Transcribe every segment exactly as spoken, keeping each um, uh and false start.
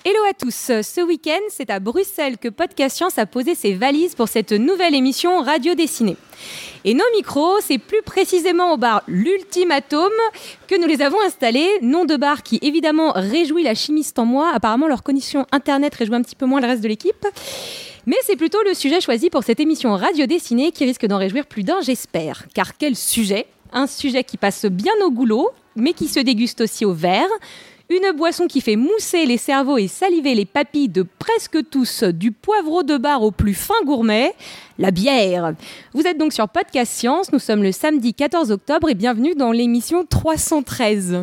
Hello à tous, ce week-end, c'est à Bruxelles que Podcast Science a posé ses valises pour cette nouvelle émission Radio Dessinée. Et nos micros, c'est plus précisément au bar L'Ultimatum que nous les avons installés, nom de bar qui évidemment réjouit la chimiste en moi. Apparemment, leur connexion internet réjouit un petit peu moins le reste de l'équipe. Mais c'est plutôt le sujet choisi pour cette émission Radio Dessinée qui risque d'en réjouir plus d'un, j'espère. Car quel sujet ? Un sujet qui passe bien au goulot, mais qui se déguste aussi au verre. Une boisson qui fait mousser les cerveaux et saliver les papilles de presque tous, du poivreau de bar au plus fin gourmet, la bière. Vous êtes donc sur Podcast Science, nous sommes le samedi quatorze octobre et bienvenue dans l'émission trois cent treize.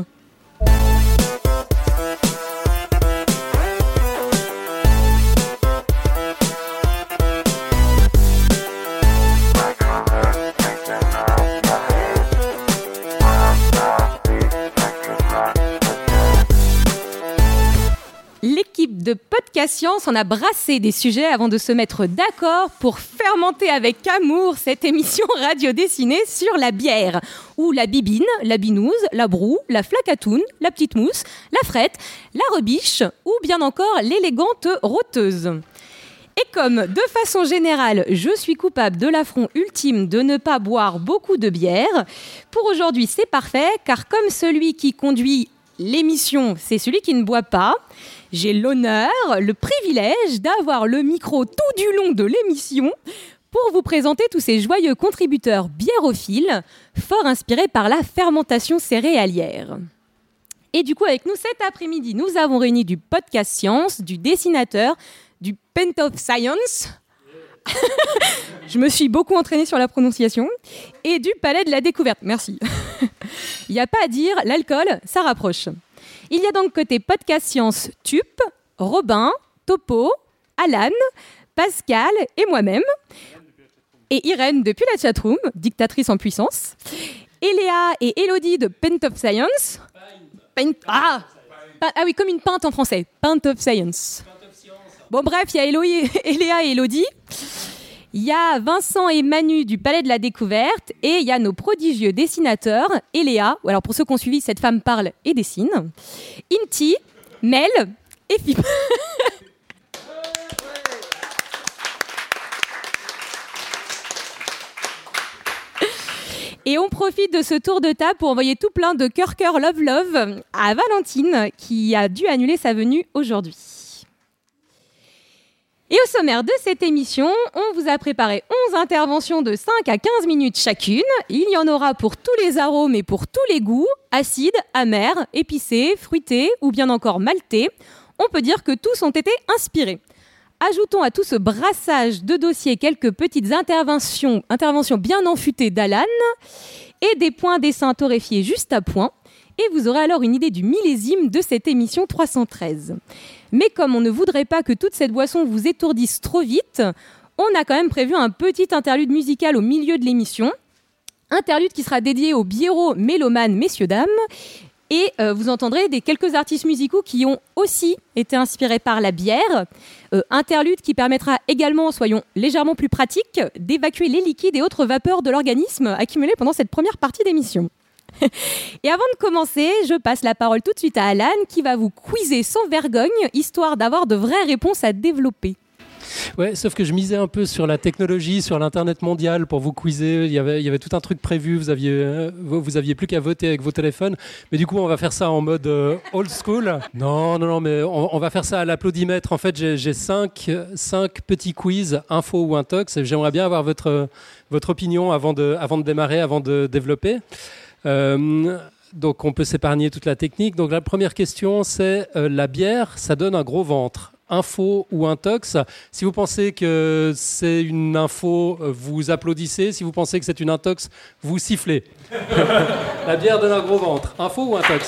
L'équipe de Podcast Science en a brassé des sujets avant de se mettre d'accord pour fermenter avec amour cette émission radio dessinée sur la bière, ou la bibine, la binouse, la broue, la flacatoune, la petite mousse, la frette, la rebiche, ou bien encore l'élégante roteuse. Et comme, de façon générale, je suis coupable de l'affront ultime de ne pas boire beaucoup de bière, pour aujourd'hui c'est parfait, car comme celui qui conduit l'émission, c'est celui qui ne boit pas, j'ai l'honneur, le privilège d'avoir le micro tout du long de l'émission pour vous présenter tous ces joyeux contributeurs biérophiles, fort inspirés par la fermentation céréalière. Et du coup, avec nous cet après-midi, nous avons réuni du Podcast Science, du dessinateur, du Paint of Science, je me suis beaucoup entraînée sur la prononciation, et du Palais de la Découverte. Merci. Il n'y a pas à dire, l'alcool, ça rapproche. Il y a donc côté Podcast Science Tup, Robin, Topo, Alan, Pascal et moi-même. Et Irène depuis la chatroom, dictatrice en puissance. Eléa et Elodie de Paint of Science. Paint, ah, ah oui, comme une pinte en français. Paint of Science. Bon bref, il y a Eloï, Eléa et Elodie. Il y a Vincent et Manu du Palais de la Découverte et il y a nos prodigieux dessinateurs, Eléa, alors pour ceux qui ont suivi, cette femme parle et dessine, Inti, Mel et Philippe. Et on profite de ce tour de table pour envoyer tout plein de cœur cœur love love à Valentine qui a dû annuler sa venue aujourd'hui. Et au sommaire de cette émission, on vous a préparé onze interventions de cinq à quinze minutes chacune. Il y en aura pour tous les arômes et pour tous les goûts, acides, amers, épicés, fruités ou bien encore maltais. On peut dire que tous ont été inspirés. Ajoutons à tout ce brassage de dossiers quelques petites interventions, interventions bien enfutées d'Alan et des points dessins torréfiés juste à point. Et vous aurez alors une idée du millésime de cette émission trois cent treize. Mais comme on ne voudrait pas que toute cette boisson vous étourdisse trop vite, on a quand même prévu un petit interlude musical au milieu de l'émission. Interlude qui sera dédié aux biéros mélomanes, messieurs, dames. Et euh, vous entendrez des quelques artistes musicaux qui ont aussi été inspirés par la bière. Euh, interlude qui permettra également, soyons légèrement plus pratiques, d'évacuer les liquides et autres vapeurs de l'organisme accumulés pendant cette première partie d'émission. Et avant de commencer, je passe la parole tout de suite à Alan qui va vous quizer sans vergogne, histoire d'avoir de vraies réponses à développer. Ouais, sauf que je misais un peu sur la technologie, sur l'internet mondial pour vous quizer. Il y avait, il y avait tout un truc prévu. Vous aviez, euh, vous, vous aviez plus qu'à voter avec vos téléphones. Mais du coup, on va faire ça en mode euh, old school. Non, non, non, mais on, on va faire ça à l'applaudimètre. En fait, j'ai, j'ai cinq, cinq petits quiz, info ou intox. J'aimerais bien avoir votre, votre opinion avant de, avant de démarrer, avant de développer. Euh, donc on peut s'épargner toute la technique. Donc la première question c'est euh, la bière, ça donne un gros ventre. Info ou intox? Si vous pensez que c'est une info, vous applaudissez. Si vous pensez que c'est une intox, vous sifflez. La bière donne un gros ventre. Info ou intox?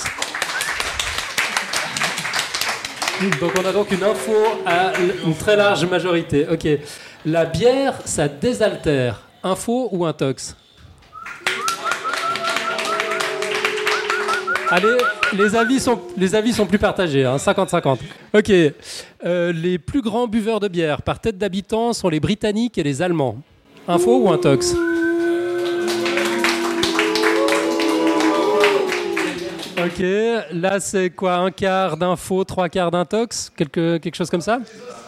Donc on a donc une info à une très large majorité. Ok. La bière, ça désaltère. Info ou intox? Allez, les avis sont, les avis sont plus partagés, hein, cinquante cinquante. Ok. Euh, les plus grands buveurs de bière par tête d'habitant sont les Britanniques et les Allemands. Info ou intox? Ok, là c'est quoi, un quart d'info, trois quarts d'intox, quelque, quelque chose comme ça?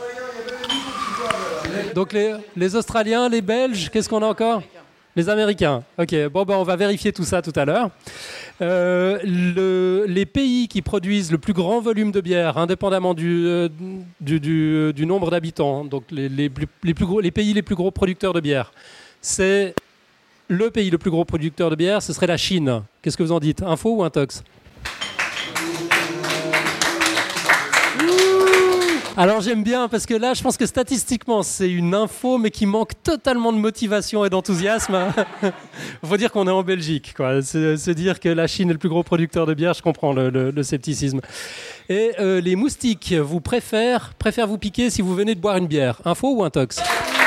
Donc les, les Australiens, les Belges, qu'est-ce qu'on a encore? Les Américains. Ok, bon ben on va vérifier tout ça tout à l'heure. Euh, le, les pays qui produisent le plus grand volume de bière, indépendamment du, euh, du, du, du nombre d'habitants, donc les, les, plus, les, plus gros, les pays les plus gros producteurs de bière, c'est le pays le plus gros producteur de bière, ce serait la Chine. Qu'est-ce que vous en dites? Info ou intox? Alors j'aime bien parce que là je pense que statistiquement c'est une info mais qui manque totalement de motivation et d'enthousiasme. Il faut dire qu'on est en Belgique, quoi. Se, se dire que la Chine est le plus gros producteur de bière, je comprends le, le, le scepticisme. Et euh, les moustiques vous préfèrent, préfèrent vous piquer si vous venez de boire une bière. Info ou intox?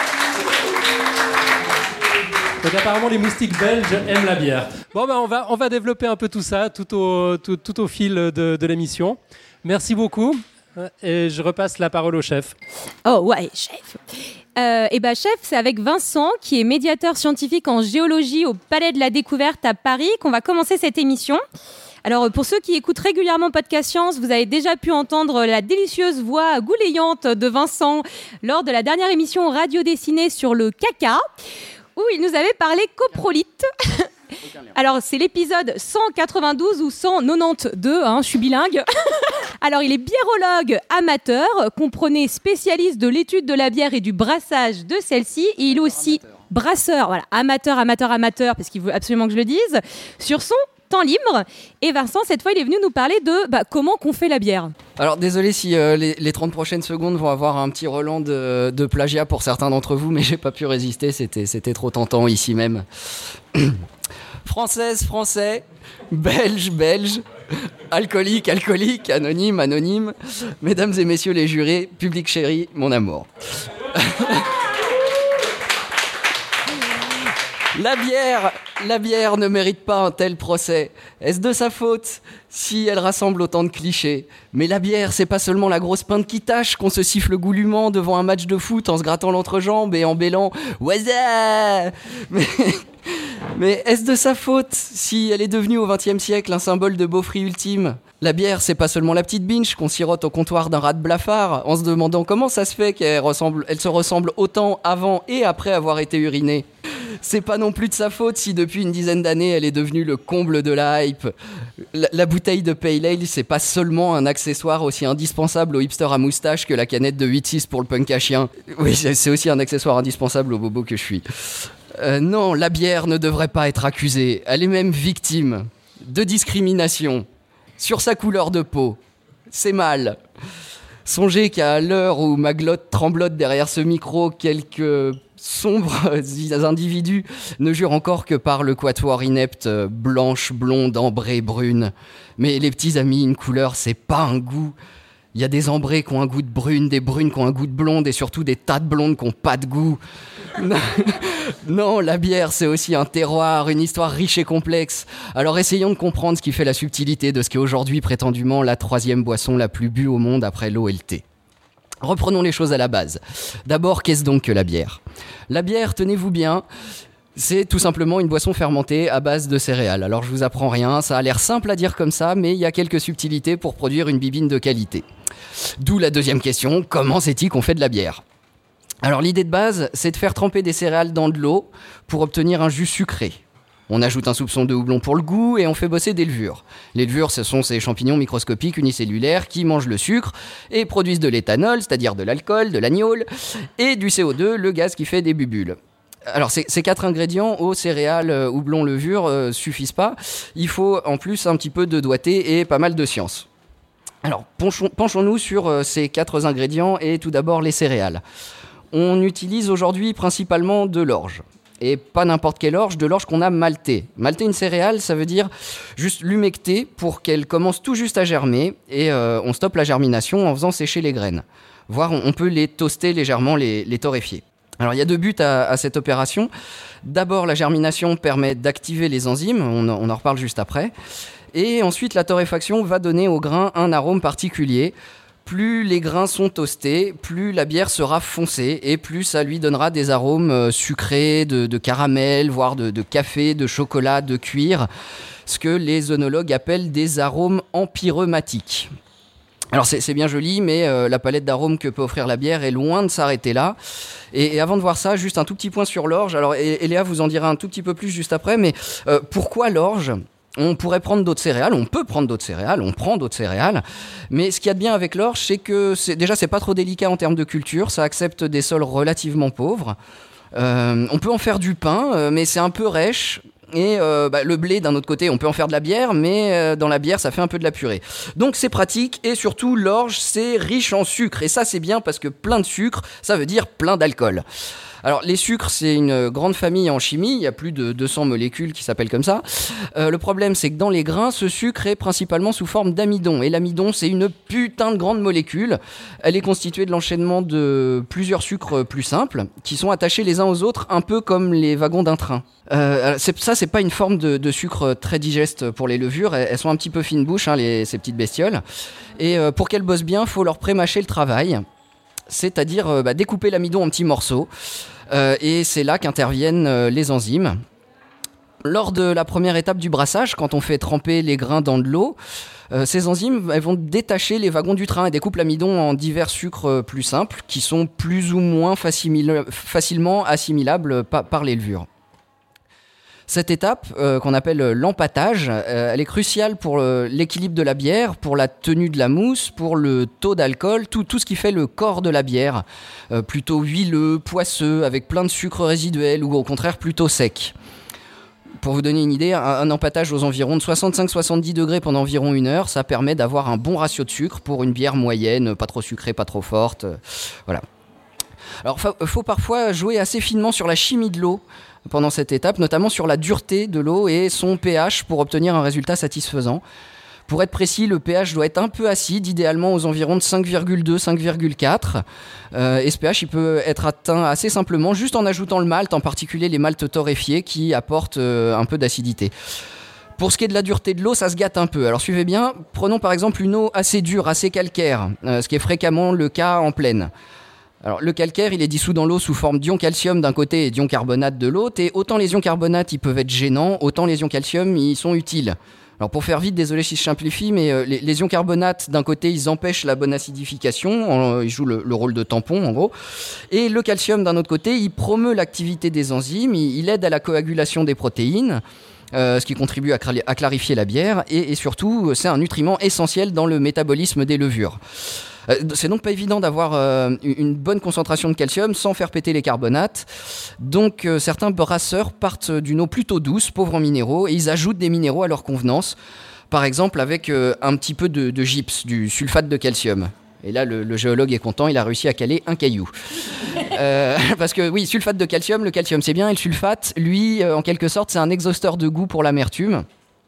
Donc apparemment les moustiques belges aiment la bière. Bon ben on va, on va développer un peu tout ça tout au, tout, tout au fil de, de l'émission. Merci beaucoup. Et je repasse la parole au chef. Oh ouais, chef. Euh, et ben chef, c'est avec Vincent, qui est médiateur scientifique en géologie au Palais de la Découverte à Paris, qu'on va commencer cette émission. Alors pour ceux qui écoutent régulièrement Podcast Science, vous avez déjà pu entendre la délicieuse voix goulayante de Vincent lors de la dernière émission radio dessinée sur le caca, où il nous avait parlé coprolite. Alors, c'est l'épisode cent quatre-vingt-douze ou cent quatre-vingt-douze, hein, je suis bilingue. Alors, il est biérologue amateur, comprenez spécialiste de l'étude de la bière et du brassage de celle-ci. Et il est aussi amateur. brasseur, voilà, amateur, amateur, amateur, parce qu'il veut absolument que je le dise, sur son temps libre. Et Vincent, cette fois, il est venu nous parler de bah, comment qu'on fait la bière. Alors, désolé si euh, les, les trente prochaines secondes vont avoir un petit relent de, de plagiat pour certains d'entre vous, mais j'ai pas pu résister, c'était, c'était trop tentant ici même. Française, français, belge, belge, alcoolique, alcoolique, anonyme, anonyme, mesdames et messieurs les jurés, public chéri, mon amour. La bière, la bière ne mérite pas un tel procès. Est-ce de sa faute si elle rassemble autant de clichés? Mais la bière, c'est pas seulement la grosse pinte qui tâche qu'on se siffle goulûment devant un match de foot en se grattant l'entrejambe et en bêlant « Waza !» Mais... Mais est-ce de sa faute si elle est devenue au vingtième siècle un symbole de beaufry ultime? La bière, c'est pas seulement la petite binge qu'on sirote au comptoir d'un rat de blafard en se demandant comment ça se fait qu'elle ressemble, elle se ressemble autant avant et après avoir été urinée. C'est pas non plus de sa faute si depuis une dizaine d'années elle est devenue le comble de la hype. La, la bouteille de Pale Ale, c'est pas seulement un accessoire aussi indispensable aux hipsters à moustache que la canette de huit six pour le punk à chien. Oui, c'est aussi un accessoire indispensable au bobo que je suis. Euh, non, la bière ne devrait pas être accusée. Elle est même victime de discrimination sur sa couleur de peau. C'est mal. Songez qu'à l'heure où ma glotte tremblote derrière ce micro, quelques sombres individus ne jurent encore que par le quatuor inepte, blanche, blonde, ambrée, brune. Mais les petits amis, une couleur, c'est pas un goût. Il y a des ambrées qui ont un goût de brune, des brunes qui ont un goût de blonde et surtout des tas de blondes qui n'ont pas de goût. Non, la bière, c'est aussi un terroir, une histoire riche et complexe. Alors essayons de comprendre ce qui fait la subtilité de ce qui est aujourd'hui prétendument la troisième boisson la plus bue au monde après l'eau et le thé. Reprenons les choses à la base. D'abord, qu'est-ce donc que la bière? La bière, tenez-vous bien, c'est tout simplement une boisson fermentée à base de céréales. Alors je vous apprends rien, ça a l'air simple à dire comme ça, mais il y a quelques subtilités pour produire une bibine de qualité. D'où la deuxième question, comment c'est-il qu'on fait de la bière? Alors l'idée de base, c'est de faire tremper des céréales dans de l'eau pour obtenir un jus sucré. On ajoute un soupçon de houblon pour le goût et on fait bosser des levures. Les levures, ce sont ces champignons microscopiques unicellulaires qui mangent le sucre et produisent de l'éthanol, c'est-à-dire de l'alcool, de l'agnole, et du C O deux, le gaz qui fait des bulles. Alors ces, ces quatre ingrédients, eau, céréales, houblon, levure, euh, suffisent pas. Il faut en plus un petit peu de doigté et pas mal de science. Alors penchons, penchons-nous sur euh, ces quatre ingrédients et tout d'abord les céréales. On utilise aujourd'hui principalement de l'orge. Et pas n'importe quelle orge, de l'orge qu'on a maltée. Malter une céréale, ça veut dire juste l'humecter pour qu'elle commence tout juste à germer. Et euh, on stoppe la germination en faisant sécher les graines. Voire on, on peut les toaster légèrement, les, les torréfier. Alors il y a deux buts à, à cette opération. D'abord, la germination permet d'activer les enzymes, on, on en reparle juste après. Et ensuite, la torréfaction va donner au grain un arôme particulier Plus les grains sont toastés, plus la bière sera foncée et plus ça lui donnera des arômes euh, sucrés, de, de caramel, voire de, de café, de chocolat, de cuir, ce que les œnologues appellent des arômes empyreummatiques. Alors c'est, c'est bien joli, mais euh, la palette d'arômes que peut offrir la bière est loin de s'arrêter là. Et, et avant de voir ça, juste un tout petit point sur l'orge. Alors et, et Léa vous en dira un tout petit peu plus juste après, mais euh, pourquoi l'orge ? On pourrait prendre d'autres céréales, on peut prendre d'autres céréales, on prend d'autres céréales, mais ce qu'il y a de bien avec l'orge, c'est que c'est, déjà c'est pas trop délicat en termes de culture, ça accepte des sols relativement pauvres. Euh, on peut en faire du pain, euh, mais c'est un peu rêche. Et euh, bah, le blé, d'un autre côté, on peut en faire de la bière, mais euh, dans la bière, ça fait un peu de la purée. Donc c'est pratique, et surtout, l'orge, c'est riche en sucre. Et ça, c'est bien parce que plein de sucre, ça veut dire plein d'alcool. Alors les sucres, c'est une grande famille en chimie, il y a plus de deux cents molécules qui s'appellent comme ça. Euh, le problème, c'est que dans les grains, ce sucre est principalement sous forme d'amidon. Et l'amidon, c'est une putain de grande molécule. Elle est constituée de l'enchaînement de plusieurs sucres plus simples, qui sont attachés les uns aux autres, un peu comme les wagons d'un train. Euh, c'est, ça, c'est pas une forme de, de sucre très digeste pour les levures. Elles, elles sont un petit peu fine bouche, hein, les, ces petites bestioles. Et euh, pour qu'elles bossent bien, il faut leur pré-mâcher le travail. C'est-à-dire euh, bah, découper l'amidon en petits morceaux. Euh, et c'est là qu'interviennent euh, les enzymes. Lors de la première étape du brassage, quand on fait tremper les grains dans de l'eau, euh, ces enzymes elles vont détacher les wagons du train et découpent l'amidon en divers sucres euh, plus simples qui sont plus ou moins facimile- facilement assimilables pa- par les levures. Cette étape, euh, qu'on appelle l'empâtage, euh, elle est cruciale pour euh, l'équilibre de la bière, pour la tenue de la mousse, pour le taux d'alcool, tout, tout ce qui fait le corps de la bière, euh, plutôt huileux, poisseux, avec plein de sucre résiduel ou au contraire plutôt sec. Pour vous donner une idée, un, un empâtage aux environs de soixante-cinq à soixante-dix degrés pendant environ une heure, ça permet d'avoir un bon ratio de sucre pour une bière moyenne, pas trop sucrée, pas trop forte, euh, voilà. Alors il faut parfois jouer assez finement sur la chimie de l'eau pendant cette étape, notamment sur la dureté de l'eau et son pH pour obtenir un résultat satisfaisant. Pour être précis, le pH doit être un peu acide, idéalement aux environs de cinq virgule deux à cinq virgule quatre. Euh, et ce pH il peut être atteint assez simplement, juste en ajoutant le malt, en particulier les maltes torréfiés qui apportent euh, un peu d'acidité. Pour ce qui est de la dureté de l'eau, ça se gâte un peu. Alors suivez bien, prenons par exemple une eau assez dure, assez calcaire, euh, ce qui est fréquemment le cas en plaine. Alors, le calcaire, il est dissous dans l'eau sous forme d'ion calcium d'un côté et d'ion carbonate de l'autre. Et autant les ions carbonates, ils peuvent être gênants, autant les ions calcium, ils sont utiles. Alors, pour faire vite, désolé si je simplifie, mais euh, les, les ions carbonates, d'un côté, ils empêchent la bonne acidification. En, ils jouent le, le rôle de tampon, en gros. Et le calcium, d'un autre côté, il promeut l'activité des enzymes. Il, il aide à la coagulation des protéines. Euh, ce qui contribue à, cra- à clarifier la bière. Et, et surtout, c'est un nutriment essentiel dans le métabolisme des levures. Euh, c'est donc pas évident d'avoir euh, une bonne concentration de calcium sans faire péter les carbonates. Donc euh, certains brasseurs partent d'une eau plutôt douce, pauvre en minéraux, et ils ajoutent des minéraux à leur convenance. Par exemple avec euh, un petit peu de, de gypse, du sulfate de calcium. Et là, le, le géologue est content, il a réussi à caler un caillou. euh, parce que oui, sulfate de calcium, le calcium c'est bien, et le sulfate, lui, euh, en quelque sorte, c'est un exhausteur de goût pour l'amertume.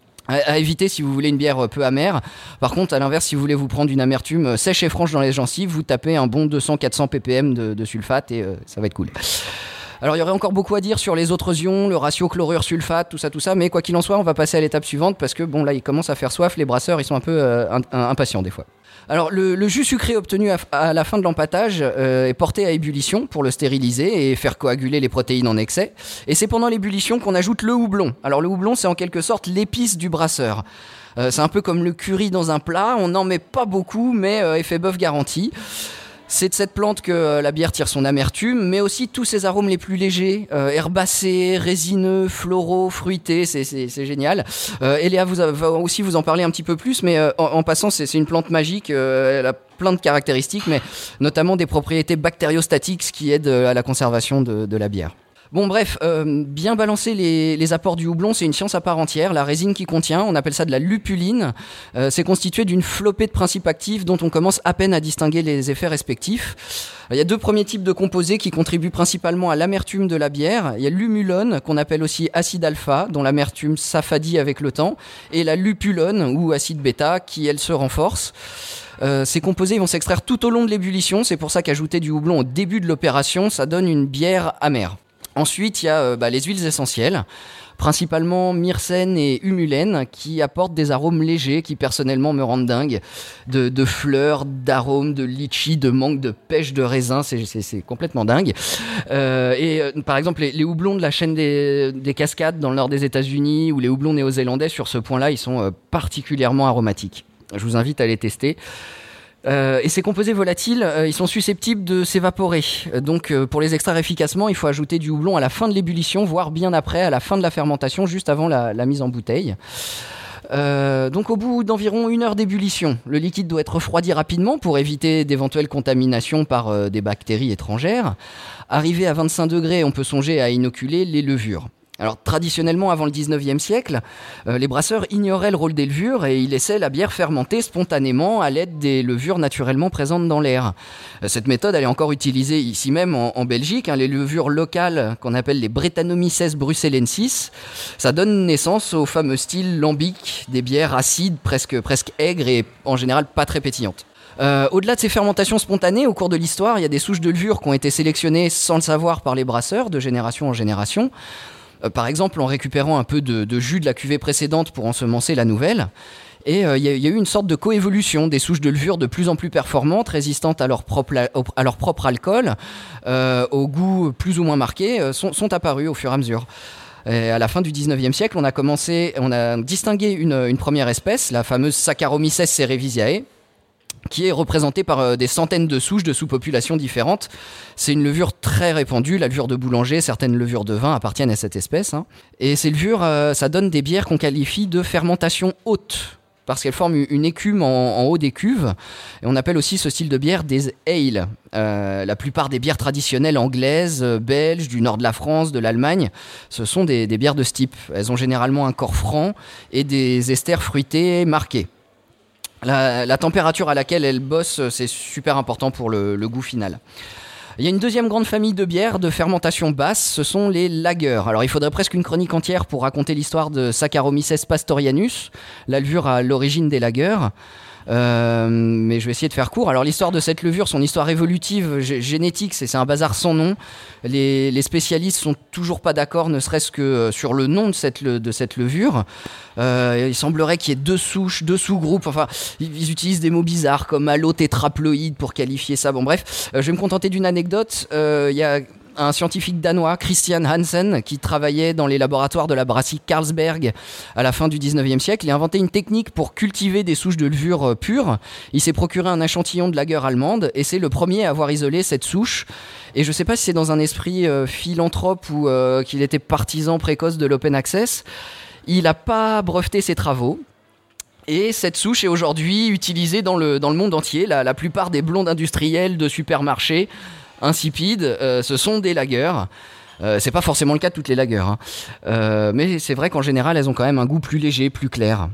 À éviter si vous voulez une bière peu amère. Par contre, à l'inverse, si vous voulez vous prendre une amertume sèche et franche dans les gencives, vous tapez un bon deux cents à quatre cents ppm de, de sulfate et euh, ça va être cool. Alors, il y aurait encore beaucoup à dire sur les autres ions, le ratio chlorure-sulfate, tout ça, tout ça, mais quoi qu'il en soit, on va passer à l'étape suivante parce que bon, là, il commence à faire soif, les brasseurs, ils sont un peu euh, un, un, impatients des fois. Alors, le, le jus sucré obtenu à, à la fin de l'empâtage euh, est porté à ébullition pour le stériliser et faire coaguler les protéines en excès. Et c'est pendant l'ébullition qu'on ajoute le houblon. Alors, le houblon, c'est en quelque sorte l'épice du brasseur. Euh, c'est un peu comme le curry dans un plat. On n'en met pas beaucoup, mais euh, effet bœuf garanti. C'est de cette plante que euh, la bière tire son amertume, mais aussi tous ses arômes les plus légers, euh, herbacés, résineux, floraux, fruités, c'est, c'est, c'est génial. Euh, et Léa vous a, va aussi vous en parler un petit peu plus, mais euh, en, en passant, c'est, c'est une plante magique, euh, elle a plein de caractéristiques, mais notamment des propriétés bactériostatiques, ce qui aide à la conservation de, de la bière. Bon bref, euh, bien balancer les, les apports du houblon, c'est une science à part entière. La résine qui contient, on appelle ça de la lupuline, euh, c'est constitué d'une flopée de principes actifs dont on commence à peine à distinguer les effets respectifs. Il y a deux premiers types de composés qui contribuent principalement à l'amertume de la bière. Il y a l'humulone, qu'on appelle aussi acide alpha, dont l'amertume s'affadit avec le temps, et la lupulone, ou acide bêta, qui elle se renforce. Euh, ces composés vont s'extraire tout au long de l'ébullition, c'est pour ça qu'ajouter du houblon au début de l'opération, ça donne une bière amère. Ensuite, il y a euh, bah, les huiles essentielles. principalement myrcène et humulène, qui apportent des arômes légers qui personnellement me rendent dingue, de, de fleurs, d'arômes, de litchi, de mangue, de pêche, de raisin, c'est, c'est, c'est complètement dingue. Euh, et euh, par exemple, les, les houblons de la chaîne des, des Cascades dans le nord des États-Unis ou les houblons néo-zélandais, sur ce point-là, ils sont euh, particulièrement aromatiques. Je vous invite à les tester. Euh, et ces composés volatiles, euh, ils sont susceptibles de s'évaporer. Donc, euh, pour les extraire efficacement, il faut ajouter du houblon à la fin de l'ébullition, voire bien après, à la fin de la fermentation, juste avant la, la mise en bouteille. Euh, donc, au bout d'environ une heure d'ébullition, le liquide doit être refroidi rapidement pour éviter d'éventuelles contaminations par euh, des bactéries étrangères. Arrivé à vingt-cinq degrés, on peut songer à inoculer les levures. Alors, traditionnellement, avant le dix-neuvième siècle, euh, les brasseurs ignoraient le rôle des levures et ils laissaient la bière fermenter spontanément à l'aide des levures naturellement présentes dans l'air. Euh, cette méthode, elle est encore utilisée ici même en, en Belgique. Hein, les levures locales, qu'on appelle les Brettanomyces bruxellensis, ça donne naissance au fameux style lambic, des bières acides, presque, presque aigres et en général pas très pétillantes. Euh, au-delà de ces fermentations spontanées, au cours de l'histoire, il y a des souches de levure qui ont été sélectionnées sans le savoir par les brasseurs, de génération en génération. Par exemple, en récupérant un peu de, de jus de la cuvée précédente pour ensemencer la nouvelle. Et il euh, y, y a eu une sorte de coévolution, des souches de levure de plus en plus performantes, résistantes à leur propre, à leur propre alcool, euh, au goût plus ou moins marqué, euh, sont, sont apparues au fur et à mesure. Et à la fin du dix-neuvième siècle, on a commencé, on a distingué une, une première espèce, la fameuse Saccharomyces cerevisiae, qui est représentée par euh, des centaines de souches de sous-populations différentes. C'est une levure très répandue, la levure de boulanger, certaines levures de vin appartiennent à cette espèce. Hein. Et ces levures, euh, ça donne des bières qu'on qualifie de fermentation haute, parce qu'elles forment une écume en, en haut des cuves. Et on appelle aussi ce style de bière des ales. Euh, la plupart des bières traditionnelles anglaises, euh, belges, du nord de la France, de l'Allemagne, ce sont des, des bières de ce type. Elles ont généralement un corps franc et des esters fruités marqués. La, la température à laquelle elle bosse, c'est super important pour le, le goût final. Il y a une deuxième grande famille de bières de fermentation basse, ce sont les lagers. Alors il faudrait presque une chronique entière pour raconter l'histoire de Saccharomyces pastorianus, la levure à l'origine des lagers. Euh, mais je vais essayer de faire court. Alors l'histoire de cette levure, son histoire évolutive, g- génétique, c'est, c'est un bazar sans nom. Les, les spécialistes sont toujours pas d'accord, ne serait-ce que sur le nom de cette, le, de cette levure. Euh, il semblerait qu'il y ait deux souches, deux sous-groupes. Enfin, ils, ils utilisent des mots bizarres comme allotétraploïde pour qualifier ça. Bon bref, euh, je vais me contenter d'une anecdote. Il euh, y a un scientifique danois, Christian Hansen, qui travaillait dans les laboratoires de la brasserie Carlsberg à la fin du dix-neuvième siècle. Il a inventé une technique pour cultiver des souches de levure pures. Il s'est procuré un échantillon de lager allemande et c'est le premier à avoir isolé cette souche. Et je ne sais pas si c'est dans un esprit euh, philanthrope ou euh, qu'il était partisan précoce de l'open access. Il n'a pas breveté ses travaux. Et cette souche est aujourd'hui utilisée dans le, dans le monde entier. La, la plupart des blondes industrielles de supermarchés insipides, euh, ce sont des lagers. Euh, c'est pas forcément le cas de toutes les lagers, hein. euh, mais c'est vrai qu'en général, elles ont quand même un goût plus léger, plus clair.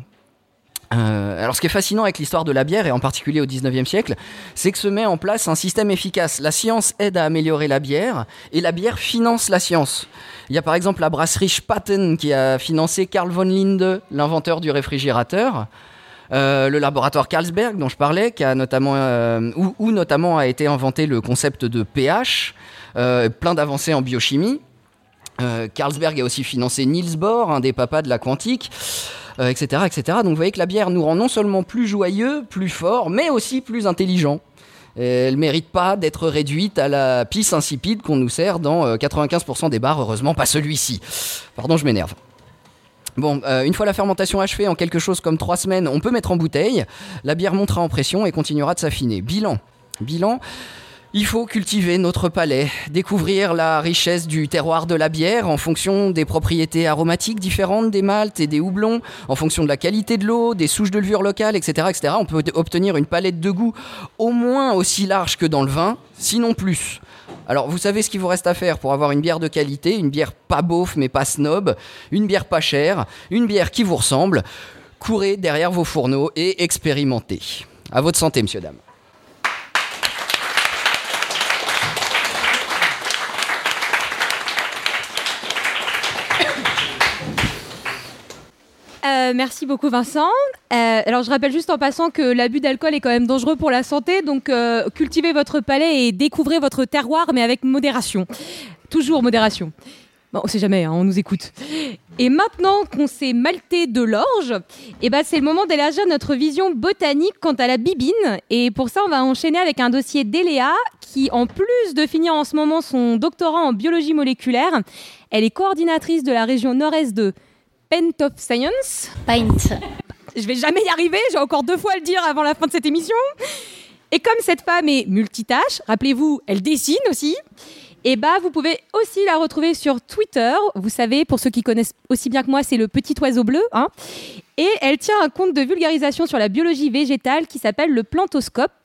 Euh, alors ce qui est fascinant avec l'histoire de la bière, et en particulier au dix-neuvième siècle, c'est que se met en place un système efficace. La science aide à améliorer la bière, et la bière finance la science. Il y a par exemple la brasserie Spaten qui a financé Carl von Linde, l'inventeur du réfrigérateur. Euh, le laboratoire Carlsberg dont je parlais, qui a notamment, euh, où, où notamment a été inventé le concept de pH, euh, plein d'avancées en biochimie. Euh, Carlsberg a aussi financé Niels Bohr, un des papas de la quantique, euh, et cetera, et cetera. Donc vous voyez que la bière nous rend non seulement plus joyeux, plus fort, mais aussi plus intelligent. Et elle ne mérite pas d'être réduite à la pisse insipide qu'on nous sert dans quatre-vingt-quinze pour cent des bars, heureusement pas celui-ci. Pardon, je m'énerve. Bon, euh, une fois la fermentation achevée, en quelque chose comme trois semaines, on peut mettre en bouteille. La bière montera en pression et continuera de s'affiner. Bilan. Bilan. Il faut cultiver notre palais, découvrir la richesse du terroir de la bière en fonction des propriétés aromatiques différentes des maltes et des houblons, en fonction de la qualité de l'eau, des souches de levure locales, et cetera, et cetera. On peut obtenir une palette de goût au moins aussi large que dans le vin, sinon plus. Alors, vous savez ce qu'il vous reste à faire pour avoir une bière de qualité, une bière pas beauf mais pas snob, une bière pas chère, une bière qui vous ressemble. Courez derrière vos fourneaux et expérimentez. À votre santé, messieurs, dames. Euh, merci beaucoup Vincent. Euh, alors je rappelle juste en passant que l'abus d'alcool est quand même dangereux pour la santé, donc euh, cultivez votre palais et découvrez votre terroir, mais avec modération. Toujours modération. Bon, on sait jamais, hein, on nous écoute. Et maintenant qu'on s'est malté de l'orge, eh ben, c'est le moment d'élargir notre vision botanique quant à la bibine. Et pour ça, on va enchaîner avec un dossier d'Eléa qui, en plus de finir en ce moment son doctorat en biologie moléculaire, elle est coordinatrice de la région nord-est de Paint of Science. Paint. Je vais jamais y arriver, j'ai encore deux fois à le dire avant la fin de cette émission. Et comme cette femme est multitâche, rappelez-vous, elle dessine aussi, et bah vous pouvez aussi la retrouver sur Twitter. Vous savez, pour ceux qui connaissent aussi bien que moi, c'est le petit oiseau bleu. Hein. Et elle tient un compte de vulgarisation sur la biologie végétale qui s'appelle le Plantoscope.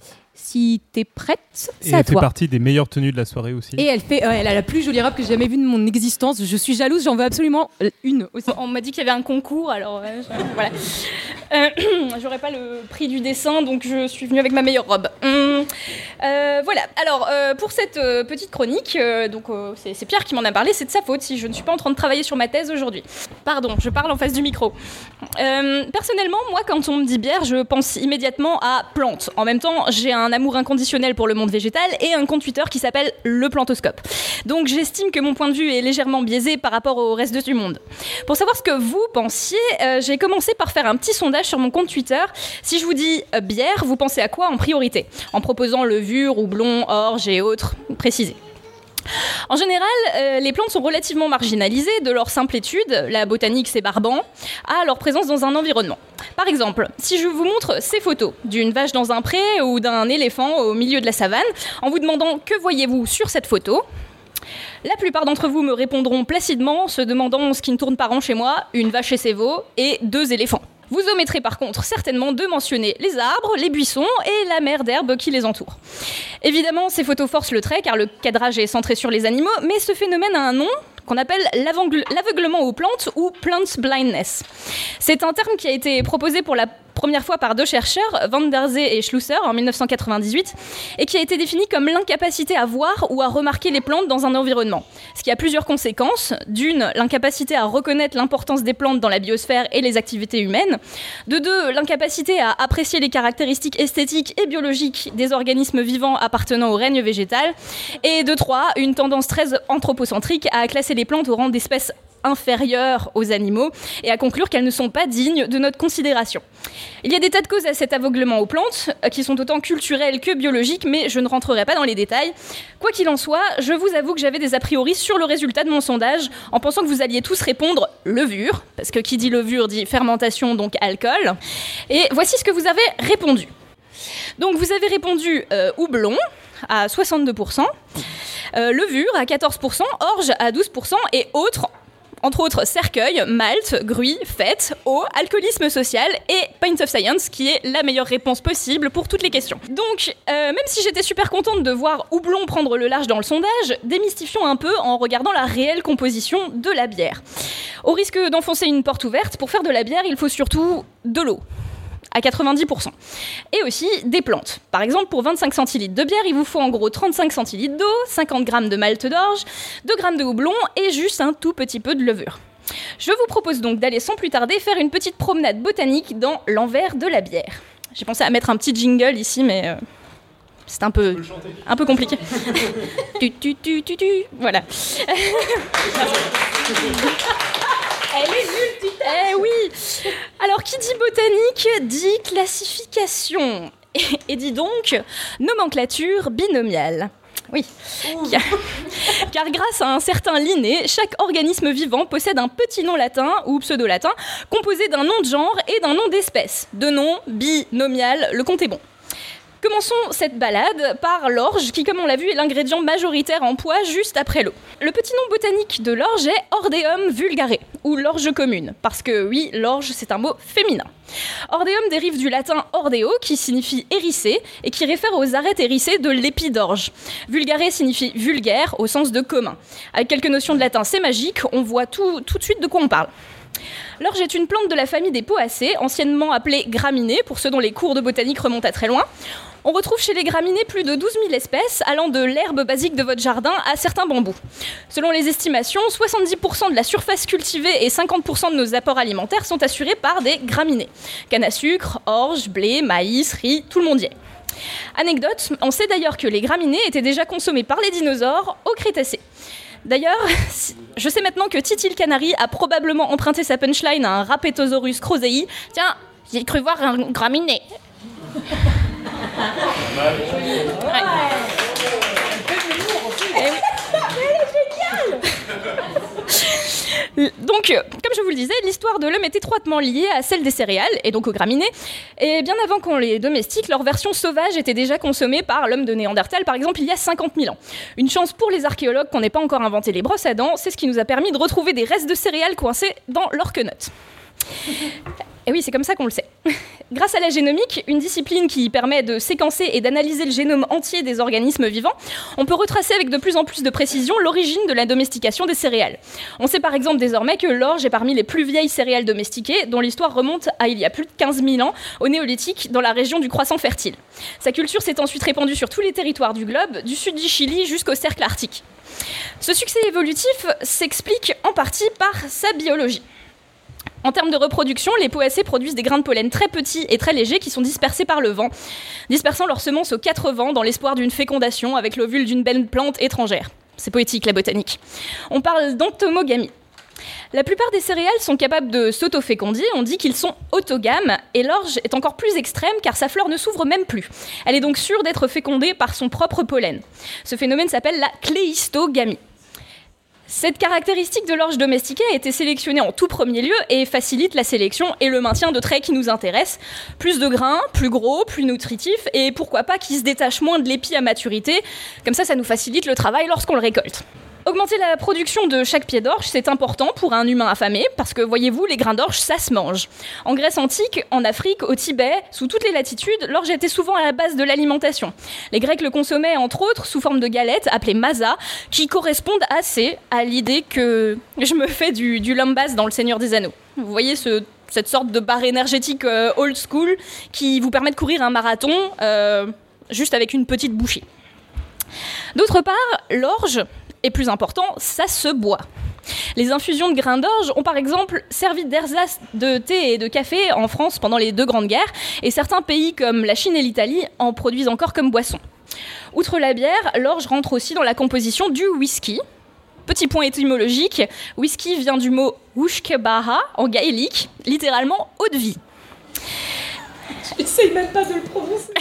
Si t'es prête, c'est et à elle toi. fait partie des meilleures tenues de la soirée aussi. Et elle fait, euh, elle a la plus jolie robe que j'ai jamais vue de mon existence. Je suis jalouse, j'en veux absolument une aussi. On m'a dit qu'il y avait un concours, alors euh, je, voilà. Euh, j'aurais pas le prix du dessin, donc je suis venue avec ma meilleure robe. Hum, euh, voilà. Alors euh, pour cette euh, petite chronique, euh, donc euh, c'est, c'est Pierre qui m'en a parlé. C'est de sa faute si je ne suis pas en train de travailler sur ma thèse aujourd'hui. Pardon, je parle en face du micro. Euh, personnellement, moi, quand on me dit bière, je pense immédiatement à plantes. En même temps, j'ai un amour inconditionnel pour le monde végétal et un compte Twitter qui s'appelle le Plantoscope. Donc j'estime que mon point de vue est légèrement biaisé par rapport au reste du monde. Pour savoir ce que vous pensiez, euh, j'ai commencé par faire un petit sondage sur mon compte Twitter. Si je vous dis euh, bière, vous pensez à quoi en priorité ? En proposant levure, houblon, orge et autres, précisez. En général, euh, les plantes sont relativement marginalisées de leur simple étude, la botanique c'est barbant, à leur présence dans un environnement. Par exemple, si je vous montre ces photos d'une vache dans un pré ou d'un éléphant au milieu de la savane, en vous demandant que voyez-vous sur cette photo, la plupart d'entre vous me répondront placidement, se demandant ce qui ne tourne pas rond chez moi, une vache et ses veaux et deux éléphants. Vous omettrez par contre certainement de mentionner les arbres, les buissons et la mer d'herbe qui les entoure. Évidemment, ces photos forcent le trait car le cadrage est centré sur les animaux, mais ce phénomène a un nom qu'on appelle l'aveuglement aux plantes ou plant blindness. C'est un terme qui a été proposé pour la première fois par deux chercheurs, Van der Zee et Schlusser, en dix-neuf cent quatre-vingt-dix-huit, et qui a été défini comme l'incapacité à voir ou à remarquer les plantes dans un environnement. Ce qui a plusieurs conséquences. D'une, l'incapacité à reconnaître l'importance des plantes dans la biosphère et les activités humaines. De deux, l'incapacité à apprécier les caractéristiques esthétiques et biologiques des organismes vivants appartenant au règne végétal. Et de trois, une tendance très anthropocentrique à classer les plantes au rang d'espèces inférieures aux animaux et à conclure qu'elles ne sont pas dignes de notre considération. Il y a des tas de causes à cet aveuglement aux plantes, qui sont autant culturelles que biologiques, mais je ne rentrerai pas dans les détails. Quoi qu'il en soit, je vous avoue que j'avais des a priori sur le résultat de mon sondage, en pensant que vous alliez tous répondre levure, parce que qui dit levure dit fermentation, donc alcool. Et voici ce que vous avez répondu. Donc vous avez répondu euh, houblon à soixante-deux pour cent, euh, levure à quatorze pour cent, orge à douze pour cent et autres, entre autres cercueil, malt, gruy, fête, eau, alcoolisme social et Paint of Science, qui est la meilleure réponse possible pour toutes les questions. Donc, euh, même si j'étais super contente de voir houblon prendre le large dans le sondage, démystifions un peu en regardant la réelle composition de la bière. Au risque d'enfoncer une porte ouverte, pour faire de la bière, il faut surtout de l'eau, à quatre-vingt-dix pour cent. Et aussi des plantes. Par exemple, pour vingt-cinq centilitres de bière, il vous faut en gros trente-cinq centilitres d'eau, cinquante grammes de malt d'orge, deux grammes de houblon et juste un tout petit peu de levure. Je vous propose donc d'aller sans plus tarder faire une petite promenade botanique dans l'envers de la bière. J'ai pensé à mettre un petit jingle ici, mais euh, c'est un peu, un peu compliqué. tu, tu, tu, tu, tu. Voilà. Elle est nulle, eh oui. Alors, qui dit botanique dit classification. Et, et dit donc nomenclature binomiale. Oui. Car, car grâce à un certain Linné, chaque organisme vivant possède un petit nom latin ou pseudo-latin composé d'un nom de genre et d'un nom d'espèce. De nom binomial, le compte est bon. Commençons cette balade par l'orge, qui, comme on l'a vu, est l'ingrédient majoritaire en poids juste après l'eau. Le petit nom botanique de l'orge est Ordeum vulgare, ou l'orge commune, parce que oui, l'orge c'est un mot féminin. Ordeum dérive du latin ordeo, qui signifie hérissé, et qui réfère aux arêtes hérissées de l'épi d'orge. Vulgare signifie vulgaire, au sens de commun. Avec quelques notions de latin, c'est magique, on voit tout, tout de suite de quoi on parle. L'orge est une plante de la famille des poacées, anciennement appelée graminée, pour ceux dont les cours de botanique remontent à très loin. On retrouve chez les graminées plus de douze mille espèces, allant de l'herbe basique de votre jardin à certains bambous. Selon les estimations, soixante-dix pour cent de la surface cultivée et cinquante pour cent de nos apports alimentaires sont assurés par des graminées. Canne à sucre, orge, blé, maïs, riz, tout le monde y est. Anecdote, on sait d'ailleurs que les graminées étaient déjà consommées par les dinosaures au Crétacé. D'ailleurs, je sais maintenant que Titi le Canari a probablement emprunté sa punchline à un Rapetosaurus crozei. Tiens, j'ai cru voir un graminé. Ouais. Eh oui. Donc, comme je vous le disais, l'histoire de l'homme est étroitement liée à celle des céréales, et donc aux graminées. Et bien avant qu'on les domestique, leur version sauvage était déjà consommée par l'homme de Néandertal, par exemple, il y a cinquante mille ans. Une chance pour les archéologues qu'on n'ait pas encore inventé les brosses à dents, c'est ce qui nous a permis de retrouver des restes de céréales coincés dans leurs quenottes. Et oui, c'est comme ça qu'on le sait. Grâce à la génomique, une discipline qui permet de séquencer et d'analyser le génome entier des organismes vivants, on peut retracer avec de plus en plus de précision l'origine de la domestication des céréales. On sait par exemple désormais que l'orge est parmi les plus vieilles céréales domestiquées, dont l'histoire remonte à il y a plus de quinze mille ans, au Néolithique, dans la région du Croissant fertile. Sa culture s'est ensuite répandue sur tous les territoires du globe, du sud du Chili jusqu'au cercle arctique. Ce succès évolutif s'explique en partie par sa biologie. En termes de reproduction, les poacées produisent des grains de pollen très petits et très légers qui sont dispersés par le vent, dispersant leurs semences aux quatre vents dans l'espoir d'une fécondation avec l'ovule d'une belle plante étrangère. C'est poétique, la botanique. On parle d'entomogamie. La plupart des céréales sont capables de s'autoféconder, on dit qu'ils sont autogames, et l'orge est encore plus extrême car sa fleur ne s'ouvre même plus. Elle est donc sûre d'être fécondée par son propre pollen. Ce phénomène s'appelle la cléistogamie. Cette caractéristique de l'orge domestiquée a été sélectionnée en tout premier lieu et facilite la sélection et le maintien de traits qui nous intéressent. Plus de grains, plus gros, plus nutritifs et pourquoi pas qui se détachent moins de l'épi à maturité. Comme ça, ça nous facilite le travail lorsqu'on le récolte. Augmenter la production de chaque pied d'orge, c'est important pour un humain affamé, parce que, voyez-vous, les grains d'orge, ça se mange. En Grèce antique, en Afrique, au Tibet, sous toutes les latitudes, l'orge était souvent à la base de l'alimentation. Les Grecs le consommaient, entre autres, sous forme de galettes, appelées masa, qui correspondent assez à l'idée que je me fais du, du lambas dans Le Seigneur des Anneaux. Vous voyez ce... cette sorte de barre énergétique euh, old school qui vous permet de courir un marathon euh, juste avec une petite bouchée. D'autre part, l'orge, et plus important, ça se boit. Les infusions de grains d'orge ont par exemple servi d'ersatz de thé et de café en France pendant les deux grandes guerres, et certains pays comme la Chine et l'Italie en produisent encore comme boisson. Outre la bière, l'orge rentre aussi dans la composition du whisky. Petit point étymologique, whisky vient du mot wushkebaha en gaélique, littéralement eau de vie. J'essaye même pas de le prononcer.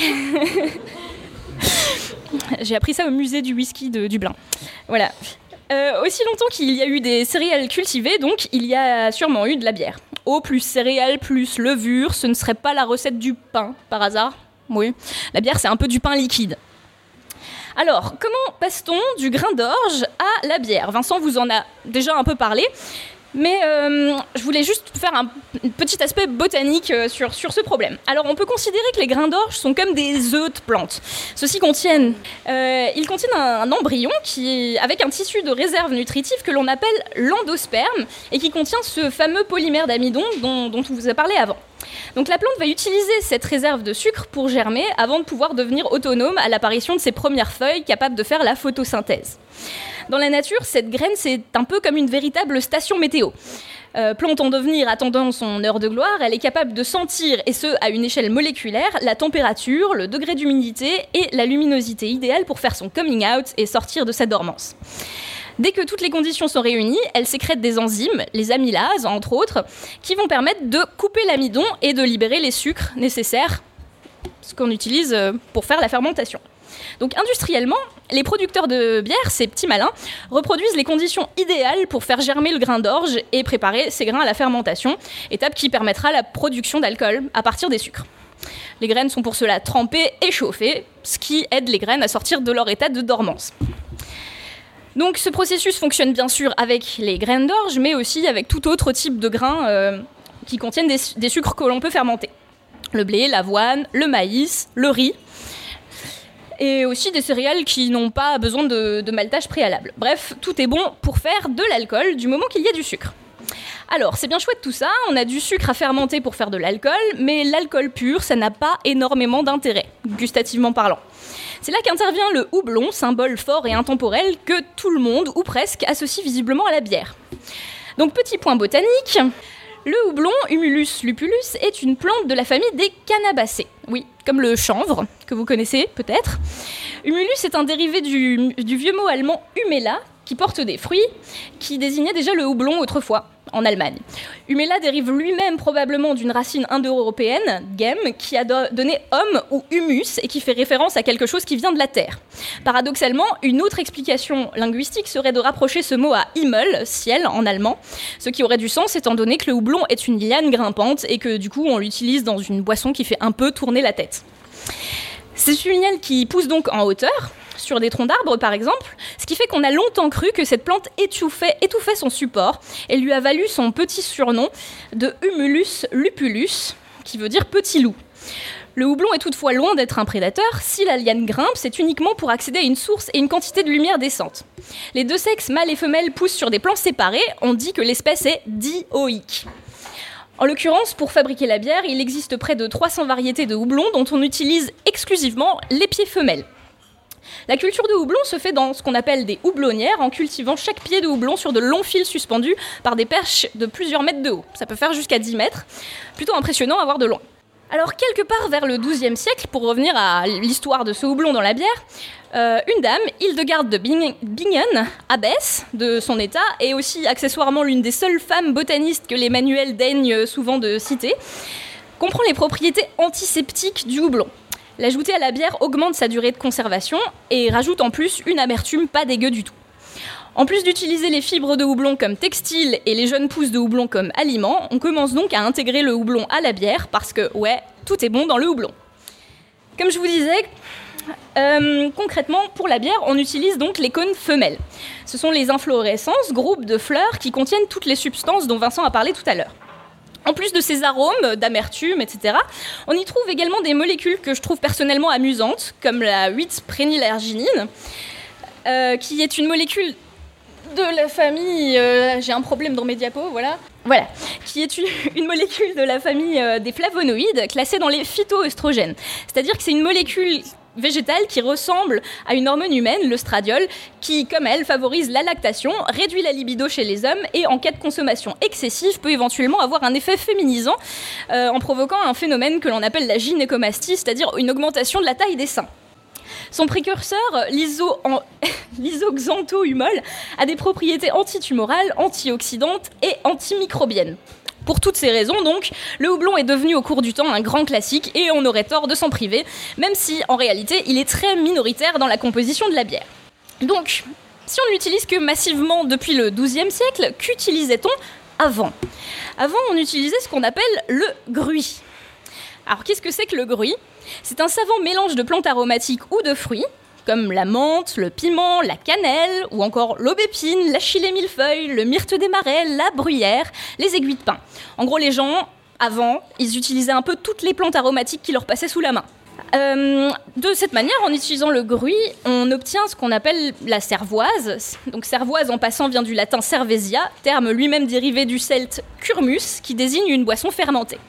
J'ai appris ça au musée du whisky de Dublin. Voilà. Euh, aussi longtemps qu'il y a eu des céréales cultivées, donc il y a sûrement eu de la bière. Eau plus céréales plus levure, ce ne serait pas la recette du pain, par hasard ? Oui. La bière, c'est un peu du pain liquide. Alors, comment passe-t-on du grain d'orge à la bière ? Vincent vous en a déjà un peu parlé. Mais euh, je voulais juste faire un petit aspect botanique euh, sur, sur ce problème. Alors, on peut considérer que les grains d'orge sont comme des œufs de plantes. Ceux-ci contiennent, euh, ils contiennent un, un embryon qui, avec un tissu de réserve nutritive que l'on appelle l'endosperme et qui contient ce fameux polymère d'amidon dont, dont on vous a parlé avant. Donc la plante va utiliser cette réserve de sucre pour germer avant de pouvoir devenir autonome à l'apparition de ses premières feuilles capables de faire la photosynthèse. Dans la nature, cette graine, c'est un peu comme une véritable station météo. Euh, plante en devenir attendant son heure de gloire, elle est capable de sentir, et ce, à une échelle moléculaire, la température, le degré d'humidité et la luminosité idéale pour faire son coming out et sortir de sa dormance. Dès que toutes les conditions sont réunies, elle sécrète des enzymes, les amylases entre autres, qui vont permettre de couper l'amidon et de libérer les sucres nécessaires, ce qu'on utilise pour faire la fermentation. Donc industriellement, les producteurs de bière, ces petits malins, reproduisent les conditions idéales pour faire germer le grain d'orge et préparer ces grains à la fermentation, étape qui permettra la production d'alcool à partir des sucres. Les graines sont pour cela trempées et chauffées, ce qui aide les graines à sortir de leur état de dormance. Donc ce processus fonctionne bien sûr avec les graines d'orge, mais aussi avec tout autre type de grains euh, qui contiennent des, des sucres que l'on peut fermenter. Le blé, l'avoine, le maïs, le riz, et aussi des céréales qui n'ont pas besoin de, de maltage préalable. Bref, tout est bon pour faire de l'alcool du moment qu'il y a du sucre. Alors, c'est bien chouette tout ça, on a du sucre à fermenter pour faire de l'alcool, mais l'alcool pur, ça n'a pas énormément d'intérêt, gustativement parlant. C'est là qu'intervient le houblon, symbole fort et intemporel que tout le monde, ou presque, associe visiblement à la bière. Donc, petit point botanique, le houblon, Humulus lupulus, est une plante de la famille des Cannabacées. Oui, comme le chanvre, que vous connaissez peut-être. Humulus est un dérivé du, du vieux mot allemand humela, qui porte des fruits, qui désignait déjà le houblon autrefois, en Allemagne. Humela dérive lui-même probablement d'une racine indo-européenne, gem, qui a do- donné homme ou humus et qui fait référence à quelque chose qui vient de la terre. Paradoxalement, une autre explication linguistique serait de rapprocher ce mot à Himmel, ciel en allemand, ce qui aurait du sens étant donné que le houblon est une liane grimpante et que du coup on l'utilise dans une boisson qui fait un peu tourner la tête. C'est une liane qui pousse donc en hauteur, sur des troncs d'arbres par exemple, ce qui fait qu'on a longtemps cru que cette plante étouffait, étouffait son support et lui a valu son petit surnom de Humulus lupulus, qui veut dire petit loup. Le houblon est toutefois loin d'être un prédateur. Si la liane grimpe, c'est uniquement pour accéder à une source et une quantité de lumière décente. Les deux sexes, mâles et femelles, poussent sur des plants séparés. On dit que l'espèce est dioïque. En l'occurrence, pour fabriquer la bière, il existe près de trois cents variétés de houblon dont on utilise exclusivement les pieds femelles. La culture de houblon se fait dans ce qu'on appelle des houblonnières, en cultivant chaque pied de houblon sur de longs fils suspendus par des perches de plusieurs mètres de haut. Ça peut faire jusqu'à dix mètres, plutôt impressionnant à voir de loin. Alors, quelque part vers le douzième siècle, pour revenir à l'histoire de ce houblon dans la bière, euh, une dame, Hildegarde de Bingen, Bingen, abbesse de son état, et aussi accessoirement l'une des seules femmes botanistes que les manuels daignent souvent de citer, comprend les propriétés antiseptiques du houblon. L'ajouter à la bière augmente sa durée de conservation et rajoute en plus une amertume pas dégueu du tout. En plus d'utiliser les fibres de houblon comme textile et les jeunes pousses de houblon comme aliments, on commence donc à intégrer le houblon à la bière parce que, ouais, tout est bon dans le houblon. Comme je vous disais, euh, concrètement, pour la bière, on utilise donc les cônes femelles. Ce sont les inflorescences, groupes de fleurs qui contiennent toutes les substances dont Vincent a parlé tout à l'heure. En plus de ces arômes, d'amertume, et cetera, on y trouve également des molécules que je trouve personnellement amusantes, comme la huit prénilarginine, euh, qui est une molécule de la famille... Euh, j'ai un problème dans mes diapos, voilà. Voilà, qui est une, une molécule de la famille euh, des flavonoïdes, classée dans les phytoœstrogènes. C'est-à-dire que c'est une molécule végétale qui ressemble à une hormone humaine, le stradiol, qui, comme elle, favorise la lactation, réduit la libido chez les hommes et, en cas de consommation excessive, peut éventuellement avoir un effet féminisant euh, en provoquant un phénomène que l'on appelle la gynécomastie, c'est-à-dire une augmentation de la taille des seins. Son précurseur, l'iso- en... l'isoxanthohumol, a des propriétés antitumorales, antioxydantes et antimicrobiennes. Pour toutes ces raisons, donc, le houblon est devenu au cours du temps un grand classique et on aurait tort de s'en priver, même si, en réalité, il est très minoritaire dans la composition de la bière. Donc, si on n'utilise que massivement depuis le douzième siècle, qu'utilisait-on avant ? Avant, on utilisait ce qu'on appelle le gruy. Alors, qu'est-ce que c'est que le gruy ? C'est un savant mélange de plantes aromatiques ou de fruits, comme la menthe, le piment, la cannelle, ou encore l'aubépine, la chilée millefeuille, le myrte des marais, la bruyère, les aiguilles de pin. En gros, les gens, avant, ils utilisaient un peu toutes les plantes aromatiques qui leur passaient sous la main. Euh, de cette manière, en utilisant le gruy, on obtient ce qu'on appelle la cervoise. Donc cervoise, en passant, vient du latin cervesia, terme lui-même dérivé du celte curmus, qui désigne une boisson fermentée.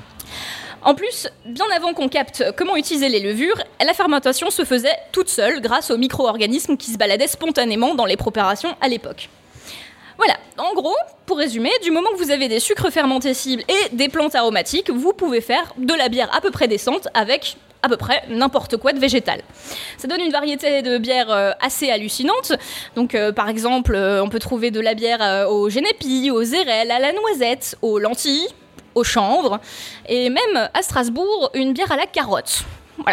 En plus, bien avant qu'on capte comment utiliser les levures, la fermentation se faisait toute seule grâce aux micro-organismes qui se baladaient spontanément dans les préparations à l'époque. Voilà, en gros, pour résumer, du moment que vous avez des sucres fermentescibles et des plantes aromatiques, vous pouvez faire de la bière à peu près décente avec à peu près n'importe quoi de végétal. Ça donne une variété de bières euh, assez hallucinante. Donc, euh, par exemple, euh, on peut trouver de la bière euh, au génépi, aux érelles, à la noisette, aux lentilles, au chanvre, et même à Strasbourg, une bière à la carotte. Voilà.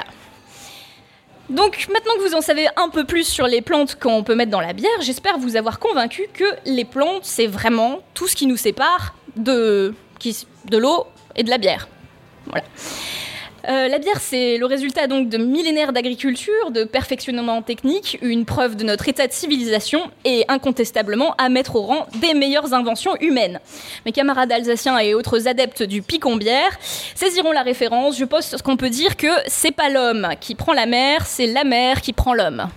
Donc, maintenant que vous en savez un peu plus sur les plantes qu'on peut mettre dans la bière, j'espère vous avoir convaincu que les plantes, c'est vraiment tout ce qui nous sépare de, qui, de l'eau et de la bière. Voilà. Euh, la bière, c'est le résultat donc de millénaires d'agriculture, de perfectionnement technique, une preuve de notre état de civilisation et incontestablement à mettre au rang des meilleures inventions humaines. Mes camarades alsaciens et autres adeptes du picon-bière saisiront la référence. Je pense qu'on peut dire que c'est pas l'homme qui prend la mer, c'est la mer qui prend l'homme.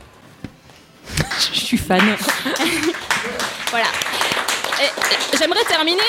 Je suis fan. Voilà. Et j'aimerais terminer...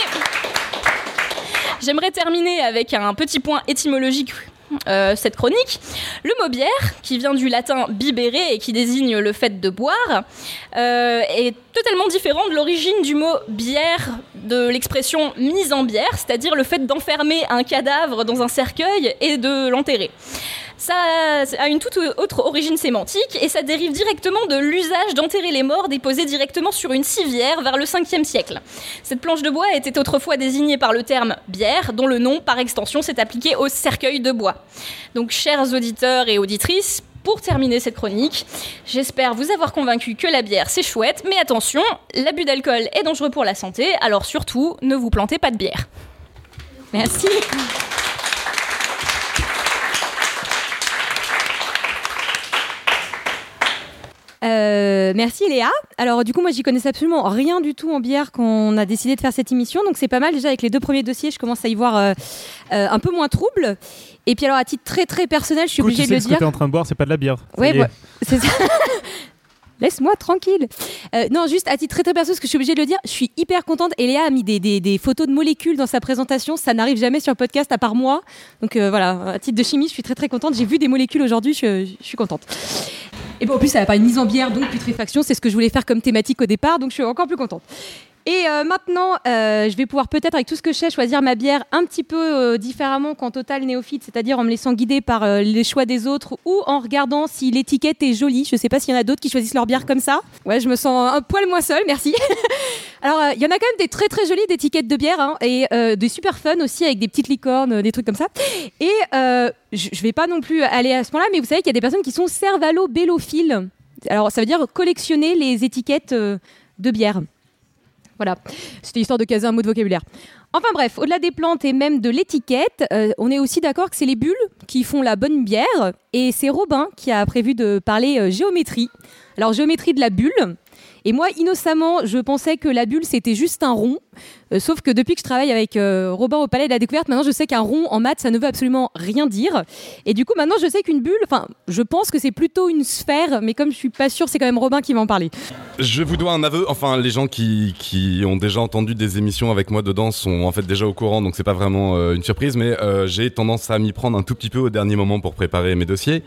J'aimerais terminer avec un petit point étymologique. Euh, cette chronique. Le mot bière, qui vient du latin bibere et qui désigne le fait de boire, euh, est totalement différent de l'origine du mot bière, de l'expression mise en bière, c'est-à-dire le fait d'enfermer un cadavre dans un cercueil et de l'enterrer. Ça a une toute autre origine sémantique et ça dérive directement de l'usage d'enterrer les morts déposés directement sur une civière vers le cinquième siècle. Cette planche de bois était autrefois désignée par le terme bière, dont le nom, par extension, s'est appliqué au cercueil de bois. Donc, chers auditeurs et auditrices, pour terminer cette chronique, j'espère vous avoir convaincu que la bière c'est chouette, mais attention, l'abus d'alcool est dangereux pour la santé, alors surtout, ne vous plantez pas de bière. Merci. Euh, merci Léa. Alors du coup moi j'y connaissais absolument rien du tout en bière quand on a décidé de faire cette émission, donc c'est pas mal déjà. Avec les deux premiers dossiers je commence à y voir euh, euh, un peu moins trouble. Et puis alors à titre très très personnel je suis cool, obligée tu de le sais dire. Ce que t'es en train de boire c'est pas de la bière. Ouais, ouais c'est ça. Laisse-moi tranquille. Euh, non, juste à titre très très perso, parce que je suis obligée de le dire, je suis hyper contente. Et Léa a mis des, des, des photos de molécules dans sa présentation. Ça n'arrive jamais sur un podcast à part moi. Donc euh, voilà, à titre de chimie, je suis très très contente. J'ai vu des molécules aujourd'hui, je, je suis contente. Et bon, en plus, ça n'a pas une mise en bière, donc putréfaction, c'est ce que je voulais faire comme thématique au départ, donc je suis encore plus contente. Et euh, maintenant, euh, je vais pouvoir peut-être, avec tout ce que je sais, choisir ma bière un petit peu euh, différemment qu'en total néophyte, c'est-à-dire en me laissant guider par euh, les choix des autres ou en regardant si l'étiquette est jolie. Je ne sais pas s'il y en a d'autres qui choisissent leur bière comme ça. Ouais, je me sens un poil moins seule, merci. Alors, il euh, y en a quand même des très très jolies d'étiquettes de bière, hein, et euh, des super fun aussi, avec des petites licornes, euh, des trucs comme ça. Et euh, je ne vais pas non plus aller à ce point-là, mais vous savez qu'il y a des personnes qui sont cervalo-bélophiles. Alors, ça veut dire collectionner les étiquettes euh, de bière. Voilà, c'était histoire de caser un mot de vocabulaire. Enfin bref, au-delà des plantes et même de l'étiquette, euh, on est aussi d'accord que c'est les bulles qui font la bonne bière. Et c'est Robin qui a prévu de parler euh, géométrie. Alors géométrie de la bulle. Et moi, innocemment, je pensais que la bulle, c'était juste un rond. Euh, sauf que depuis que je travaille avec euh, Robin au Palais de la Découverte, maintenant, je sais qu'un rond en maths, ça ne veut absolument rien dire. Et du coup, maintenant, je sais qu'une bulle, enfin, je pense que c'est plutôt une sphère, mais comme je suis pas sûre, c'est quand même Robin qui va en parler. Je vous dois un aveu. Enfin, les gens qui, qui ont déjà entendu des émissions avec moi dedans sont en fait déjà au courant, donc c'est pas vraiment euh, une surprise, mais euh, j'ai tendance à m'y prendre un tout petit peu au dernier moment pour préparer mes dossiers.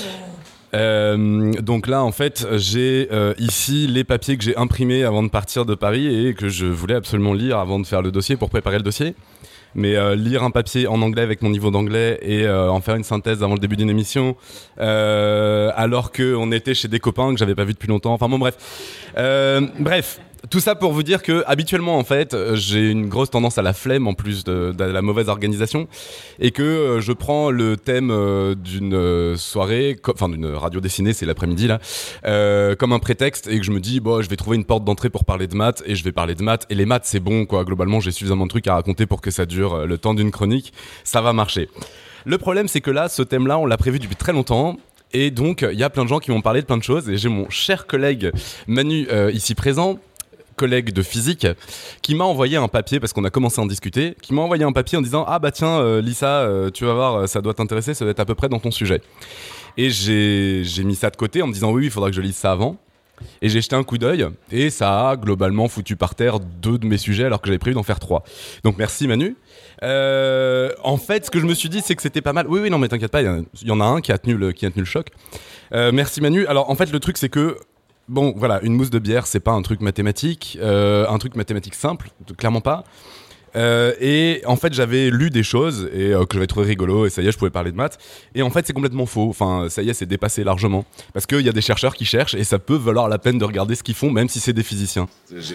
Euh, donc là en fait j'ai euh, ici les papiers que j'ai imprimés avant de partir de Paris et que je voulais absolument lire avant de faire le dossier pour préparer le dossier. Mais euh, lire un papier en anglais avec mon niveau d'anglais et euh, en faire une synthèse avant le début d'une émission euh, alors qu'on était chez des copains que j'avais pas vus depuis longtemps, enfin bon bref euh, bref tout ça pour vous dire que habituellement en fait j'ai une grosse tendance à la flemme en plus de, de la mauvaise organisation et que euh, je prends le thème euh, d'une euh, soirée, co- enfin d'une radio dessinée, c'est l'après-midi là, euh, comme un prétexte et que je me dis bon je vais trouver une porte d'entrée pour parler de maths et je vais parler de maths et les maths c'est bon quoi, globalement j'ai suffisamment de trucs à raconter pour que ça dure euh, le temps d'une chronique, ça va marcher. Le problème c'est que là ce thème là on l'a prévu depuis très longtemps. Et donc il y a plein de gens qui m'ont parlé de plein de choses et j'ai mon cher collègue Manu euh, ici présent, collègue de physique, qui m'a envoyé un papier parce qu'on a commencé à en discuter, qui m'a envoyé un papier en disant ah bah tiens euh, Lisa euh, tu vas voir ça doit t'intéresser, ça doit être à peu près dans ton sujet. Et j'ai, j'ai mis ça de côté en me disant oui il faudra que je lise ça avant. Et j'ai jeté un coup d'œil et ça a globalement foutu par terre deux de mes sujets alors que j'avais prévu d'en faire trois. Donc merci Manu. Euh, en fait ce que je me suis dit c'est que c'était pas mal. Oui oui non mais t'inquiète pas, il y, y en a un qui a tenu le, qui a tenu le choc. Euh, merci Manu. Alors en fait le truc c'est que bon, voilà, une mousse de bière, c'est pas un truc mathématique, euh, un truc mathématique simple, clairement pas. Euh, et en fait, j'avais lu des choses et euh, que j'avais trouvé rigolo et ça y est, je pouvais parler de maths. Et en fait, c'est complètement faux. Enfin, ça y est, c'est dépassé largement parce qu'il y a des chercheurs qui cherchent et ça peut valoir la peine de regarder ce qu'ils font, même si c'est des physiciens.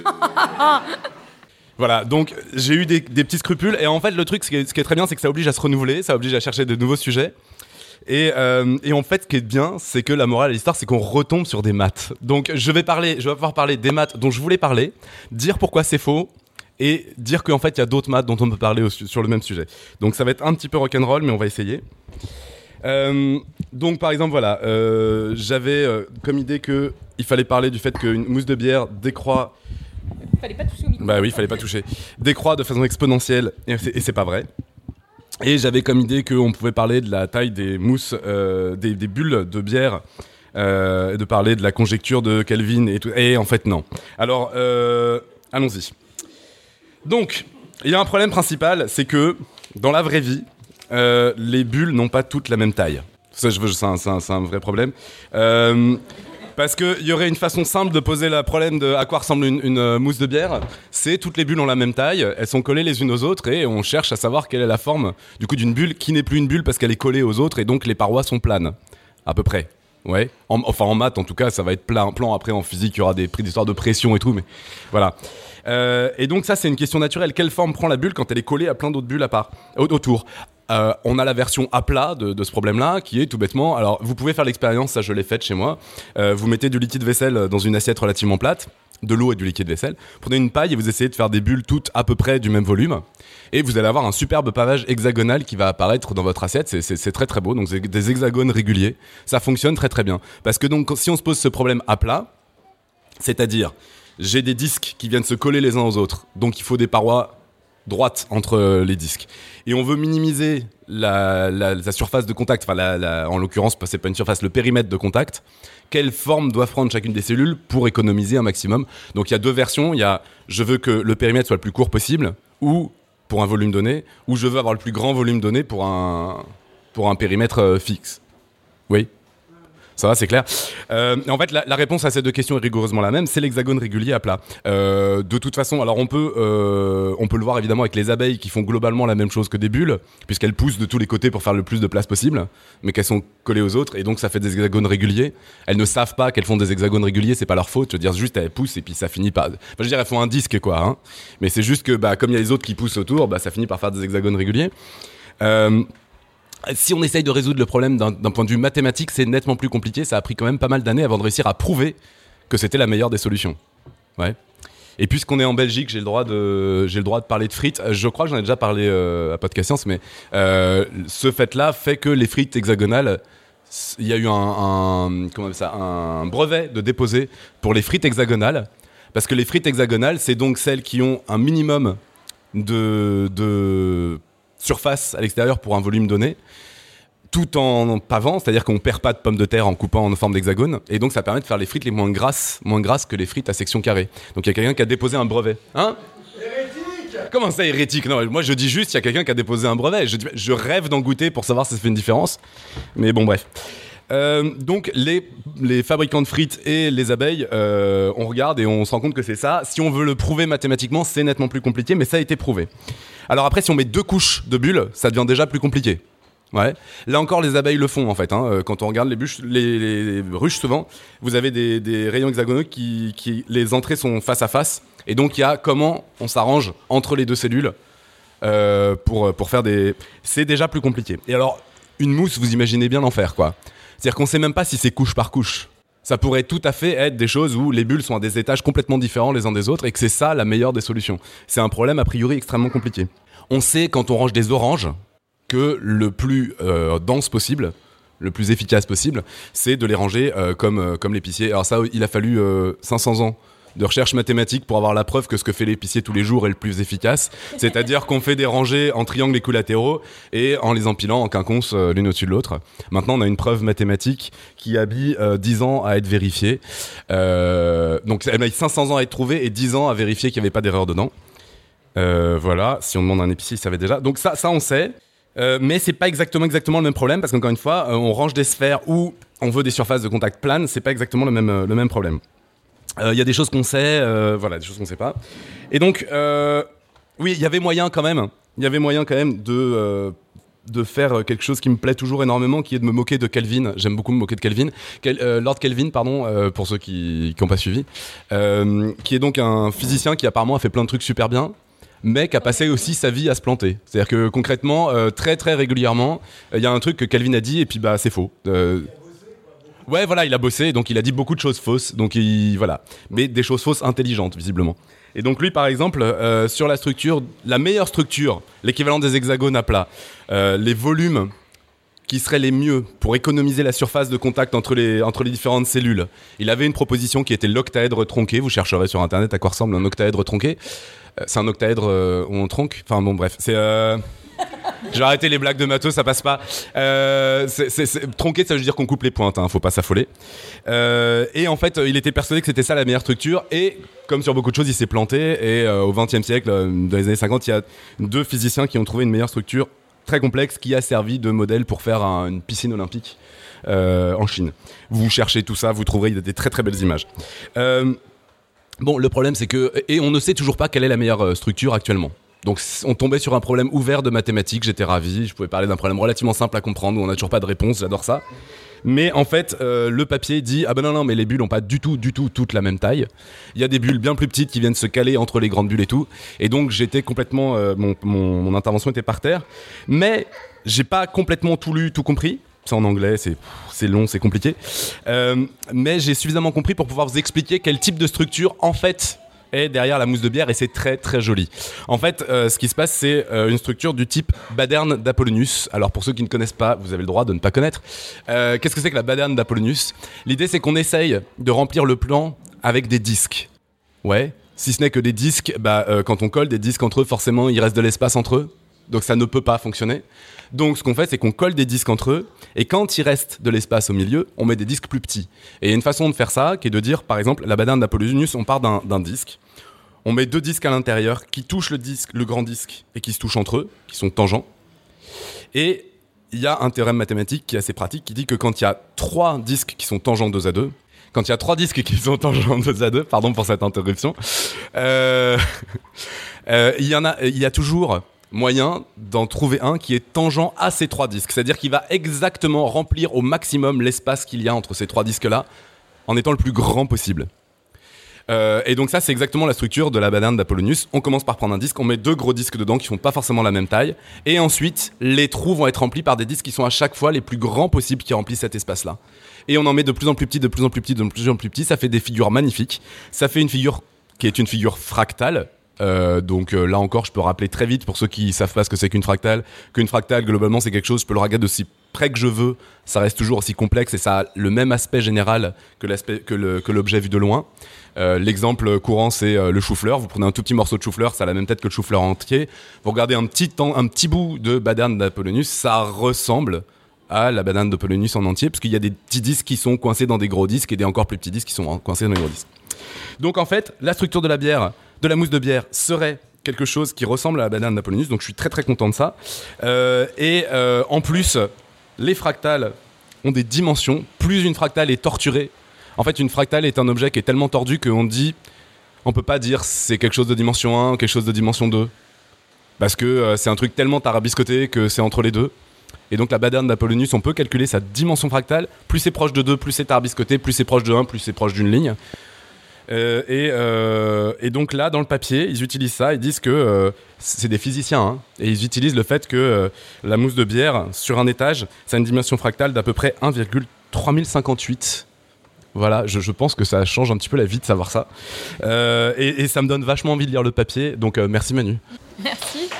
Voilà, donc j'ai eu des, des petits scrupules et en fait, le truc, ce qui est, ce qui est très bien, c'est que ça oblige à se renouveler, ça oblige à chercher de nouveaux sujets. Et, euh, et en fait, ce qui est bien, c'est que la morale de l'histoire, c'est qu'on retombe sur des maths. Donc, je vais parler, je vais pouvoir parler des maths dont je voulais parler, dire pourquoi c'est faux, et dire qu'en fait, il y a d'autres maths dont on peut parler au, sur le même sujet. Donc, ça va être un petit peu rock'n'roll, mais on va essayer. Euh, donc, par exemple, voilà, euh, j'avais euh, comme idée qu'il fallait parler du fait qu'une mousse de bière décroît. Fallait pas toucher au micro. Bah oui, fallait pas toucher. Décroît de façon exponentielle, et c'est, et c'est pas vrai. Et j'avais comme idée qu'on pouvait parler de la taille des mousses, euh, des, des bulles de bière, euh, et de parler de la conjecture de Kelvin et tout. Et en fait, non. Alors, euh, allons-y. Donc, il y a un problème principal, c'est que dans la vraie vie, euh, les bulles n'ont pas toutes la même taille. Ça, je veux, c'est, un, c'est, un, c'est un vrai problème. Euh, Parce qu'il y aurait une façon simple de poser le problème de à quoi ressemble une, une euh, mousse de bière. C'est toutes les bulles ont la même taille, elles sont collées les unes aux autres et on cherche à savoir quelle est la forme du coup d'une bulle qui n'est plus une bulle parce qu'elle est collée aux autres et donc les parois sont planes, à peu près. Ouais. En, enfin en maths en tout cas, ça va être plan. plan après en physique, il y aura des histoires de pression et tout, mais voilà. Euh, et donc ça c'est une question naturelle. Quelle forme prend la bulle quand elle est collée à plein d'autres bulles à part, autour? Euh, on a la version à plat de, de ce problème-là, qui est tout bêtement... Alors, vous pouvez faire l'expérience, ça je l'ai faite chez moi. Euh, vous mettez du liquide vaisselle dans une assiette relativement plate, de l'eau et du liquide vaisselle. Prenez une paille et vous essayez de faire des bulles toutes à peu près du même volume. Et vous allez avoir un superbe pavage hexagonal qui va apparaître dans votre assiette. C'est, c'est, c'est très très beau, donc c'est des hexagones réguliers. Ça fonctionne très très bien. Parce que donc, si on se pose ce problème à plat, c'est-à-dire, j'ai des disques qui viennent se coller les uns aux autres, donc il faut des parois droite entre les disques. Et on veut minimiser la, la, la surface de contact, enfin la, la, en l'occurrence, c'est pas une surface, le périmètre de contact. Quelle forme doit prendre chacune des cellules pour économiser un maximum? Donc il y a deux versions, il y a je veux que le périmètre soit le plus court possible, ou pour un volume donné, ou je veux avoir le plus grand volume donné pour un, pour un périmètre euh, fixe. Oui? Ça va, c'est clair. Euh, en fait, la, la réponse à ces deux questions est rigoureusement la même, c'est l'hexagone régulier à plat. Euh, de toute façon, alors on peut, euh, on peut le voir évidemment avec les abeilles qui font globalement la même chose que des bulles, puisqu'elles poussent de tous les côtés pour faire le plus de place possible, mais qu'elles sont collées aux autres, et donc ça fait des hexagones réguliers. Elles ne savent pas qu'elles font des hexagones réguliers, c'est pas leur faute. Je veux dire, juste elles poussent et puis ça finit par... Enfin, je veux dire, elles font un disque, quoi. Hein. Mais c'est juste que, bah, comme il y a les autres qui poussent autour, bah, ça finit par faire des hexagones réguliers. Euh... Si on essaye de résoudre le problème d'un, d'un point de vue mathématique, c'est nettement plus compliqué. Ça a pris quand même pas mal d'années avant de réussir à prouver que c'était la meilleure des solutions. Ouais. Et puisqu'on est en Belgique, j'ai le droit de, j'ai le droit de parler de frites. Je crois que j'en ai déjà parlé euh, à Podcast Science, mais euh, ce fait-là fait que les frites hexagonales, il y a eu un, un, comment ça, un brevet de déposer pour les frites hexagonales. Parce que les frites hexagonales, c'est donc celles qui ont un minimum de... de surface à l'extérieur pour un volume donné, tout en pavant, c'est-à-dire qu'on perd pas de pommes de terre en coupant en forme d'hexagone, et donc ça permet de faire les frites les moins grasses, moins grasses que les frites à section carrée. Donc il y a quelqu'un qui a déposé un brevet. Hein ? Hérétique ! Comment ça, hérétique ? Non, moi je dis juste, il y a quelqu'un qui a déposé un brevet. Je, je rêve d'en goûter pour savoir si ça fait une différence. Mais bon, bref. Euh, donc les, les fabricants de frites et les abeilles, euh, on regarde et on se rend compte que c'est ça. Si on veut le prouver mathématiquement, c'est nettement plus compliqué, mais ça a été prouvé. Alors après, si on met deux couches de bulles, ça devient déjà plus compliqué. Ouais. Là encore, les abeilles le font en fait. Hein. Quand on regarde les, bûches, les, les ruches, souvent, vous avez des, des rayons hexagonaux qui, qui, les entrées sont face à face, et donc il y a comment on s'arrange entre les deux cellules euh, pour pour faire des. C'est déjà plus compliqué. Et alors, une mousse, vous imaginez bien l'enfer, quoi. C'est-à-dire qu'on ne sait même pas si c'est couche par couche. Ça pourrait tout à fait être des choses où les bulles sont à des étages complètement différents les uns des autres et que c'est ça la meilleure des solutions. C'est un problème a priori extrêmement compliqué. On sait quand on range des oranges que le plus euh, dense possible, le plus efficace possible, c'est de les ranger euh, comme, euh, comme l'épicier. Alors ça, il a fallu euh, cinq cents ans de recherche mathématique pour avoir la preuve que ce que fait l'épicier tous les jours est le plus efficace. C'est-à-dire qu'on fait des rangées en triangles équilatéraux et en les empilant en quinconce euh, l'une au-dessus de l'autre. Maintenant, on a une preuve mathématique qui a mis euh, dix ans à être vérifiée. Euh, donc, elle a mis cinq cents ans à être trouvée et dix ans à vérifier qu'il n'y avait pas d'erreur dedans. Euh, voilà, si on demande à un épicier, il savait déjà. Donc ça, ça on sait. Euh, mais c'est pas exactement, exactement le même problème parce qu'encore une fois, euh, on range des sphères où on veut des surfaces de contact planes, c'est pas exactement le même, euh, le même problème. Il euh, y a des choses qu'on sait, euh, voilà, des choses qu'on sait pas. Et donc, euh, oui, il y avait moyen quand même, il y avait moyen quand même de, euh, de faire quelque chose qui me plaît toujours énormément, qui est de me moquer de Kelvin. J'aime beaucoup me moquer de Kelvin. Quel, euh, Lord Kelvin, pardon, euh, pour ceux qui n'ont pas suivi, euh, qui est donc un physicien qui apparemment a fait plein de trucs super bien, mais qui a passé aussi sa vie à se planter. C'est-à-dire que concrètement, euh, très très régulièrement, il euh, y a un truc que Kelvin a dit et puis bah c'est faux. Euh, Ouais, voilà, il a bossé, donc il a dit beaucoup de choses fausses, donc il, voilà. Mais des choses fausses intelligentes, visiblement. Et donc lui, par exemple, euh, sur la structure, la meilleure structure, l'équivalent des hexagones à plat, euh, les volumes qui seraient les mieux pour économiser la surface de contact entre les, entre les différentes cellules, il avait une proposition qui était l'octaèdre tronqué. Vous chercherez sur Internet à quoi ressemble un octaèdre tronqué. Euh, c'est un octaèdre euh, où on tronque. Enfin bon, bref, c'est... Euh... Je vais arrêter les blagues de matos, ça passe pas. Euh, c'est, c'est, c'est, tronqué, ça veut dire qu'on coupe les pointes, hein, faut pas s'affoler. Euh, et en fait, il était persuadé que c'était ça la meilleure structure. Et comme sur beaucoup de choses, il s'est planté. Et euh, au vingtième siècle, dans les années cinquante, il y a deux physiciens qui ont trouvé une meilleure structure très complexe qui a servi de modèle pour faire un, une piscine olympique euh, en Chine. Vous cherchez tout ça, vous trouverez des très très belles images. Euh, bon, le problème c'est que, et on ne sait toujours pas quelle est la meilleure structure actuellement. Donc on tombait sur un problème ouvert de mathématiques, j'étais ravi, je pouvais parler d'un problème relativement simple à comprendre où on n'a toujours pas de réponse, j'adore ça. Mais en fait, euh, le papier dit « Ah ben non, non, mais les bulles n'ont pas du tout, du tout, toute la même taille. Il y a des bulles bien plus petites qui viennent se caler entre les grandes bulles et tout. » Et donc j'étais complètement... Euh, mon, mon, mon intervention était par terre. Mais j'ai pas complètement tout lu, tout compris. C'est en anglais, c'est, c'est long, c'est compliqué. Euh, mais j'ai suffisamment compris pour pouvoir vous expliquer quel type de structure, en fait... est derrière la mousse de bière et c'est très très joli. En fait, euh, ce qui se passe, c'est euh, une structure du type Baderne d'Apollonius. Alors pour ceux qui ne connaissent pas, vous avez le droit de ne pas connaître. Euh, qu'est-ce que c'est que la Baderne d'Apollonius ? L'idée, c'est qu'on essaye de remplir le plan avec des disques. Ouais, si ce n'est que des disques, bah, euh, quand on colle des disques entre eux, forcément, il reste de l'espace entre eux. Donc ça ne peut pas fonctionner. Donc ce qu'on fait, c'est qu'on colle des disques entre eux, et quand il reste de l'espace au milieu, on met des disques plus petits. Et il y a une façon de faire ça, qui est de dire, par exemple, la Baderne d'Apollonius, on part d'un, d'un disque, on met deux disques à l'intérieur, qui touchent le disque, le grand disque, et qui se touchent entre eux, qui sont tangents. Et il y a un théorème mathématique qui est assez pratique, qui dit que quand il y a trois disques qui sont tangents deux à deux, quand il y a trois disques qui sont tangents deux à deux, pardon pour cette interruption, euh, euh, il y en a, il y a toujours... moyen d'en trouver un qui est tangent à ces trois disques. C'est-à-dire qu'il va exactement remplir au maximum l'espace qu'il y a entre ces trois disques-là, en étant le plus grand possible. Euh, et donc ça, c'est exactement la structure de la Baderne d'Apollonius. On commence par prendre un disque, on met deux gros disques dedans qui font pas forcément la même taille, et ensuite, les trous vont être remplis par des disques qui sont à chaque fois les plus grands possibles qui remplissent cet espace-là. Et on en met de plus en plus petits, de plus en plus petits, de plus en plus petits. Ça fait des figures magnifiques. Ça fait une figure qui est une figure fractale. Euh, donc euh, là encore, je peux rappeler très vite pour ceux qui savent pas ce que c'est qu'une fractale, qu'une fractale globalement c'est quelque chose, je peux le regarder d'aussi près que je veux, ça reste toujours aussi complexe et ça a le même aspect général que, l'aspect, que, le, que l'objet vu de loin. Euh, l'exemple courant c'est euh, le chou-fleur, vous prenez un tout petit morceau de chou-fleur, ça a la même tête que le chou-fleur entier, vous regardez un petit, temps, un petit bout de Baderne d'Apollonius, ça ressemble à la Baderne d'Apollonius en entier, parce qu'il y a des petits disques qui sont coincés dans des gros disques et des encore plus petits disques qui sont coincés dans des gros disques. Donc en fait, la structure de la bière, de la mousse de bière serait quelque chose qui ressemble à la Baderne d'Apollonius, donc je suis très très content de ça. Euh, et euh, en plus, les fractales ont des dimensions. Plus une fractale est torturée, en fait une fractale est un objet qui est tellement tordu qu'on dit, on peut pas dire c'est quelque chose de dimension un ou quelque chose de dimension deux, parce que euh, c'est un truc tellement tarabiscoté que c'est entre les deux. Et donc la Baderne d'Apollonius, on peut calculer sa dimension fractale, plus c'est proche de deux, plus c'est tarabiscoté, plus c'est proche de un, plus c'est proche d'une ligne. Euh, et, euh, et donc là, dans le papier, ils utilisent ça, ils disent que euh, c'est des physiciens, hein, et ils utilisent le fait que euh, la mousse de bière, sur un étage, ça a une dimension fractale d'à peu près un virgule trois mille cinquante-huit. Voilà, je, je pense que ça change un petit peu la vie de savoir ça. Euh, et, et ça me donne vachement envie de lire le papier, donc euh, merci Manu. Merci.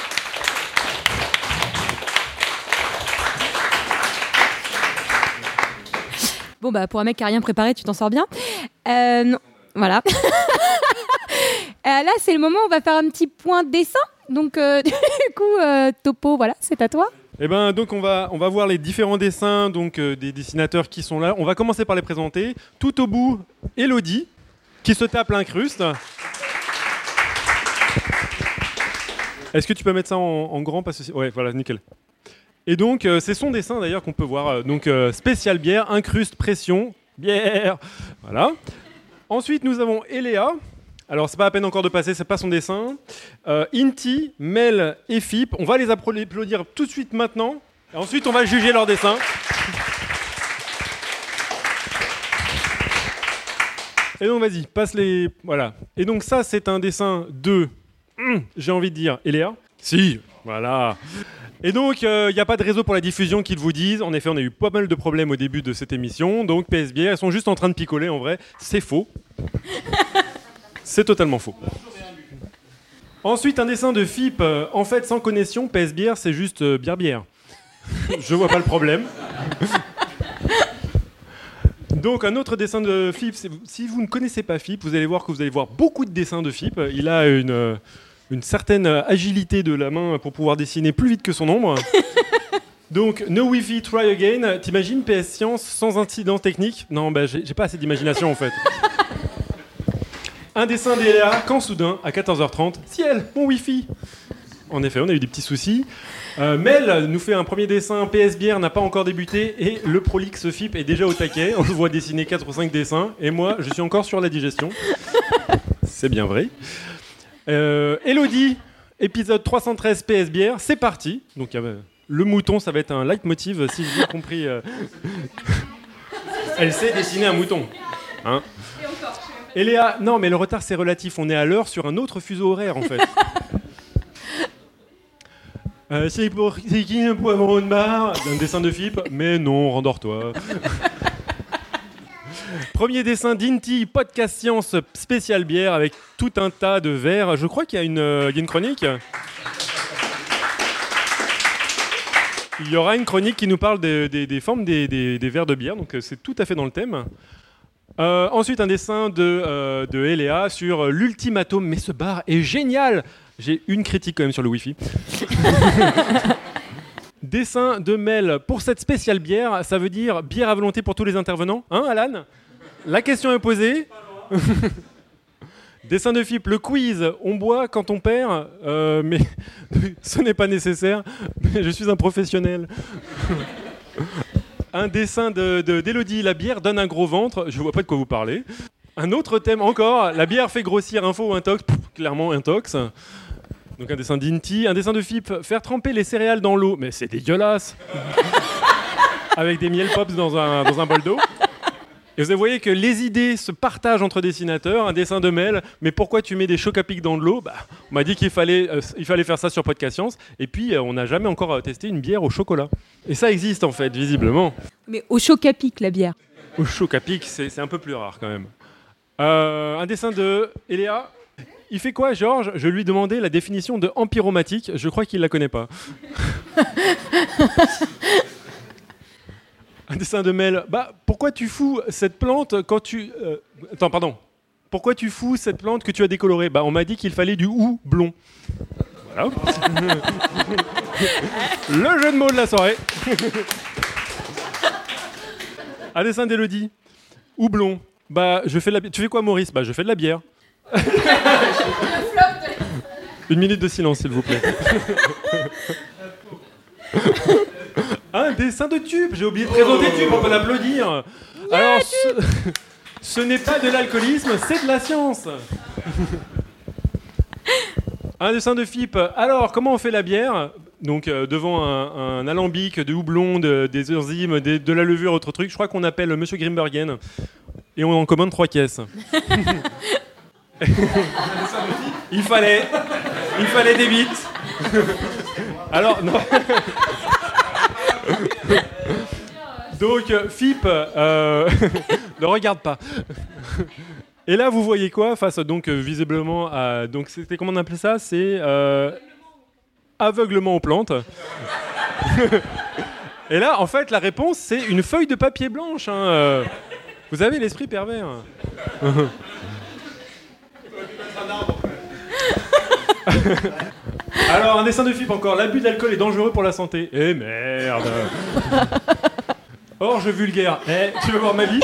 Bon, bah, pour un mec qui n'a rien préparé, tu t'en sors bien. Euh, non. Voilà. euh, là, c'est le moment où on va faire un petit point de dessin. Donc, euh, du coup, euh, Topo, voilà, c'est à toi. Eh ben, donc on va, on va voir les différents dessins donc, euh, des dessinateurs qui sont là. On va commencer par les présenter. Tout au bout, Elodie, qui se tape l'incruste. Est-ce que tu peux mettre ça en, en grand parce que... Ouais, voilà, nickel. Et donc, euh, c'est son dessin d'ailleurs qu'on peut voir. Euh, donc, euh, spécial bière, incruste, pression, bière. Voilà. Ensuite, nous avons Eléa. Alors, c'est pas à peine encore de passer, c'est pas son dessin. Euh, Inti, Mel et Fip. On va les applaudir tout de suite maintenant. Et ensuite, on va juger leur dessin. Et donc, vas-y, passe les... Voilà. Et donc, ça, c'est un dessin de... Hum, j'ai envie de dire, Eléa. Si, voilà. Et donc, il euh, n'y a pas de réseau pour la diffusion qu'ils vous disent. En effet, on a eu pas mal de problèmes au début de cette émission. Donc, P S Bière, elles sont juste en train de picoler, en vrai. C'est faux. C'est totalement faux. Ensuite, un dessin de Fip. Euh, en fait, sans connexion, P S Bière, c'est juste euh, bière-bière. Je vois pas le problème. Donc, un autre dessin de Fip. Si vous ne connaissez pas Fip, vous allez voir que vous allez voir beaucoup de dessins de Fip. Il a une... Euh, une certaine agilité de la main pour pouvoir dessiner plus vite que son ombre. Donc, no Wi-Fi, try again. T'imagines P S Science sans incident technique ? Non, bah, j'ai, j'ai pas assez d'imagination en fait. Un dessin d'Eléa, quand soudain, à quatorze heures trente, ciel, mon Wi-Fi. En effet, on a eu des petits soucis. Euh, Mel nous fait un premier dessin. P S Bière n'a pas encore débuté et le prolixe F I P est déjà au taquet. On le voit dessiner quatre ou cinq dessins et moi, je suis encore sur la digestion. C'est bien vrai. Euh, Elodie, épisode trois cent treize P S Bière, c'est parti. Donc euh, le mouton, ça va être un leitmotiv, si j'ai bien compris. Euh... Elle sait dessiner un mouton. Hein. Et Léa, non, mais le retard, c'est relatif. On est à l'heure sur un autre fuseau horaire, en fait. Euh, c'est pour c'est qui un poivron de bar d'un dessin de F I P, mais non, rendors-toi. Premier dessin d'Inti, podcast science spécial bière avec tout un tas de verres. Je crois qu'il y a une, euh, il y a une chronique. Il y aura une chronique qui nous parle des, des, des formes des, des, des verres de bière, donc euh, c'est tout à fait dans le thème. Euh, ensuite, un dessin de, euh, de Eléa sur l'ultimatum, mais ce bar est génial. J'ai une critique quand même sur le Wi-Fi. Dessin de Mel pour cette spéciale bière, ça veut dire bière à volonté pour tous les intervenants. Hein, Alan ? La question est posée. Dessin de F I P, le quiz, on boit quand on perd, euh, mais ce n'est pas nécessaire, mais je suis un professionnel. Un dessin de, de, d'Élodie, la bière donne un gros ventre, je vois pas de quoi vous parlez. Un autre thème encore, la bière fait grossir, info ou intox, pff, clairement intox. Donc un dessin d'Inti, un dessin de F I P, faire tremper les céréales dans l'eau, mais c'est dégueulasse. Avec des miel pops dans un, dans un bol d'eau. Et vous voyez que les idées se partagent entre dessinateurs, un dessin de Mel, mais pourquoi tu mets des chocs à pic dans de l'eau ? Bah, on m'a dit qu'il fallait, euh, il fallait faire ça sur Podcast Science, et puis euh, on n'a jamais encore euh, testé une bière au chocolat. Et ça existe en fait, visiblement. Mais au choc à pic, la bière. Au choc à pic, c'est, c'est un peu plus rare quand même. Euh, un dessin de Eléa. Il fait quoi, Georges ? Je lui demandais la définition de empyromatique, je crois qu'il ne la connaît pas. Un dessin de Mel. Bah, pourquoi tu fous cette plante quand tu... Euh... Attends, pardon. Pourquoi tu fous cette plante que tu as décolorée ? Bah, on m'a dit qu'il fallait du houblon. Voilà. Le jeu de mots de la soirée. Un dessin d'Élodie. Houblon. Bah, je fais de la bière. Tu fais quoi, Maurice ? Bah, je fais de la bière. Une minute de silence, s'il vous plaît. Un dessin de Tube, j'ai oublié de présenter Tube, on peut l'applaudir. Yeah, alors, ce, ce n'est pas de l'alcoolisme, c'est de la science. Un dessin de F I P. Alors, comment on fait la bière ? Donc, euh, devant un, un alambic de houblon, de, des enzymes, de, de la levure, autre truc, je crois qu'on appelle Monsieur Grimbergen. Et on en commande trois caisses. il fallait, il fallait des bites. Alors, non. Donc, F I P, euh, ne regarde pas. Et là, vous voyez quoi face, donc, visiblement, à... Donc, c'était, comment on appelait ça ? C'est euh, aveuglement aux plantes. Et là, en fait, la réponse, c'est une feuille de papier blanche. Hein. Vous avez l'esprit pervers. Alors, un dessin de F I P encore. L'abus d'alcool est dangereux pour la santé. Eh merde. Or, je vulgaire. Eh, tu veux voir ma bite ?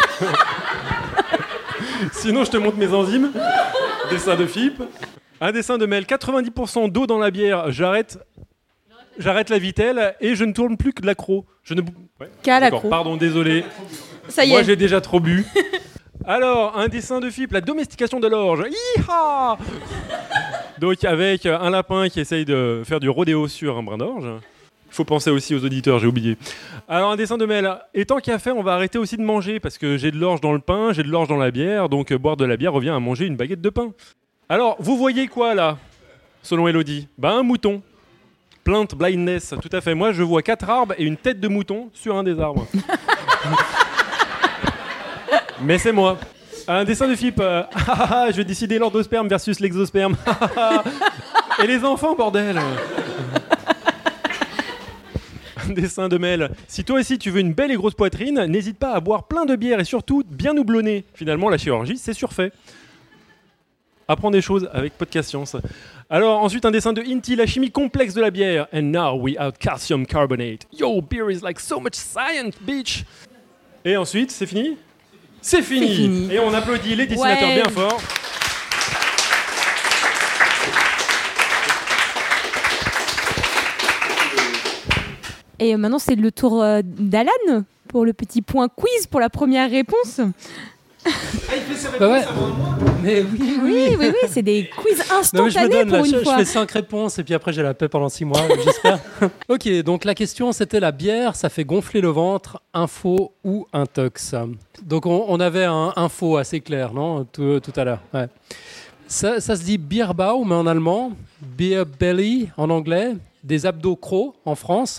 Sinon, je te montre mes enzymes. Dessin de F I P. Un dessin de Mel. quatre-vingt-dix pour cent d'eau dans la bière. J'arrête. J'arrête la vitelle et je ne tourne plus que de l'accro. Je ne. Ouais, Qu'à l'accro. Pardon, désolé. Ça y est. Moi, j'ai déjà trop bu. Alors, un dessin de F I P, la domestication de l'orge. Hi-ha ! Donc, avec un lapin qui essaye de faire du rodéo sur un brin d'orge. Il faut penser aussi aux auditeurs, j'ai oublié. Alors, un dessin de Mel. Et tant qu'à faire, on va arrêter aussi de manger, parce que j'ai de l'orge dans le pain, j'ai de l'orge dans la bière, donc euh, boire de la bière revient à manger une baguette de pain. Alors, vous voyez quoi, là, selon Élodie ? Ben, un mouton. Plant blindness, tout à fait. Moi, je vois quatre arbres et une tête de mouton sur un des arbres. Mais c'est moi. Un dessin de F I P. Euh, je vais décider l'endosperme versus l'exosperme. Et les enfants, bordel. Un dessin de Mel. Si toi aussi tu veux une belle et grosse poitrine, n'hésite pas à boire plein de bière et surtout bien houblonner. Finalement, la chirurgie, c'est surfait. Apprends des choses avec Podcast Science. Alors, ensuite, un dessin de Inti, la chimie complexe de la bière. And now we add calcium carbonate. Yo, beer is like so much science, bitch. Et ensuite, c'est fini ? C'est fini. C'est fini. Et on applaudit les dessinateurs Ouais. bien fort. Et maintenant, c'est le tour euh, d'Alan pour le petit point quiz pour la première réponse. Ah, il fait ses réponses bah ouais. avant moi. Mais oui, oui, oui, oui, oui, c'est des quiz instantanés. Non, je me donne, pour là, une je, fois. Je fais cinq réponses et puis après j'ai la paix pendant six mois, j'espère. Ok, donc la question c'était la bière, ça fait gonfler le ventre, info ou intox. Donc on, on avait un info assez clair, non, tout, tout à l'heure. Ouais. Ça, ça se dit Bierbau, mais en allemand, Beer Belly en anglais, des abdos crocs en France,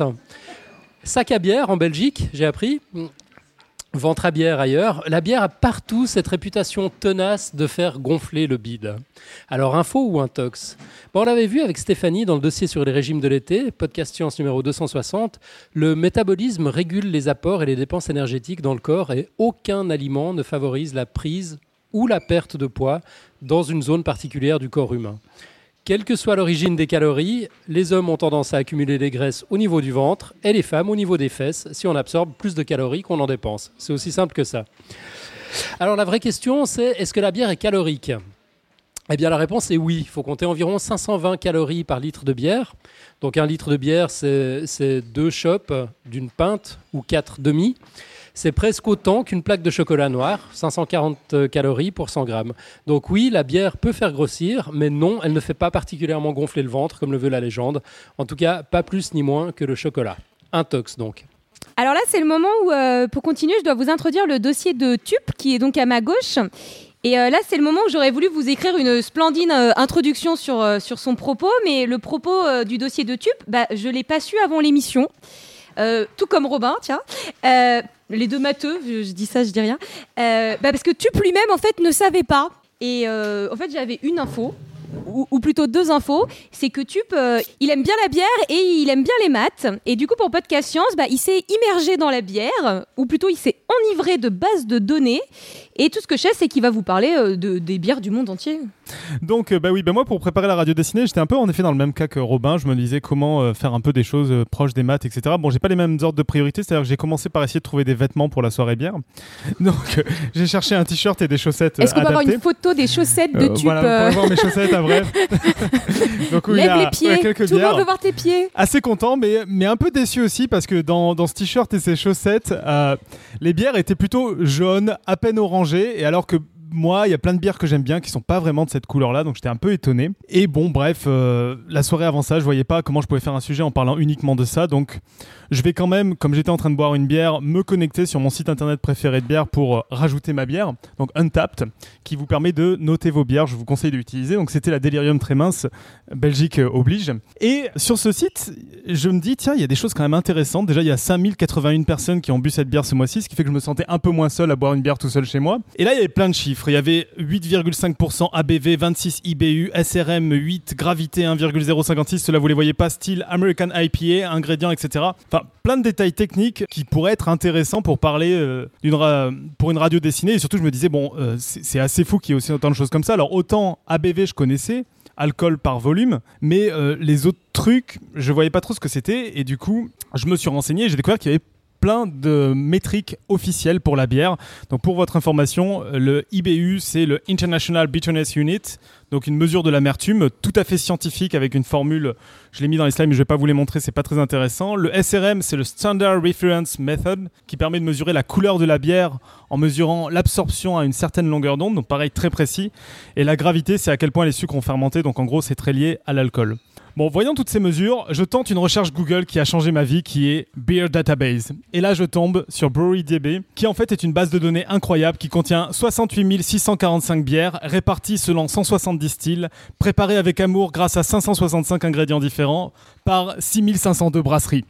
sac à bière en Belgique, j'ai appris. Ventre à bière ailleurs. La bière a partout cette réputation tenace de faire gonfler le bide. Alors, info ou intox ? Bon, on l'avait vu avec Stéphanie dans le dossier sur les régimes de l'été, podcast science numéro deux cent soixante. Le métabolisme régule les apports et les dépenses énergétiques dans le corps et aucun aliment ne favorise la prise ou la perte de poids dans une zone particulière du corps humain. Quelle que soit l'origine des calories, les hommes ont tendance à accumuler des graisses au niveau du ventre et les femmes au niveau des fesses si on absorbe plus de calories qu'on en dépense. C'est aussi simple que ça. Alors la vraie question, c'est est-ce que la bière est calorique ? Eh bien la réponse est oui. Il faut compter environ cinq cent vingt calories par litre de bière. Donc un litre de bière, c'est, c'est deux chopes d'une pinte ou quatre demi. C'est presque autant qu'une plaque de chocolat noir, cinq cent quarante calories pour cent grammes. Donc oui, la bière peut faire grossir, mais non, elle ne fait pas particulièrement gonfler le ventre, comme le veut la légende. En tout cas, pas plus ni moins que le chocolat. Intox donc. Alors là, c'est le moment où, euh, pour continuer, je dois vous introduire le dossier de Tup, qui est donc à ma gauche. Et euh, là, c'est le moment où j'aurais voulu vous écrire une splendide euh, introduction sur, euh, sur son propos, mais le propos euh, du dossier de Tup, bah, je ne l'ai pas su avant l'émission. Euh, tout comme Robin, tiens. Euh, les deux matheux, je, je dis ça, je dis rien. Euh, bah parce que Tup lui-même, en fait, ne savait pas. Et euh, en fait, j'avais une info, ou, ou plutôt deux infos. C'est que Tup, euh, il aime bien la bière et il aime bien les maths. Et du coup, pour Podcast Science, bah, il s'est immergé dans la bière, ou plutôt, il s'est enivré de bases de données. Et tout ce que je sais, c'est qu'il va vous parler euh, de, des bières du monde entier. Donc, euh, bah oui, bah moi, pour préparer la radio dessinée, j'étais un peu en effet dans le même cas que Robin. Je me disais comment euh, faire un peu des choses euh, proches des maths, et cetera. Bon, j'ai pas les mêmes ordres de priorité, c'est-à-dire que j'ai commencé par essayer de trouver des vêtements pour la soirée bière. Donc, euh, j'ai cherché un t-shirt et des chaussettes euh, Est-ce qu'on peut adaptées. avoir une photo des chaussettes de euh, Tup Voilà, vous pouvez voir mes chaussettes, à vrai. Donc, oui, lève il y a, les pieds, ouais, quelques tout le bières. monde veut voir tes pieds. Assez content, mais, mais un peu déçu aussi parce que dans, dans ce t-shirt et ces chaussettes, euh, les bières étaient plutôt jaunes, à peine orangées, et alors que moi, il y a plein de bières que j'aime bien qui sont pas vraiment de cette couleur-là, donc j'étais un peu étonné. Et bon, bref, euh, la soirée avant ça, je voyais pas comment je pouvais faire un sujet en parlant uniquement de ça, donc je vais quand même, comme j'étais en train de boire une bière, me connecter sur mon site internet préféré de bière pour euh, rajouter ma bière, donc Untapped, qui vous permet de noter vos bières. Je vous conseille de l'utiliser. Donc c'était la Delirium très mince, Belgique euh, oblige. Et sur ce site, je me dis tiens, il y a des choses quand même intéressantes. Déjà, il y a cinq mille quatre-vingt-une personnes qui ont bu cette bière ce mois-ci, ce qui fait que je me sentais un peu moins seul à boire une bière tout seul chez moi. Et là, il y avait plein de chiffres. Il y avait huit virgule cinq pour cent A B V, vingt-six I B U, S R M huit, gravité un virgule zéro cinquante-six, cela vous les voyez pas, style American I P A, ingrédients, et cetera. Enfin, plein de détails techniques qui pourraient être intéressants pour parler euh, d'une ra- pour une radio dessinée. Et surtout, je me disais, bon, euh, c'est, c'est assez fou qu'il y ait aussi autant de choses comme ça. Alors, autant A B V, je connaissais, alcool par volume, mais euh, les autres trucs, je voyais pas trop ce que c'était. Et du coup, je me suis renseigné et j'ai découvert qu'il y avait plein de métriques officielles pour la bière. Donc pour votre information, le I B U, c'est le International Bitterness Unit, donc une mesure de l'amertume tout à fait scientifique avec une formule, je l'ai mis dans les slides mais je vais pas vous les montrer, c'est pas très intéressant. Le S R M, c'est le Standard Reference Method, qui permet de mesurer la couleur de la bière en mesurant l'absorption à une certaine longueur d'onde, donc pareil, très précis. Et la gravité, c'est à quel point les sucres ont fermenté, donc en gros c'est très lié à l'alcool. Bon, voyant toutes ces mesures, je tente une recherche Google qui a changé ma vie, qui est Beer Database. Et là, je tombe sur BreweryDB, qui en fait est une base de données incroyable qui contient soixante-huit mille six cent quarante-cinq bières réparties selon cent soixante-dix styles, préparées avec amour grâce à cinq cent soixante-cinq ingrédients différents par six mille cinq cent deux brasseries.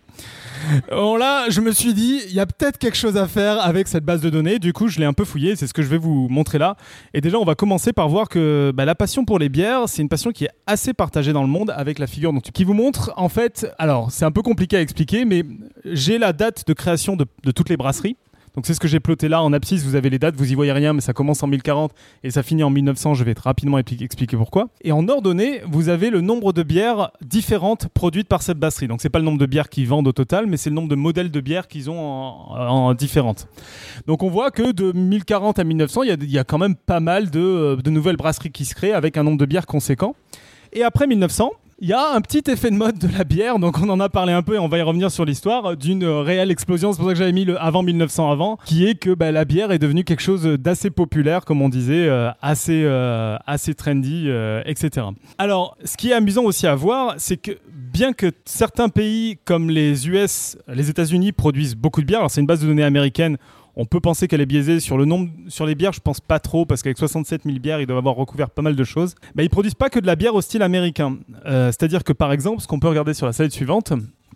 Bon là, je me suis dit, il y a peut-être quelque chose à faire avec cette base de données. Du coup, je l'ai un peu fouillé, c'est ce que je vais vous montrer là. Et déjà, on va commencer par voir que bah, la passion pour les bières, c'est une passion qui est assez partagée dans le monde avec la figure donc, qui vous montre, en fait, alors c'est un peu compliqué à expliquer, mais j'ai la date de création de, de toutes les brasseries. Donc c'est ce que j'ai ploté là en abscisse, vous avez les dates, vous y voyez rien, mais ça commence en mille quarante et ça finit en mille neuf cents, je vais rapidement expliquer pourquoi. Et en ordonnée, vous avez le nombre de bières différentes produites par cette brasserie. Donc c'est pas le nombre de bières qu'ils vendent au total, mais c'est le nombre de modèles de bières qu'ils ont en, en différentes. Donc on voit que de mille quarante à mille neuf cents, il y a, il y a quand même pas mal de, de nouvelles brasseries qui se créent avec un nombre de bières conséquent. Et après mille neuf cents, Il y a un petit effet de mode de la bière, donc on en a parlé un peu et on va y revenir sur l'histoire d'une réelle explosion. C'est pour ça que j'avais mis le avant mille neuf cents avant, qui est que bah, la bière est devenue quelque chose d'assez populaire, comme on disait, euh, assez, euh, assez trendy, euh, et cetera. Alors, ce qui est amusant aussi à voir, c'est que bien que certains pays comme les U S, les États-Unis produisent beaucoup de bière, alors c'est une base de données américaine. On peut penser qu'elle est biaisée sur le nombre, sur les bières, je pense pas trop, parce qu'avec soixante-sept mille bières, ils doivent avoir recouvert pas mal de choses. Bah, ils produisent pas que de la bière au style américain. Euh, c'est-à-dire que par exemple, ce qu'on peut regarder sur la slide suivante,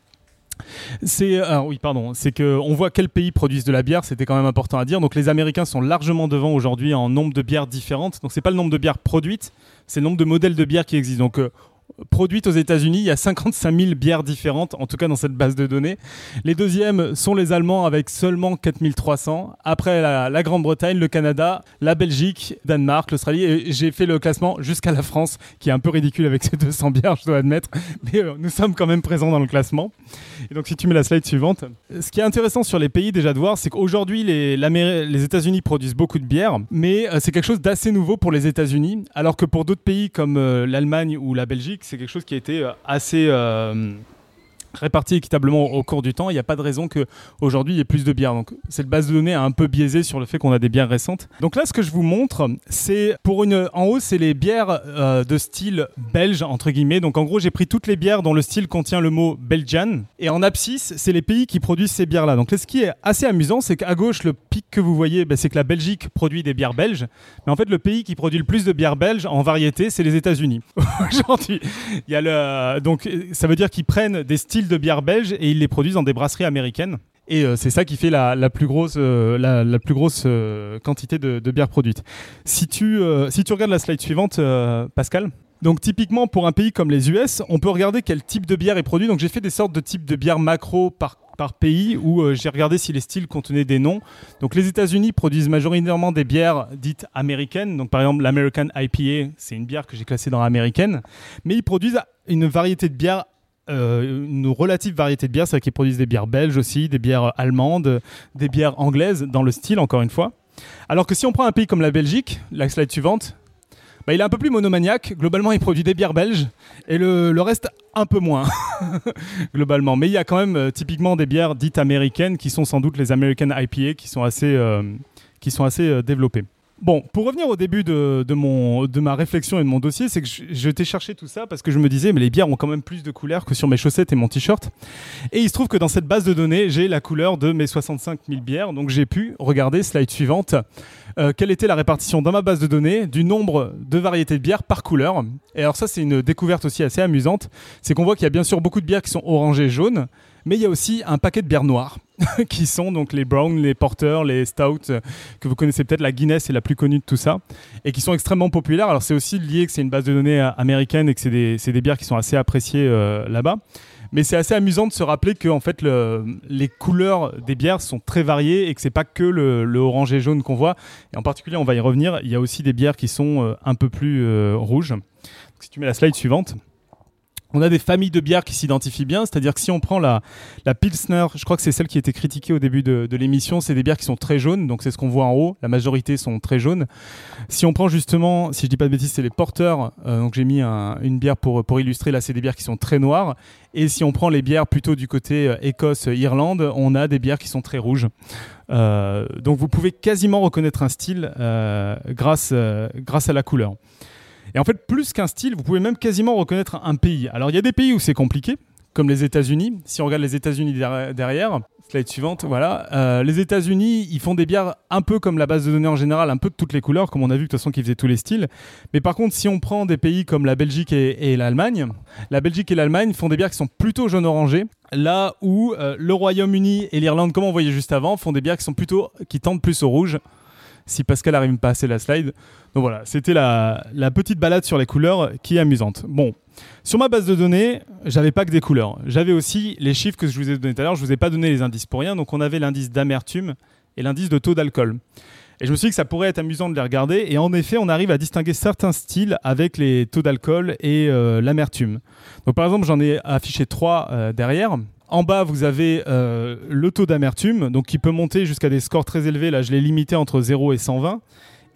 c'est ah, oui pardon, c'est que on voit quels pays produisent de la bière. C'était quand même important à dire. Donc les Américains sont largement devant aujourd'hui en nombre de bières différentes. Donc c'est pas le nombre de bières produites, c'est le nombre de modèles de bières qui existent. Donc euh, produites aux États-Unis, il y a cinquante-cinq mille bières différentes, en tout cas dans cette base de données. Les deuxièmes sont les Allemands avec seulement quatre mille trois cents. Après la, la Grande-Bretagne, le Canada, la Belgique, Danemark, l'Australie. Et j'ai fait le classement jusqu'à la France, qui est un peu ridicule avec ses deux cents bières, je dois admettre. Mais euh, nous sommes quand même présents dans le classement. Et donc si tu mets la slide suivante, ce qui est intéressant sur les pays déjà de voir, c'est qu'aujourd'hui les, les États-Unis produisent beaucoup de bières, mais euh, c'est quelque chose d'assez nouveau pour les États-Unis, alors que pour d'autres pays comme euh, l'Allemagne ou la Belgique, c'est quelque chose qui a été euh, assez euh, réparti équitablement au, au cours du temps. Il n'y a pas de raison qu'aujourd'hui il y ait plus de bières. Donc cette base de données est un peu biaisée sur le fait qu'on a des bières récentes. Donc là, ce que je vous montre, c'est pour une en haut, c'est les bières euh, de style belge entre guillemets. Donc en gros, j'ai pris toutes les bières dont le style contient le mot Belgian. Et en abscisse, c'est les pays qui produisent ces bières-là. Donc là, ce qui est assez amusant, c'est qu'à gauche, le pic que vous voyez, bah, c'est que la Belgique produit des bières belges. Mais en fait, le pays qui produit le plus de bières belges en variété, c'est les États-Unis. Aujourd'hui, il y a le donc ça veut dire qu'ils prennent des styles de bières belges et ils les produisent dans des brasseries américaines. Et euh, c'est ça qui fait la, la plus grosse, euh, la, la plus grosse euh, quantité de, de bières produites. Si tu, euh, si tu regardes la slide suivante, euh, Pascal, donc typiquement pour un pays comme les U S, on peut regarder quel type de bière est produit. Donc j'ai fait des sortes de types de bières macro par, par pays où euh, j'ai regardé si les styles contenaient des noms. Donc les États-Unis produisent majoritairement des bières dites américaines. Donc par exemple l'American I P A, c'est une bière que j'ai classée dans l'américaine. Mais ils produisent une variété de bières Euh, une relative variété de bières, c'est-à-dire qu'ils produisent des bières belges aussi, des bières allemandes, des bières anglaises dans le style, encore une fois. Alors que si on prend un pays comme la Belgique, la slide suivante, bah, il est un peu plus monomaniaque. Globalement, il produit des bières belges et le, le reste un peu moins, globalement. Mais il y a quand même euh, typiquement des bières dites américaines qui sont sans doute les American I P A qui sont assez, euh, qui sont assez euh, développées. Bon, pour revenir au début de, de, mon, de ma réflexion et de mon dossier, c'est que je, je t'ai cherché tout ça parce que je me disais, mais les bières ont quand même plus de couleurs que sur mes chaussettes et mon t-shirt. Et il se trouve que dans cette base de données, j'ai la couleur de mes soixante-cinq mille bières. Donc j'ai pu regarder, slide suivante, euh, quelle était la répartition dans ma base de données du nombre de variétés de bières par couleur. Et alors ça, c'est une découverte aussi assez amusante. C'est qu'on voit qu'il y a bien sûr beaucoup de bières qui sont orangées et jaunes, mais il y a aussi un paquet de bières noires qui sont donc les Brown, les Porter, les Stout, euh, que vous connaissez peut-être. La Guinness est la plus connue de tout ça et qui sont extrêmement populaires. Alors c'est aussi lié que c'est une base de données euh, américaine et que c'est des, c'est des bières qui sont assez appréciées euh, là-bas. Mais c'est assez amusant de se rappeler que en fait, le, les couleurs des bières sont très variées et que c'est pas que le, le orange et jaune qu'on voit. Et en particulier, on va y revenir, il y a aussi des bières qui sont euh, un peu plus euh, rouges. Donc, si tu mets la slide suivante, on a des familles de bières qui s'identifient bien, c'est-à-dire que si on prend la, la Pilsner, je crois que c'est celle qui a été critiquée au début de, de l'émission, c'est des bières qui sont très jaunes, donc c'est ce qu'on voit en haut, la majorité sont très jaunes. Si on prend justement, si je dis pas de bêtises, c'est les Porter, euh, donc j'ai mis un, une bière pour, pour illustrer, là c'est des bières qui sont très noires, et si on prend les bières plutôt du côté euh, Écosse, Irlande, on a des bières qui sont très rouges. Euh, donc vous pouvez quasiment reconnaître un style euh, grâce, euh, grâce à la couleur. Et en fait, plus qu'un style, vous pouvez même quasiment reconnaître un pays. Alors, il y a des pays où c'est compliqué, comme les États-Unis. Si on regarde les États-Unis derrière, slide suivante, voilà. Euh, les États-Unis, ils font des bières un peu comme la base de données en général, un peu de toutes les couleurs, comme on a vu de toute façon qu'ils faisaient tous les styles. Mais par contre, si on prend des pays comme la Belgique et, et l'Allemagne, la Belgique et l'Allemagne font des bières qui sont plutôt jaune-orangé. Là où euh, le Royaume-Uni et l'Irlande, comme on voyait juste avant, font des bières qui sont plutôt, qui tendent plus au rouge. Si Pascal arrive à me passer la slide. Donc voilà, c'était la, la petite balade sur les couleurs qui est amusante. Bon, sur ma base de données, j'avais pas que des couleurs. J'avais aussi les chiffres que je vous ai donnés tout à l'heure. Je vous ai pas donné les indices pour rien. Donc on avait l'indice d'amertume et l'indice de taux d'alcool. Et je me suis dit que ça pourrait être amusant de les regarder. Et en effet, on arrive à distinguer certains styles avec les taux d'alcool et euh, l'amertume. Donc par exemple, j'en ai affiché trois euh, derrière. En bas, vous avez euh, le taux d'amertume, donc qui peut monter jusqu'à des scores très élevés. Là, je l'ai limité entre zéro et cent vingt.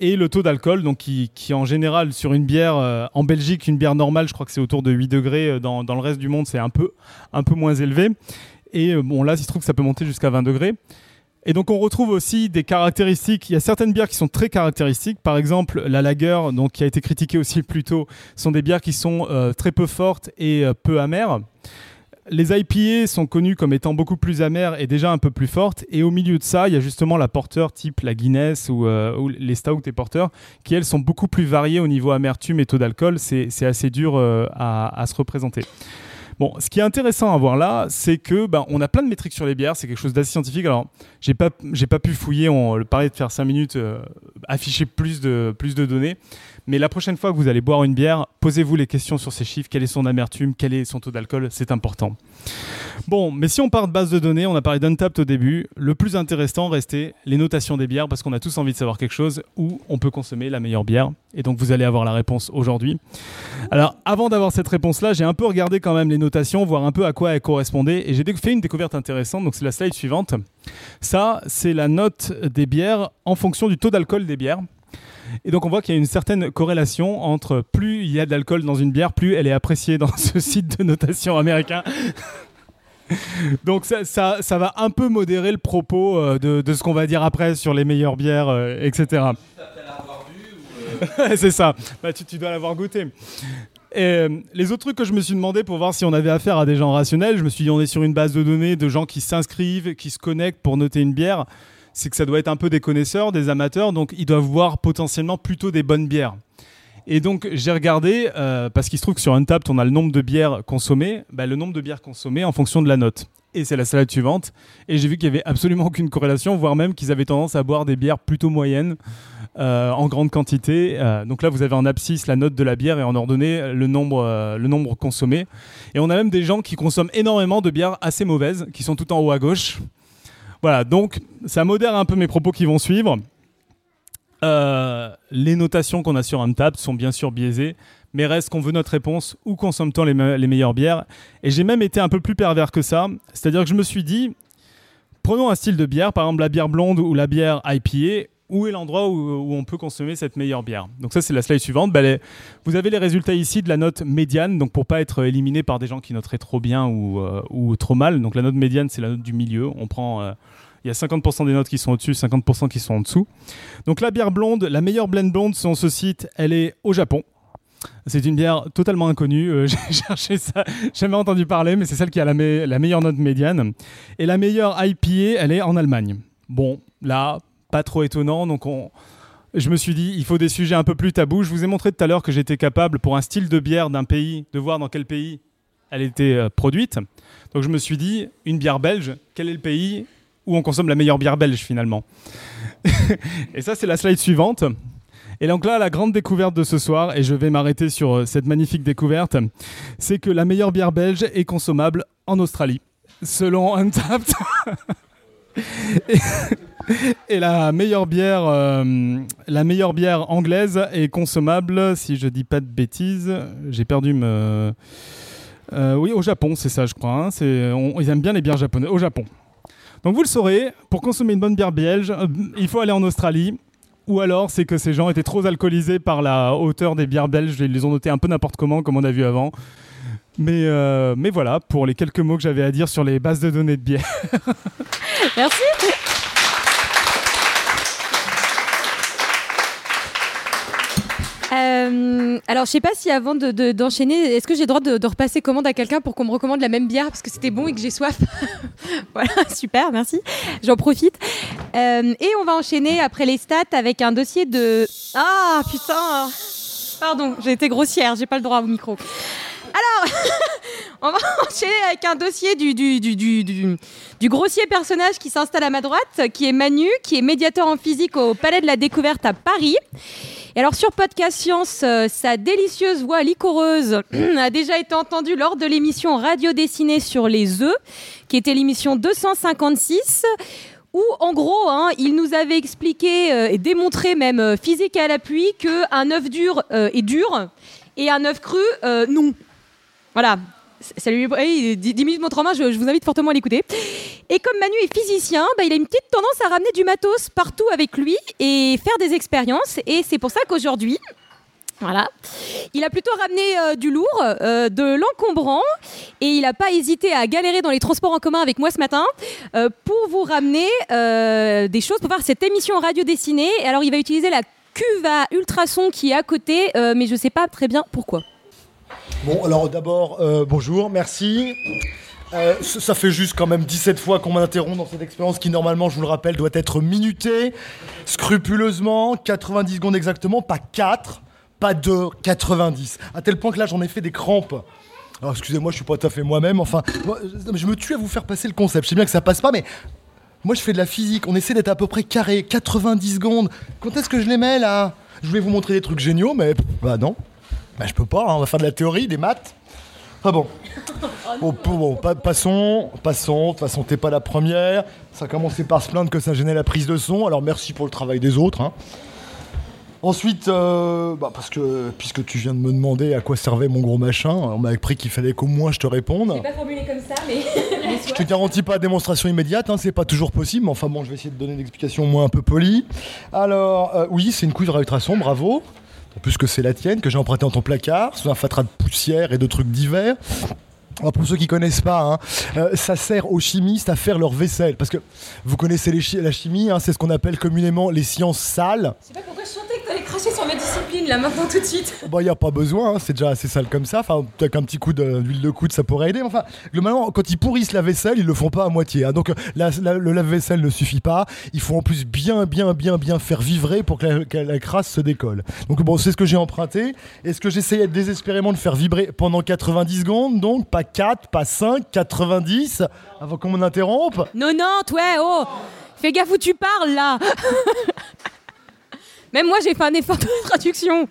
et le taux d'alcool, donc qui, qui en général sur une bière, euh, en Belgique, une bière normale, je crois que c'est autour de huit degrés, dans, dans le reste du monde c'est un peu, un peu moins élevé. Et euh, bon là, il se trouve que ça peut monter jusqu'à vingt degrés. Et donc on retrouve aussi des caractéristiques, il y a certaines bières qui sont très caractéristiques, par exemple la lager, donc, qui a été critiquée aussi plus tôt, sont des bières qui sont euh, très peu fortes et euh, peu amères. Les I P A sont connues comme étant beaucoup plus amères et déjà un peu plus fortes, et au milieu de ça, il y a justement la porter type la Guinness ou, euh, ou les stout et porter, qui elles sont beaucoup plus variées au niveau amertume et taux d'alcool, c'est, c'est assez dur euh, à, à se représenter. Bon, ce qui est intéressant à voir là, c'est que ben, on a plein de métriques sur les bières, c'est quelque chose d'assez scientifique. Alors, j'ai pas, j'ai pas pu fouiller, on parlait de faire cinq minutes, euh, afficher plus de, plus de données. Mais la prochaine fois que vous allez boire une bière, posez-vous les questions sur ces chiffres. Quel est son amertume? Quel est son taux d'alcool? C'est important. Bon, mais si on part de base de données, on a parlé d'Untappd au début. Le plus intéressant restait les notations des bières, parce qu'on a tous envie de savoir quelque chose, où on peut consommer la meilleure bière. Et donc, vous allez avoir la réponse aujourd'hui. Alors, avant d'avoir cette réponse-là, j'ai un peu regardé quand même les notations, voir un peu à quoi elles correspondaient. Et j'ai fait une découverte intéressante. Donc, c'est la slide suivante. Ça, c'est la note des bières en fonction du taux d'alcool des bières. Et donc on voit qu'il y a une certaine corrélation entre plus il y a de l'alcool dans une bière, plus elle est appréciée dans ce site de notation américain. Donc ça, ça, ça va un peu modérer le propos euh, de, de ce qu'on va dire après sur les meilleures bières, euh, et cetera. C'est ça, bah, tu, tu dois l'avoir goûté. Et, euh, les autres trucs que je me suis demandé pour voir si on avait affaire à des gens rationnels, je me suis dit on est sur une base de données de gens qui s'inscrivent, qui se connectent pour noter une bière. C'est que ça doit être un peu des connaisseurs, des amateurs, donc ils doivent voir potentiellement plutôt des bonnes bières. Et donc j'ai regardé, euh, parce qu'il se trouve que sur Untappd, on a le nombre de bières consommées, bah, le nombre de bières consommées en fonction de la note. Et c'est la slide suivante. Et j'ai vu qu'il n'y avait absolument aucune corrélation, voire même qu'ils avaient tendance à boire des bières plutôt moyennes, euh, en grande quantité. Euh, donc là, vous avez en abscisse la note de la bière et en ordonnée le nombre, euh, le nombre consommé. Et on a même des gens qui consomment énormément de bières assez mauvaises, qui sont tout en haut à gauche. Voilà, donc ça modère un peu mes propos qui vont suivre. Euh, les notations qu'on a sur Untappd sont bien sûr biaisées, mais reste qu'on veut notre réponse, où consomme-t-on les, me- les meilleures bières? Et j'ai même été un peu plus pervers que ça, c'est-à-dire que je me suis dit, prenons un style de bière, par exemple la bière blonde ou la bière I P A, où est l'endroit où, où on peut consommer cette meilleure bière? Donc ça, c'est la slide suivante. Bah, les, vous avez les résultats ici de la note médiane, donc pour pas être éliminé par des gens qui noteraient trop bien ou, euh, ou trop mal. Donc la note médiane, c'est la note du milieu. On prend, euh, il y a cinquante pour cent des notes qui sont au-dessus, cinquante pour cent qui sont en dessous. Donc la bière blonde, la meilleure blend blonde sur ce site, elle est au Japon. C'est une bière totalement inconnue. Euh, j'ai cherché ça, jamais entendu parler, mais c'est celle qui a la, me- la meilleure note médiane. Et la meilleure I P A, elle est en Allemagne. Bon, là, pas trop étonnant. Donc, on... je me suis dit, il faut des sujets un peu plus tabous. Je vous ai montré tout à l'heure que j'étais capable, pour un style de bière d'un pays, de voir dans quel pays elle était euh, produite. Donc, je me suis dit, une bière belge, quel est le pays où on consomme la meilleure bière belge, finalement? Et ça, c'est la slide suivante. Et donc là, la grande découverte de ce soir, et je vais m'arrêter sur euh, cette magnifique découverte, c'est que la meilleure bière belge est consommable en Australie, selon Untappd. et, et la meilleure bière, euh, la meilleure bière anglaise est consommable, si je dis pas de bêtises, j'ai perdu me... Euh, oui, au Japon, c'est ça, je crois. Hein, c'est, on, ils aiment bien les bières japonaises, au Japon. Donc vous le saurez, pour consommer une bonne bière belge, euh, il faut aller en Australie. Ou alors, c'est que ces gens étaient trop alcoolisés par la hauteur des bières belges. Ils les ont notés un peu n'importe comment, comme on a vu avant. Mais, euh, mais voilà, pour les quelques mots que j'avais à dire sur les bases de données de bière. Merci. Euh, alors, je sais pas si avant de, de, d'enchaîner, est-ce que j'ai le droit de, de repasser commande à quelqu'un pour qu'on me recommande la même bière parce que c'était bon et que j'ai soif. Voilà, super, merci. J'en profite. Euh, et on va enchaîner après les stats avec un dossier de... Ah, putain. Pardon, j'ai été grossière, j'ai pas le droit au micro. Alors, on va enchaîner avec un dossier du, du, du, du, du, du grossier personnage qui s'installe à ma droite, qui est Manu, qui est médiateur en physique au Palais de la Découverte à Paris. Et alors sur Podcast Science, euh, sa délicieuse voix licoreuse a déjà été entendue lors de l'émission Radio Dessinée sur les œufs, qui était l'émission deux cent cinquante-six, où en gros, hein, il nous avait expliqué euh, et démontré même euh, physique à l'appui qu'un œuf dur euh, est dur et un œuf cru, euh, non. Voilà. Salut, hey, dix minutes montre en main, je, je vous invite fortement à l'écouter. Et comme Manu est physicien, bah, il a une petite tendance à ramener du matos partout avec lui et faire des expériences. Et c'est pour ça qu'aujourd'hui, voilà, il a plutôt ramené euh, du lourd, euh, de l'encombrant, et il n'a pas hésité à galérer dans les transports en commun avec moi ce matin euh, pour vous ramener euh, des choses pour faire cette émission radio dessinée. Et alors, il va utiliser la cuve à ultrasons qui est à côté, euh, mais je ne sais pas très bien pourquoi. Bon, alors d'abord, euh, bonjour, merci. Euh, ça fait juste quand même dix-sept fois qu'on m'interrompt dans cette expérience qui, normalement, je vous le rappelle, doit être minutée, scrupuleusement, quatre-vingt-dix secondes exactement, pas quatre, pas deux, quatre-vingt-dix. À tel point que là, j'en ai fait des crampes. Alors, excusez-moi, je suis pas tout à fait moi-même, enfin, moi, je me tue à vous faire passer le concept. Je sais bien que ça passe pas, mais moi, je fais de la physique, on essaie d'être à peu près carré, quatre-vingt-dix secondes. Quand est-ce que je les mets, là ? Je vais vous montrer des trucs géniaux, mais bah non. Bah, je peux pas, hein, on va faire de la théorie, des maths. Ah bon. Bon, bon pa- passons, passons. De toute façon, t'es pas la première. Ça a commencé par se plaindre que ça gênait la prise de son. Alors merci pour le travail des autres. Hein. Ensuite, euh, bah parce que puisque tu viens de me demander à quoi servait mon gros machin, on m'a appris qu'il fallait qu'au moins je te réponde. Je l'ai pas formulé comme ça, mais. Je te garantis pas démonstration immédiate, hein, c'est pas toujours possible, mais enfin bon, je vais essayer de donner une explication au moins un peu polie. Alors, euh, oui, c'est une couille de réultrason, bravo. En plus que c'est la tienne, que j'ai empruntée dans ton placard, sous un fatras de poussière et de trucs divers. Alors pour ceux qui connaissent pas, hein, euh, ça sert aux chimistes à faire leur vaisselle. Parce que vous connaissez les chi- la chimie, hein, c'est ce qu'on appelle communément les sciences sales. Je sais pas pourquoi je sentais que t'allais cracher sur ma discipline là maintenant tout de suite. Bah, y a pas besoin, hein, c'est déjà assez sale comme ça. Enfin, peut-être qu'un petit coup de- d'huile de coude, ça pourrait aider. Mais enfin, globalement, quand ils pourrissent la vaisselle, ils le font pas à moitié. Hein. Donc, la, la- le lave-vaisselle ne suffit pas. Il faut en plus bien, bien, bien, bien faire vibrer pour que la, que la crasse se décolle. Donc, bon, c'est ce que j'ai emprunté. Et ce que j'essayais désespérément de faire vibrer pendant quatre-vingt-dix secondes. Donc, pas quatre, pas cinq, quatre-vingt-dix, avant qu'on m'en interrompe. nonante, ouais, oh. Fais gaffe où tu parles là. Même moi, j'ai fait un effort de traduction.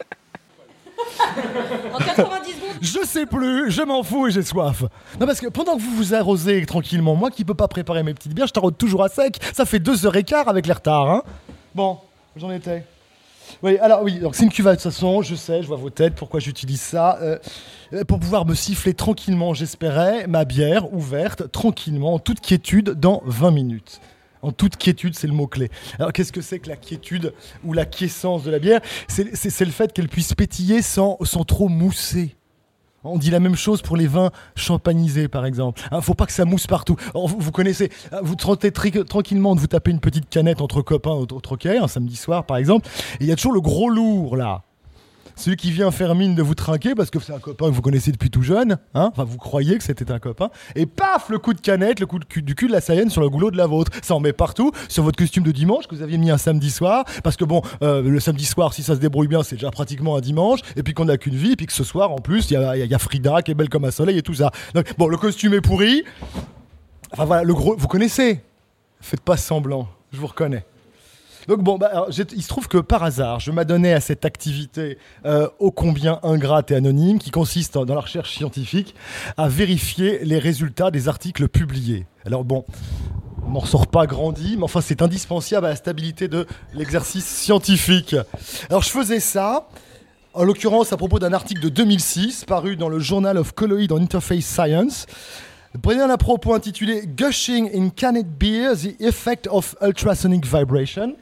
En quatre-vingt-dix secondes. Je sais plus, je m'en fous et j'ai soif. Non, parce que pendant que vous vous arrosez tranquillement, moi qui peux pas préparer mes petites bières, je t'arrose toujours à sec. Ça fait deux heures et quart avec les retards, hein. Bon, j'en étais. Oui, alors oui, donc c'est une cuvette de toute façon, je sais, je vois vos têtes, pourquoi j'utilise ça. Euh, pour pouvoir me siffler tranquillement, j'espérais, ma bière ouverte, tranquillement, en toute quiétude, dans vingt minutes. En toute quiétude, c'est le mot-clé. Alors, qu'est-ce que c'est que la quiétude ou la quiescence de la bière ? c'est, c'est, c'est le fait qu'elle puisse pétiller sans, sans trop mousser. On dit la même chose pour les vins champagnisés, par exemple. Il ne faut pas que ça mousse partout. Alors, vous, vous connaissez, vous tentez tri- tranquillement de vous taper une petite canette entre copains au, au troquet, un samedi soir, par exemple, et il y a toujours le gros lourd, là. Celui qui vient faire mine de vous trinquer parce que c'est un copain que vous connaissez depuis tout jeune, hein, enfin vous croyez que c'était un copain, et paf, le coup de canette, le coup de cul, du cul de la Saïenne sur le goulot de la vôtre. Ça en met partout, sur votre costume de dimanche que vous aviez mis un samedi soir, parce que bon, euh, le samedi soir, si ça se débrouille bien, c'est déjà pratiquement un dimanche, et puis qu'on n'a qu'une vie, et puis que ce soir, en plus, il y a, y a Frida qui est belle comme un soleil et tout ça. Donc bon, le costume est pourri, enfin voilà, le gros, vous connaissez, faites pas semblant, je vous reconnais. Donc bon, bah, alors, il se trouve que par hasard, je m'adonnais à cette activité euh, ô combien ingrate et anonyme qui consiste dans la recherche scientifique à vérifier les résultats des articles publiés. Alors bon, on n'en ressort pas grandi, mais enfin c'est indispensable à la stabilité de l'exercice scientifique. Alors je faisais ça, en l'occurrence à propos d'un article de deux mille six paru dans le Journal of Colloid and Interface Science. Prenez un à propos intitulé Gushing in Canned Beer, the Effect of Ultrasonic Vibration.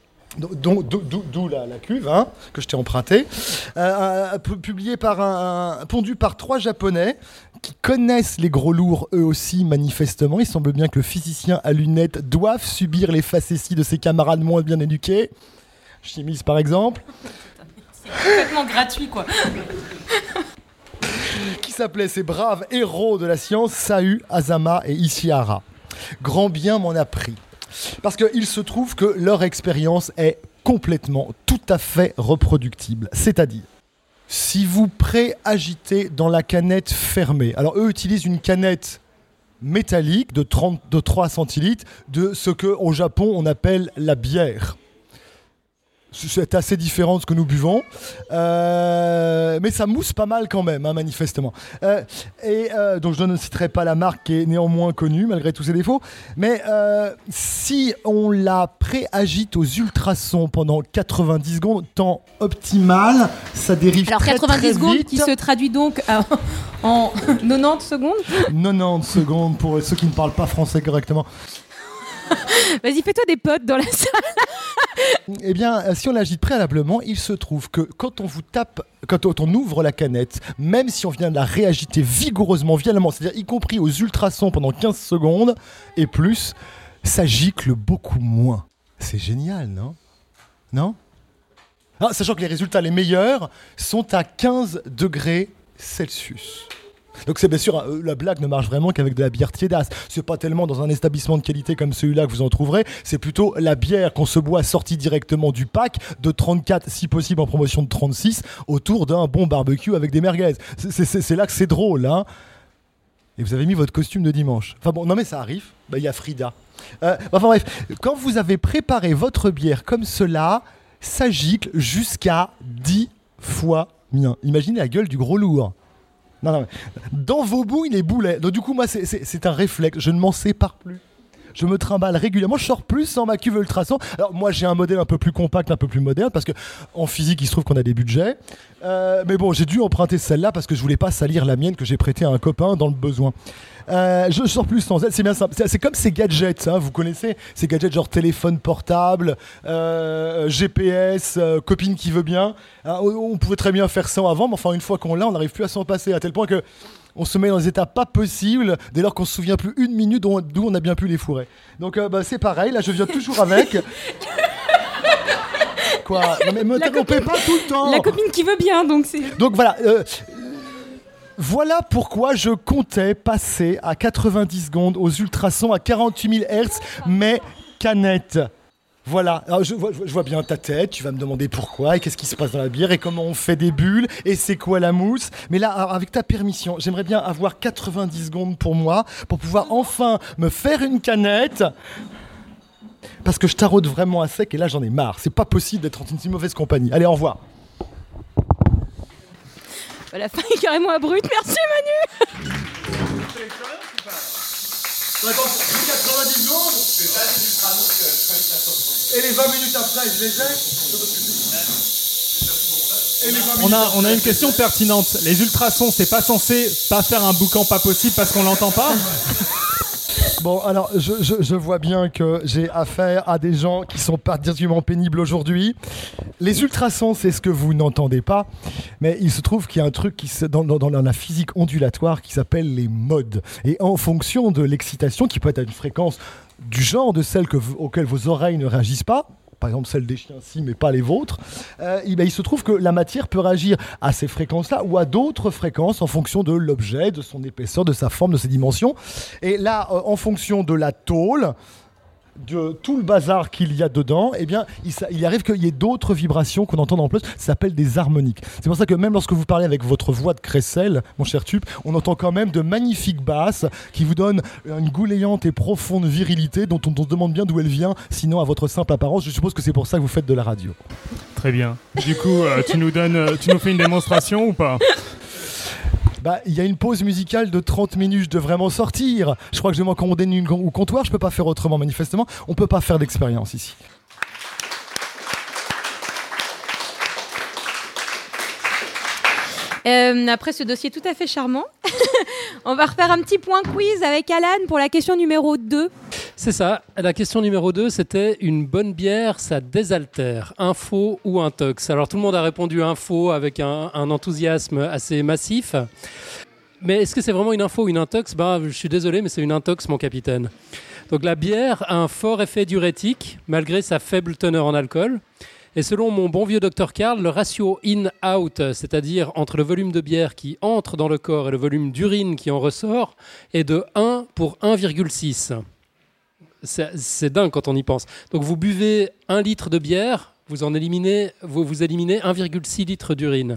D'où la, la cuve hein, que je t'ai empruntée, euh, publié par un, un, pondu par trois Japonais qui connaissent les gros lourds eux aussi manifestement. Il semble bien que le physicien à lunettes doive subir les facéties de ses camarades moins bien éduqués, chimistes par exemple. C'est complètement gratuit quoi. Qui s'appelaient ces braves héros de la science, Sahu, Azama et Ishihara. Grand bien m'en a pris. Parce qu'il se trouve que leur expérience est complètement, tout à fait reproductible. C'est-à-dire, si vous préagitez dans la canette fermée, alors eux utilisent une canette métallique de, trente, de trois centilitres de ce qu'au Japon on appelle la bière. C'est assez différent de ce que nous buvons, euh, mais ça mousse pas mal quand même, hein, manifestement. Euh, et euh, donc je ne citerai pas la marque qui est néanmoins connue malgré tous ses défauts, mais euh, si on la pré-agite aux ultrasons pendant quatre-vingt-dix secondes, temps optimal, ça dérive Alors très quatre-vingt-dix très secondes vite. qui se traduit donc euh, en quatre-vingt-dix secondes. quatre-vingt-dix secondes pour ceux qui ne parlent pas français correctement. Vas-y, fais-toi des potes dans la salle. Eh bien, si on l'agite préalablement, il se trouve que quand on vous tape, quand on ouvre la canette, même si on vient de la réagiter vigoureusement, violemment, c'est-à-dire y compris aux ultrasons pendant quinze secondes et plus, ça gicle beaucoup moins. C'est génial, non ? Non ? Ah, sachant que les résultats les meilleurs sont à quinze degrés Celsius. Donc c'est bien sûr, euh, la blague ne marche vraiment qu'avec de la bière tiédasse. C'est pas tellement dans un établissement de qualité comme celui-là que vous en trouverez, c'est plutôt la bière qu'on se boit sortie directement du pack de trente-quatre, si possible en promotion de trente-six, autour d'un bon barbecue avec des merguez. C'est, c'est, c'est là que c'est drôle, hein. Et vous avez mis votre costume de dimanche. Enfin bon, non mais ça arrive, bah, y a Frida. Euh, enfin bref, quand vous avez préparé votre bière comme cela, ça gicle jusqu'à dix fois bien. Imaginez la gueule du gros lourd. Non, non, dans vos bouilles, les boulets. Donc du coup, moi, c'est, c'est, c'est un réflexe. Je ne m'en sépare plus. Je me trimballe régulièrement. Je sors plus sans ma cuve ultrason. Alors moi, j'ai un modèle un peu plus compact, un peu plus moderne, parce que en physique, il se trouve qu'on a des budgets. Euh, mais bon, j'ai dû emprunter celle-là parce que je voulais pas salir la mienne que j'ai prêtée à un copain dans le besoin. Euh, je sors plus sans elle, c'est bien simple. C'est, c'est comme ces gadgets, hein, vous connaissez ces gadgets genre téléphone portable, euh, G P S, euh, copine qui veut bien. Hein, on, on pouvait très bien faire ça avant, mais enfin une fois qu'on l'a, on n'arrive plus à s'en passer, à tel point que on se met dans des états pas possibles dès lors qu'on se souvient plus une minute d'où on, d'où on a bien pu les fourrer. Donc euh, bah, c'est pareil, là je viens toujours avec. Quoi ? Non mais me t'interrompez pas tout le temps. La copine qui veut bien, donc c'est... Donc voilà. Euh, Voilà pourquoi je comptais passer à quatre-vingt-dix secondes aux ultrasons à quarante-huit mille hertz, mais canette. Voilà, alors je, vois, je vois bien ta tête, tu vas me demander pourquoi et qu'est-ce qui se passe dans la bière et comment on fait des bulles et c'est quoi la mousse. Mais là, alors, avec ta permission, j'aimerais bien avoir quatre-vingt-dix secondes pour moi, pour pouvoir enfin me faire une canette. Parce que je taraude vraiment à sec et là j'en ai marre. C'est pas possible d'être en une si mauvaise compagnie. Allez, au revoir. La fin est carrément abrupte, merci Manu. quatre-vingt-dix secondes. Et les vingt minutes après, je les ai. On a, on a une question pertinente. Les ultrasons, c'est pas censé pas faire un boucan pas possible parce qu'on l'entend pas ? Bon, alors, je, je, je vois bien que j'ai affaire à des gens qui sont particulièrement pénibles aujourd'hui. Les ultrasons, c'est ce que vous n'entendez pas, mais il se trouve qu'il y a un truc qui se, dans, dans, dans la physique ondulatoire qui s'appelle les modes. Et en fonction de l'excitation, qui peut être à une fréquence du genre de celle que vous, auquel vos oreilles ne réagissent pas, par exemple celle des chiens si, mais pas les vôtres, euh, et ben, il se trouve que la matière peut réagir à ces fréquences-là ou à d'autres fréquences en fonction de l'objet, de son épaisseur, de sa forme, de ses dimensions. Et là, euh, en fonction de la tôle, de tout le bazar qu'il y a dedans, eh bien, il, il arrive qu'il y ait d'autres vibrations qu'on entend en plus, ça s'appelle des harmoniques. C'est pour ça que même lorsque vous parlez avec votre voix de crécelle, mon cher Tup, on entend quand même de magnifiques basses qui vous donnent une goulayante et profonde virilité dont on se demande bien d'où elle vient, sinon à votre simple apparence. Je suppose que c'est pour ça que vous faites de la radio. Très bien. Du coup, euh, tu nous donnes, euh, tu nous fais une démonstration ou pas ? Bah, il y a une pause musicale de trente minutes, je devrais m'en sortir. Je crois que je vais m'accommoder une au comptoir, je peux pas faire autrement manifestement. On peut pas faire d'expérience ici. Euh, après ce dossier tout à fait charmant, on va refaire un petit point quiz avec Alan pour la question numéro deux. C'est ça. La question numéro deux, c'était une bonne bière, ça désaltère. Info ou intox ? Alors tout le monde a répondu info avec un, un enthousiasme assez massif. Mais est-ce que c'est vraiment une info ou une intox ? Ben, je suis désolé, mais c'est une intox, mon capitaine. Donc la bière a un fort effet diurétique, malgré sa faible teneur en alcool. Et selon mon bon vieux docteur Karl, le ratio in-out, c'est-à-dire entre le volume de bière qui entre dans le corps et le volume d'urine qui en ressort, est de un pour un virgule six. C'est, c'est dingue quand on y pense. Donc vous buvez un litre de bière, vous en éliminez, vous, vous éliminez un virgule six litres d'urine.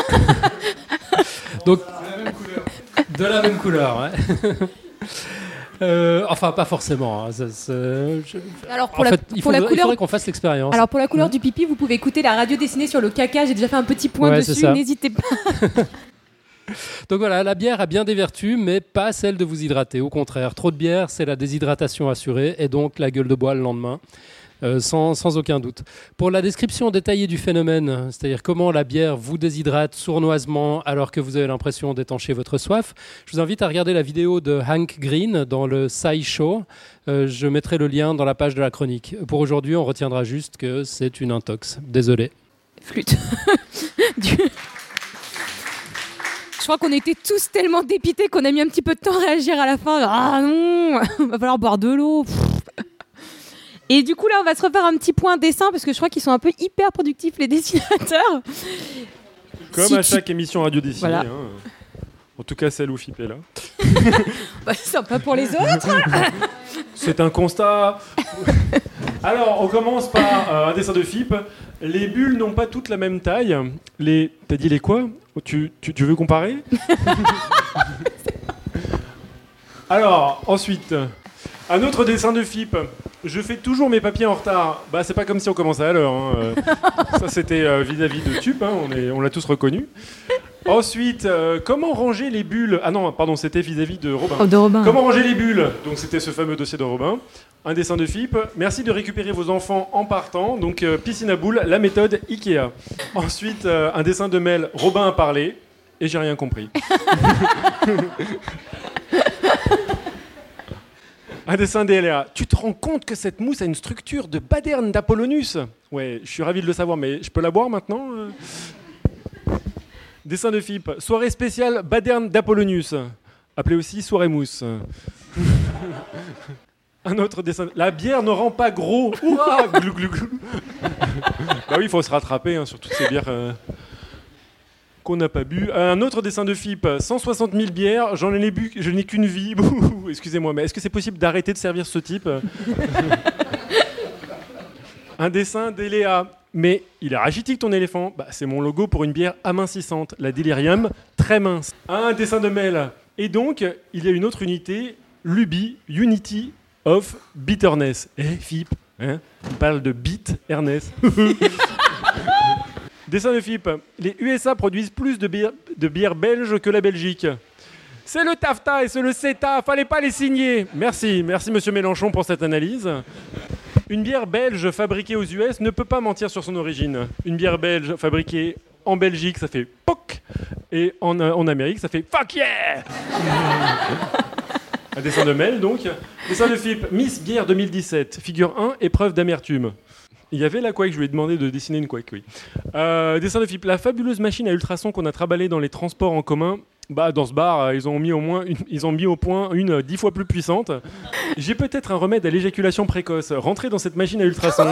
Donc, de la même couleur. De la même couleur, ouais. Euh, enfin, pas forcément. Hein. Ça, ça, je... Alors pour en la, fait, il, pour faut, la il couleur, faudrait qu'on fasse l'expérience. alors pour la couleur du pipi, vous pouvez écouter la radio dessinée sur le caca. J'ai déjà fait un petit point Ouais, dessus. N'hésitez pas. Donc voilà, la bière a bien des vertus, mais pas celle de vous hydrater. Au contraire, trop de bière, c'est la déshydratation assurée et donc la gueule de bois le lendemain. Euh, sans, sans aucun doute. Pour la description détaillée du phénomène, c'est-à-dire comment la bière vous déshydrate sournoisement alors que vous avez l'impression d'étancher votre soif, je vous invite à regarder la vidéo de Hank Green dans le SciShow. Euh, je mettrai le lien dans la page de la chronique. Pour aujourd'hui, on retiendra juste que c'est une intox. Désolé. Flûte. du... Je crois qu'on était tous tellement dépités qu'on a mis un petit peu de temps à réagir à la fin. Ah non, va falloir boire de l'eau. Pff. Et du coup, là, on va se refaire un petit point dessin parce que je crois qu'ils sont un peu hyper productifs, les dessinateurs. Comme Si à tu- chaque émission radio dessinée. Voilà. Hein. En tout cas, celle où Fip est là. Bah, c'est sympa pour les autres. C'est un constat. Alors, on commence par euh, un dessin de Fip. Les bulles n'ont pas toutes la même taille. Les... T'as dit les quoi tu, tu, tu veux comparer Alors, ensuite, un autre dessin de Fip. Je fais toujours mes papiers en retard. Bah, c'est pas comme si on commençait à l'heure. Hein. Euh, ça, c'était euh, vis-à-vis de Tup. Hein. On, est, on l'a tous reconnu. Ensuite, euh, comment ranger les bulles? Ah non, pardon, c'était vis-à-vis de Robin. Oh, de Robin. Comment ranger les bulles? Donc, c'était ce fameux dossier de Robin. Un dessin de Fip. Merci de récupérer vos enfants en partant. Donc, euh, piscine à boules, la méthode Ikea. Ensuite, euh, un dessin de Mel. Robin a parlé. Et j'ai rien compris. Un dessin d'L A. Tu te rends compte que cette mousse a une structure de Baderne d'Apollonius? Ouais, je suis ravi de le savoir, mais je peux la boire maintenant? euh Dessin de Fip. Soirée spéciale Baderne d'Apollonius. Appelée aussi soirée mousse. Un autre dessin. La bière ne rend pas gros. Ouah, glou, glou, glou. Bah oui, il faut se rattraper hein, sur toutes ces bières euh, qu'on n'a pas bu. Un autre dessin de Fip. cent soixante mille bières. J'en ai bu. Je n'ai qu'une vie. Bouh, excusez-moi, mais est-ce que c'est possible d'arrêter de servir ce type? Un dessin d'Eléa. Mais il est rachitique ton éléphant. Bah, c'est mon logo pour une bière amincissante, la Delirium, très mince. Un dessin de Mel. Et donc, il y a une autre unité, l'Ubi, Unity of Bitterness. Eh, Fip, hein, il parle de bitterness. Dessin de Fip. Les U S A produisent plus de bières de bière belges que la Belgique. C'est le TAFTA et c'est le CETA, fallait pas les signer. Merci, merci Monsieur Mélenchon pour cette analyse. Une bière belge fabriquée aux U S ne peut pas mentir sur son origine. Une bière belge fabriquée en Belgique, ça fait P O C, et en, euh, en Amérique, ça fait fuck yeah. Un dessin de Mel, donc. Dessin de Fip, Miss Bière deux mille dix-sept, figure un, épreuve d'amertume. Il y avait la Quake, je lui ai demandé de dessiner une Quake, oui. Euh, dessin de Fip, la fabuleuse machine à ultrasons qu'on a traballée dans les transports en commun. Bah, dans ce bar, ils ont mis au moins une, ils ont mis au point une euh, dix fois plus puissante. J'ai peut-être un remède à l'éjaculation précoce. Rentrez dans cette machine à ultrasons.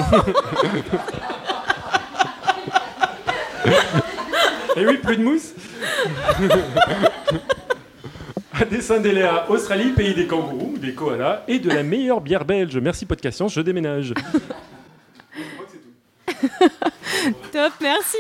Et oui, plus de mousse. Un dessin d'Eléa, Australie, pays des kangourous, des koalas et de la meilleure bière belge. Merci Podcast Science, je déménage. Je crois que c'est tout. Top, merci.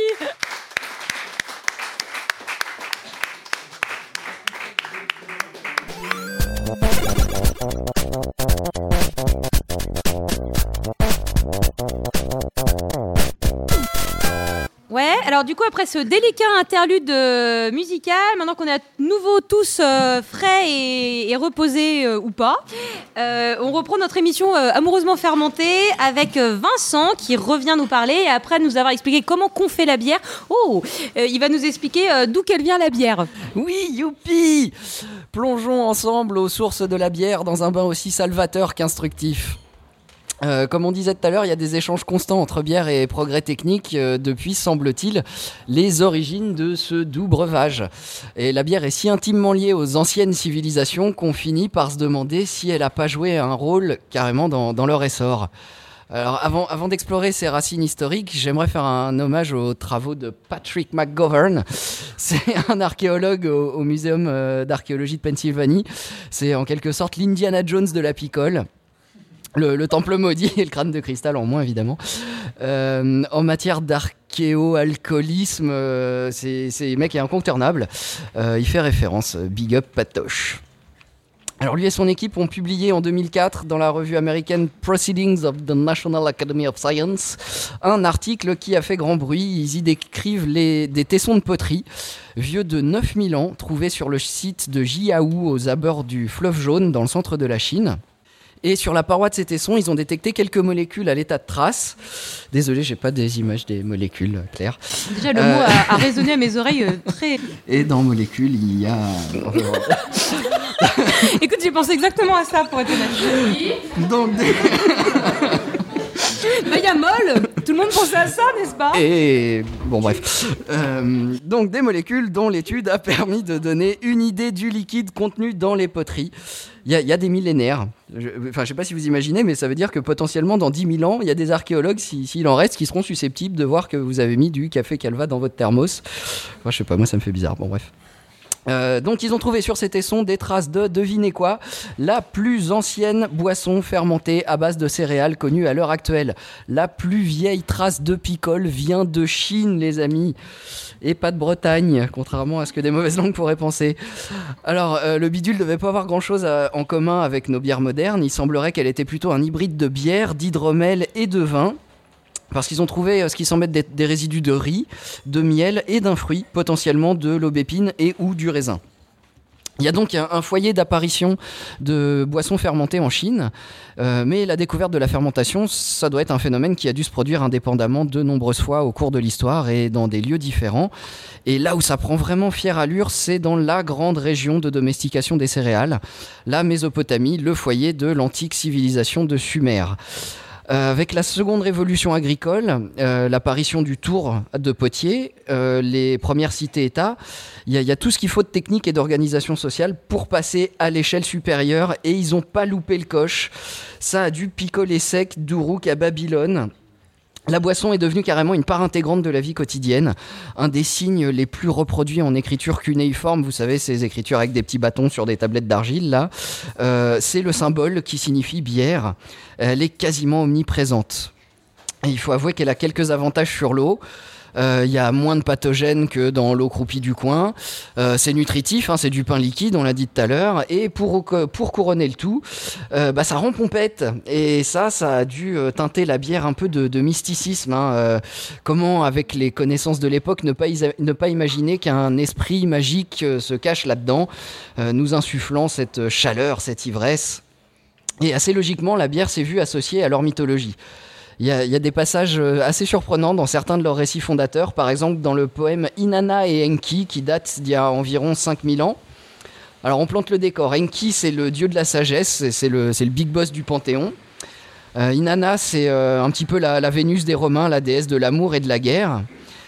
Ouais, alors du coup après ce délicat interlude euh, musical, maintenant qu'on est à nouveau tous euh, frais et, et reposés euh, ou pas, euh, on reprend notre émission euh, amoureusement fermentée avec euh, Vincent qui revient nous parler et après nous avoir expliqué comment qu'on fait la bière. Oh, euh, il va nous expliquer euh, d'où qu'elle vient la bière. Oui, youpi! Plongeons ensemble aux sources de la bière dans un bain aussi salvateur qu'instructif. Euh, comme on disait tout à l'heure, il y a des échanges constants entre bière et progrès techniques euh, depuis, semble-t-il, les origines de ce doux breuvage. Et la bière est si intimement liée aux anciennes civilisations qu'on finit par se demander si elle n'a pas joué un rôle carrément dans, dans leur essor. Alors, avant, avant d'explorer ses racines historiques, j'aimerais faire un hommage aux travaux de Patrick McGovern. C'est un archéologue au, au Muséum euh, d'archéologie de Pennsylvanie. C'est en quelque sorte l'Indiana Jones de la picole. Le, le temple maudit et le crâne de cristal en moins, évidemment. Euh, en matière d'archéo-alcoolisme, euh, c'est, c'est mec est incontournable. Euh, il fait référence. Big up, Patoche. Alors lui et son équipe ont publié en deux mille quatre dans la revue américaine Proceedings of the National Academy of Science un article qui a fait grand bruit. Ils y décrivent les, des tessons de poterie vieux de neuf mille ans trouvés sur le site de Jiaou aux abords du fleuve Jaune dans le centre de la Chine. Et sur la paroi de ces tessons, ils ont détecté quelques molécules à l'état de traces. Désolé, j'ai pas des images des molécules, Claire. Déjà, le Euh, mot a, a résonné à mes oreilles euh, très... Et dans molécules, il y a... Écoute, j'ai pensé exactement à ça pour être honnête. Donc, des... Bah, il y a molle. Tout le monde pensait à ça, n'est-ce pas? Et bon, bref. Euh, donc, des molécules dont l'étude a permis de donner une idée du liquide contenu dans les poteries. Il y, y a des millénaires. Je, enfin, je sais pas si vous imaginez, mais ça veut dire que potentiellement, dans dix mille ans, il y a des archéologues, s'il si, en reste, qui seront susceptibles de voir que vous avez mis du café Calva dans votre thermos. Enfin, je sais pas, moi, ça me fait bizarre. Bon, bref. Euh, donc ils ont trouvé sur ces tessons des traces de, devinez quoi, la plus ancienne boisson fermentée à base de céréales connue à l'heure actuelle. La plus vieille trace de picole vient de Chine, les amis, et pas de Bretagne, contrairement à ce que des mauvaises langues pourraient penser. Alors euh, le bidule devait pas avoir grand chose à, en commun avec nos bières modernes. Il semblerait qu'elle était plutôt un hybride de bière, d'hydromel et de vin. Parce qu'ils ont trouvé ce qui semble être des, des résidus de riz, de miel et d'un fruit, potentiellement de l'aubépine et ou du raisin. Il y a donc un, un foyer d'apparition de boissons fermentées en Chine, euh, mais la découverte de la fermentation, ça doit être un phénomène qui a dû se produire indépendamment de nombreuses fois au cours de l'histoire et dans des lieux différents. Et là où ça prend vraiment fière allure, c'est dans la grande région de domestication des céréales, la Mésopotamie, le foyer de l'antique civilisation de Sumer. Euh, avec la seconde révolution agricole, euh, l'apparition du tour de potier, euh, les premières cités-États, il y, y a tout ce qu'il faut de technique et d'organisation sociale pour passer à l'échelle supérieure et ils n'ont pas loupé le coche. Ça a dû picoler sec d'Uruk à Babylone. La boisson est devenue carrément une part intégrante de la vie quotidienne. Un des signes les plus reproduits en écriture cunéiforme, vous savez, ces écritures avec des petits bâtons sur des tablettes d'argile, là, euh, c'est le symbole qui signifie bière. Elle est quasiment omniprésente. Et il faut avouer qu'elle a quelques avantages sur l'eau. Il euh, y a moins de pathogènes que dans l'eau croupie du coin. Euh, c'est nutritif, hein, c'est du pain liquide, on l'a dit tout à l'heure. Et pour, pour couronner le tout, euh, bah, ça rend pompette. Et ça, ça a dû teinter la bière un peu de, de mysticisme. Hein. Euh, comment, avec les connaissances de l'époque, ne pas, isa- ne pas imaginer qu'un esprit magique euh, se cache là-dedans, euh, nous insufflant cette chaleur, cette ivresse. Et assez logiquement, la bière s'est vue associée à leur mythologie. Il y, a, il y a des passages assez surprenants dans certains de leurs récits fondateurs, par exemple dans le poème Inanna et Enki qui date d'il y a environ cinq mille ans. Alors on plante le décor. Enki, c'est le dieu de la sagesse, c'est le, c'est le big boss du Panthéon. Euh, Inanna, c'est euh, un petit peu la, la Vénus des Romains, la déesse de l'amour et de la guerre.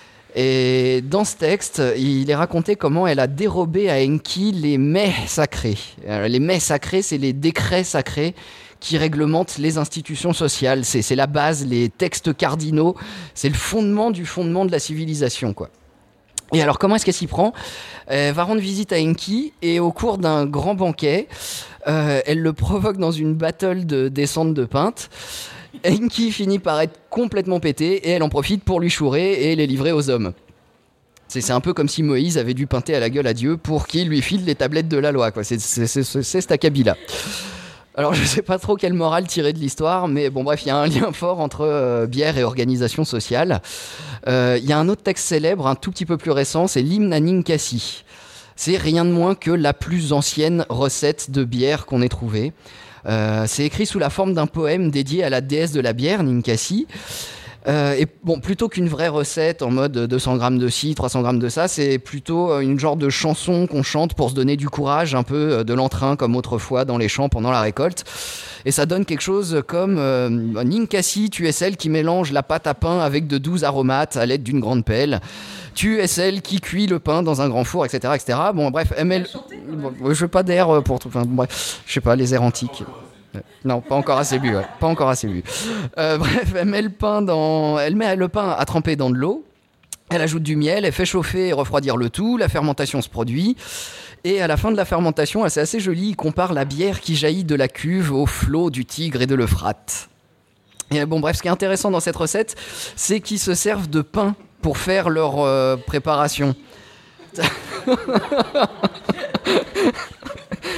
Et dans ce texte, il est raconté comment elle a dérobé à Enki les mets sacrés. Alors, les mets sacrés, c'est les décrets sacrés qui réglementent les institutions sociales. C'est, c'est la base, les textes cardinaux, c'est le fondement du fondement de la civilisation, quoi. Et alors, comment est-ce qu'elle s'y prend ? Elle va rendre visite à Enki et au cours d'un grand banquet, euh, elle le provoque dans une battle de descente de pinte. Enki finit par être complètement pété et elle en profite pour lui chourer et les livrer aux hommes. C'est, c'est un peu comme si Moïse avait dû pinter à la gueule à Dieu pour qu'il lui file les tablettes de la loi, quoi. C'est, c'est, c'est, c'est, c'est cet acabit-là. Alors je sais pas trop quelle morale tirer de l'histoire, mais bon bref, il y a un lien fort entre euh, bière et organisation sociale. Il euh, y a un autre texte célèbre, un tout petit peu plus récent, c'est l'hymne à Ninkasi. C'est rien de moins que la plus ancienne recette de bière qu'on ait trouvée. Euh, c'est écrit sous la forme d'un poème dédié à la déesse de la bière, Ninkasi. Euh, et bon, plutôt qu'une vraie recette en mode deux cents grammes de ci, trois cents grammes de ça, c'est plutôt une genre de chanson qu'on chante pour se donner du courage, un peu de l'entrain comme autrefois dans les champs pendant la récolte. Et ça donne quelque chose comme euh, Ninkasi, tu es celle qui mélange la pâte à pain avec de doux aromates à l'aide d'une grande pelle. Tu es celle qui cuit le pain dans un grand four, et cetera, et cetera. Bon, bref, M L. Bon, je veux pas d'air pour tout. Enfin, bref, je sais pas, les airs antiques. Non, pas encore assez bu, ouais. Pas encore assez bu. Euh, bref, elle met le pain dans, elle met le pain à tremper dans de l'eau. Elle ajoute du miel, elle fait chauffer et refroidir le tout. La fermentation se produit. Et à la fin de la fermentation, c'est assez joli, il compare la bière qui jaillit de la cuve au flot du Tigre et de l'Euphrate. Et bon, bref, ce qui est intéressant dans cette recette, c'est qu'ils se servent de pain pour faire leur euh, préparation.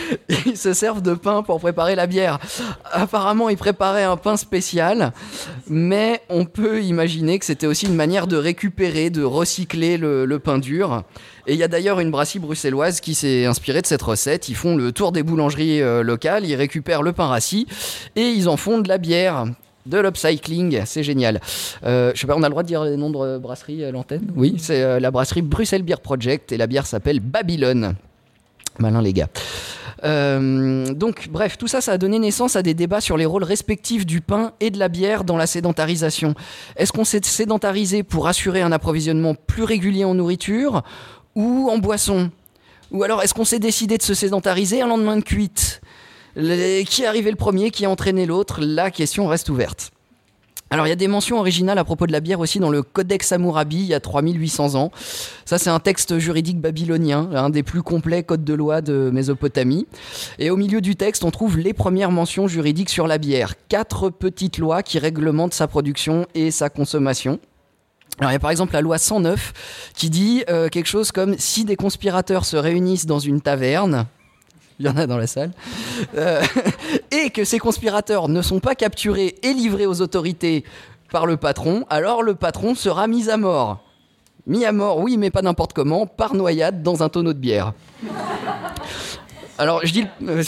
ils se servent de pain pour préparer la bière. Apparemment, ils préparaient un pain spécial, mais on peut imaginer que c'était aussi une manière de récupérer, de recycler le, le pain dur. Et il y a d'ailleurs une brasserie bruxelloise qui s'est inspirée de cette recette. Ils font le tour des boulangeries euh, locales, ils récupèrent le pain rassis et ils en font de la bière. De l'upcycling, c'est génial. Euh, je sais pas, on a le droit de dire les noms de brasseries à l'antenne ? Oui, c'est euh, la brasserie Bruxelles Beer Project et la bière s'appelle Babylone. Malin les gars. Euh, donc bref, tout ça, ça a donné naissance à des débats sur les rôles respectifs du pain et de la bière dans la sédentarisation. Est-ce qu'on s'est sédentarisé pour assurer un approvisionnement plus régulier en nourriture ou en boisson ? Ou alors est-ce qu'on s'est décidé de se sédentariser un lendemain de cuite ? Les... Qui est arrivé le premier, qui a entraîné l'autre ? La question reste ouverte. Alors il y a des mentions originales à propos de la bière aussi dans le Codex Hammurabi, il y a trois mille huit cents ans. Ça c'est un texte juridique babylonien, un des plus complets codes de loi de Mésopotamie. Et au milieu du texte, on trouve les premières mentions juridiques sur la bière. Quatre petites lois qui réglementent sa production et sa consommation. Alors il y a par exemple la loi cent neuf qui dit euh, quelque chose comme « Si des conspirateurs se réunissent dans une taverne », il y en a dans la salle, euh, et que ces conspirateurs ne sont pas capturés et livrés aux autorités par le patron, alors le patron sera mis à mort. Mis à mort, oui, mais pas n'importe comment, par noyade dans un tonneau de bière. Alors, je dis, le...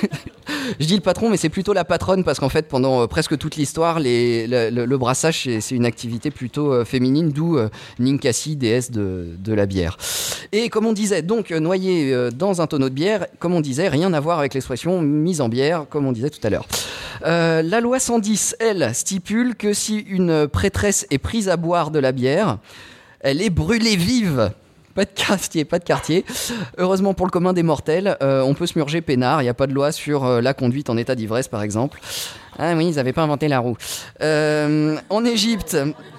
je dis le patron, mais c'est plutôt la patronne, parce qu'en fait, pendant euh, presque toute l'histoire, les, le, le, le brassage, c'est, c'est une activité plutôt euh, féminine, d'où euh, Ninkasi, déesse de, de la bière. Et comme on disait, donc, euh, noyé euh, dans un tonneau de bière, comme on disait, rien à voir avec l'expression mise en bière, comme on disait tout à l'heure. Euh, la loi cent dix, elle, stipule que si une prêtresse est prise à boire de la bière, elle est brûlée vive. Pas de quartier, pas de quartier. Heureusement pour le commun des mortels, euh, on peut se murger peinard. Il n'y a pas de loi sur euh, la conduite en état d'ivresse, par exemple. Ah oui, ils n'avaient pas inventé la roue. Euh, en Égypte...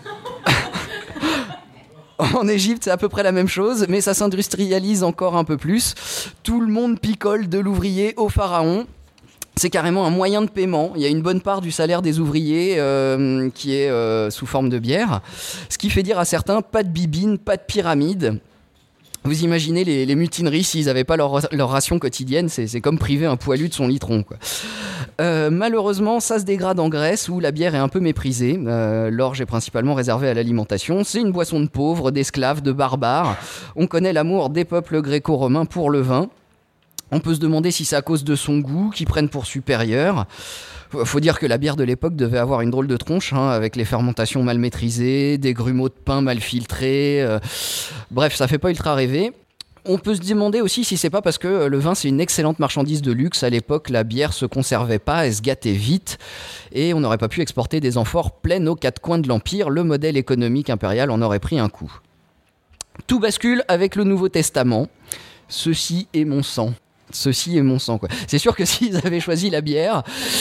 En Égypte, c'est à peu près la même chose, mais ça s'industrialise encore un peu plus. Tout le monde picole de l'ouvrier au pharaon. C'est carrément un moyen de paiement. Il y a une bonne part du salaire des ouvriers euh, qui est euh, sous forme de bière. Ce qui fait dire à certains, pas de bibine, pas de pyramide. Vous imaginez les, les mutineries s'ils n'avaient pas leur, leur ration quotidienne, c'est, c'est comme priver un poilu de son litron, quoi. Euh, malheureusement, ça se dégrade en Grèce où la bière est un peu méprisée. Euh, l'orge est principalement réservée à l'alimentation. C'est une boisson de pauvres, d'esclaves, de barbares. On connaît l'amour des peuples gréco-romains pour le vin. On peut se demander si c'est à cause de son goût qu'ils prennent pour supérieur. Faut dire que la bière de l'époque devait avoir une drôle de tronche, hein, avec les fermentations mal maîtrisées, des grumeaux de pain mal filtrés. Euh... Bref, ça fait pas ultra rêver. On peut se demander aussi si c'est pas parce que le vin c'est une excellente marchandise de luxe. À l'époque, la bière se conservait pas, elle se gâtait vite, et on n'aurait pas pu exporter des amphores pleines aux quatre coins de l'Empire. Le modèle économique impérial en aurait pris un coup. Tout bascule avec le Nouveau Testament. Ceci est mon sang. Ceci est mon sang, quoi. C'est sûr que s'ils avaient choisi la bière,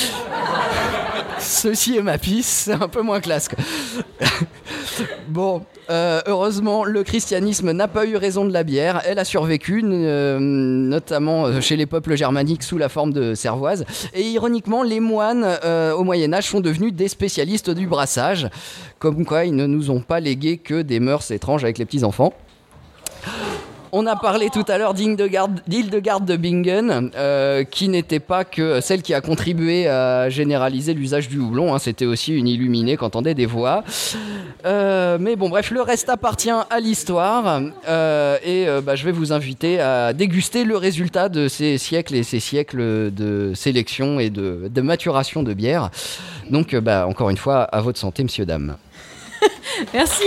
ceci est ma pisse, c'est un peu moins classe, quoi. Bon, euh, heureusement, le christianisme n'a pas eu raison de la bière. Elle a survécu, euh, notamment chez les peuples germaniques sous la forme de cervoise. Et ironiquement, les moines euh, au Moyen-Âge sont devenus des spécialistes du brassage. Comme quoi, ils ne nous ont pas légué que des mœurs étranges avec les petits-enfants. On a parlé tout à l'heure d'Hildegarde, d'Hildegarde de Bingen, euh, qui n'était pas que celle qui a contribué à généraliser l'usage du houblon, hein. C'était aussi une illuminée qui entendait des voix. Euh, mais bon, bref, le reste appartient à l'histoire. Euh, et euh, bah, je vais vous inviter à déguster le résultat de ces siècles et ces siècles de sélection et de, de maturation de bière. Donc, euh, bah, encore une fois, à votre santé, messieurs, dames. Merci.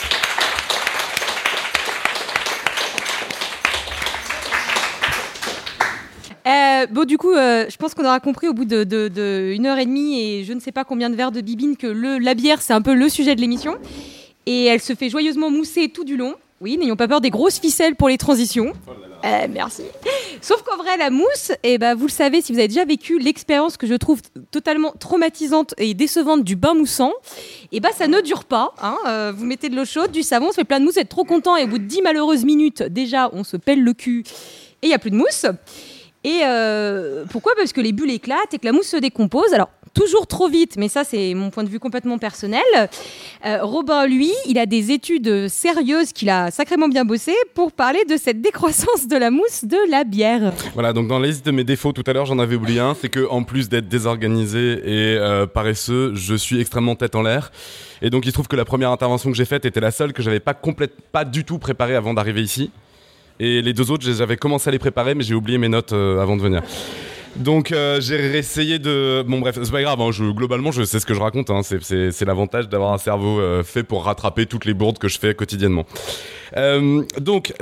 Euh, bon, du coup, euh, je pense qu'on aura compris au bout de, de, de une heure et demie et je ne sais pas combien de verres de bibine que le, la bière, c'est un peu le sujet de l'émission. Et elle se fait joyeusement mousser tout du long. Oui, n'ayons pas peur des grosses ficelles pour les transitions. Oh là là. Euh, merci. Sauf qu'en vrai, la mousse, eh ben, vous le savez, si vous avez déjà vécu l'expérience que je trouve totalement traumatisante et décevante du bain moussant, eh ben, ça ne dure pas. Hein. Euh, vous mettez de l'eau chaude, du savon, on se fait plein de mousse, vous êtes trop content et au bout de dix malheureuses minutes, déjà, on se pèle le cul et il n'y a plus de mousse. Et euh, pourquoi ? Parce que les bulles éclatent et que la mousse se décompose. Alors, toujours trop vite, mais ça c'est mon point de vue complètement personnel. Euh, Robin, lui, il a des études sérieuses qu'il a sacrément bien bossé pour parler de cette décroissance de la mousse de la bière. Voilà, donc dans la liste de mes défauts, tout à l'heure j'en avais oublié un, c'est que en plus d'être désorganisé et euh, paresseux, je suis extrêmement tête en l'air. Et donc il se trouve que la première intervention que j'ai faite était la seule que j'avais pas complète, pas du tout préparée avant d'arriver ici. Et les deux autres, j'avais commencé à les préparer, mais j'ai oublié mes notes euh, avant de venir. Donc euh, j'ai essayé de... Bon bref, c'est pas grave, hein, je, globalement je sais ce que je raconte, hein, c'est, c'est, c'est l'avantage d'avoir un cerveau euh, fait pour rattraper toutes les bourdes que je fais quotidiennement. Euh, donc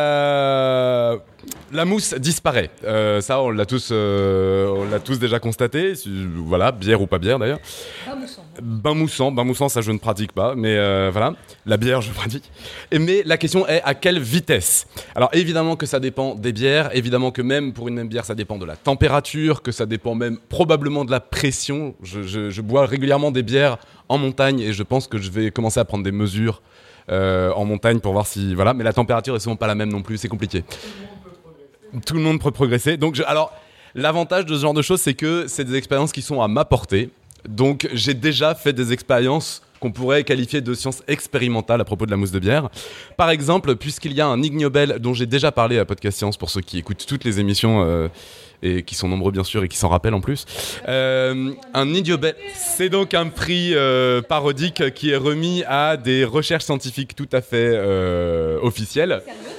la... la mousse disparaît, euh, ça on l'a, tous, euh, on l'a tous déjà constaté, voilà, bière ou pas bière d'ailleurs. Bain moussant. Bain moussant, bain moussant ça je ne pratique pas, mais euh, voilà, la bière je pratique. Et, mais la question est à quelle vitesse ? Alors évidemment que ça dépend des bières, évidemment que même pour une même bière ça dépend de la température, que ça dépend même probablement de la pression. Je, je, je bois régulièrement des bières en montagne et je pense que je vais commencer à prendre des mesures euh, en montagne pour voir si... Voilà, mais la température est souvent pas la même non plus, c'est compliqué. Tout le monde peut progresser. Donc je, alors l'avantage de ce genre de choses c'est que c'est des expériences qui sont à ma portée. Donc j'ai déjà fait des expériences qu'on pourrait qualifier de sciences expérimentales à propos de la mousse de bière. Par exemple, puisqu'il y a un Ig Nobel dont j'ai déjà parlé à Podcast Science pour ceux qui écoutent toutes les émissions euh, et qui sont nombreux bien sûr et qui s'en rappellent en plus. Euh, un Ig Nobel, c'est donc un prix euh, parodique qui est remis à des recherches scientifiques tout à fait euh, officielles.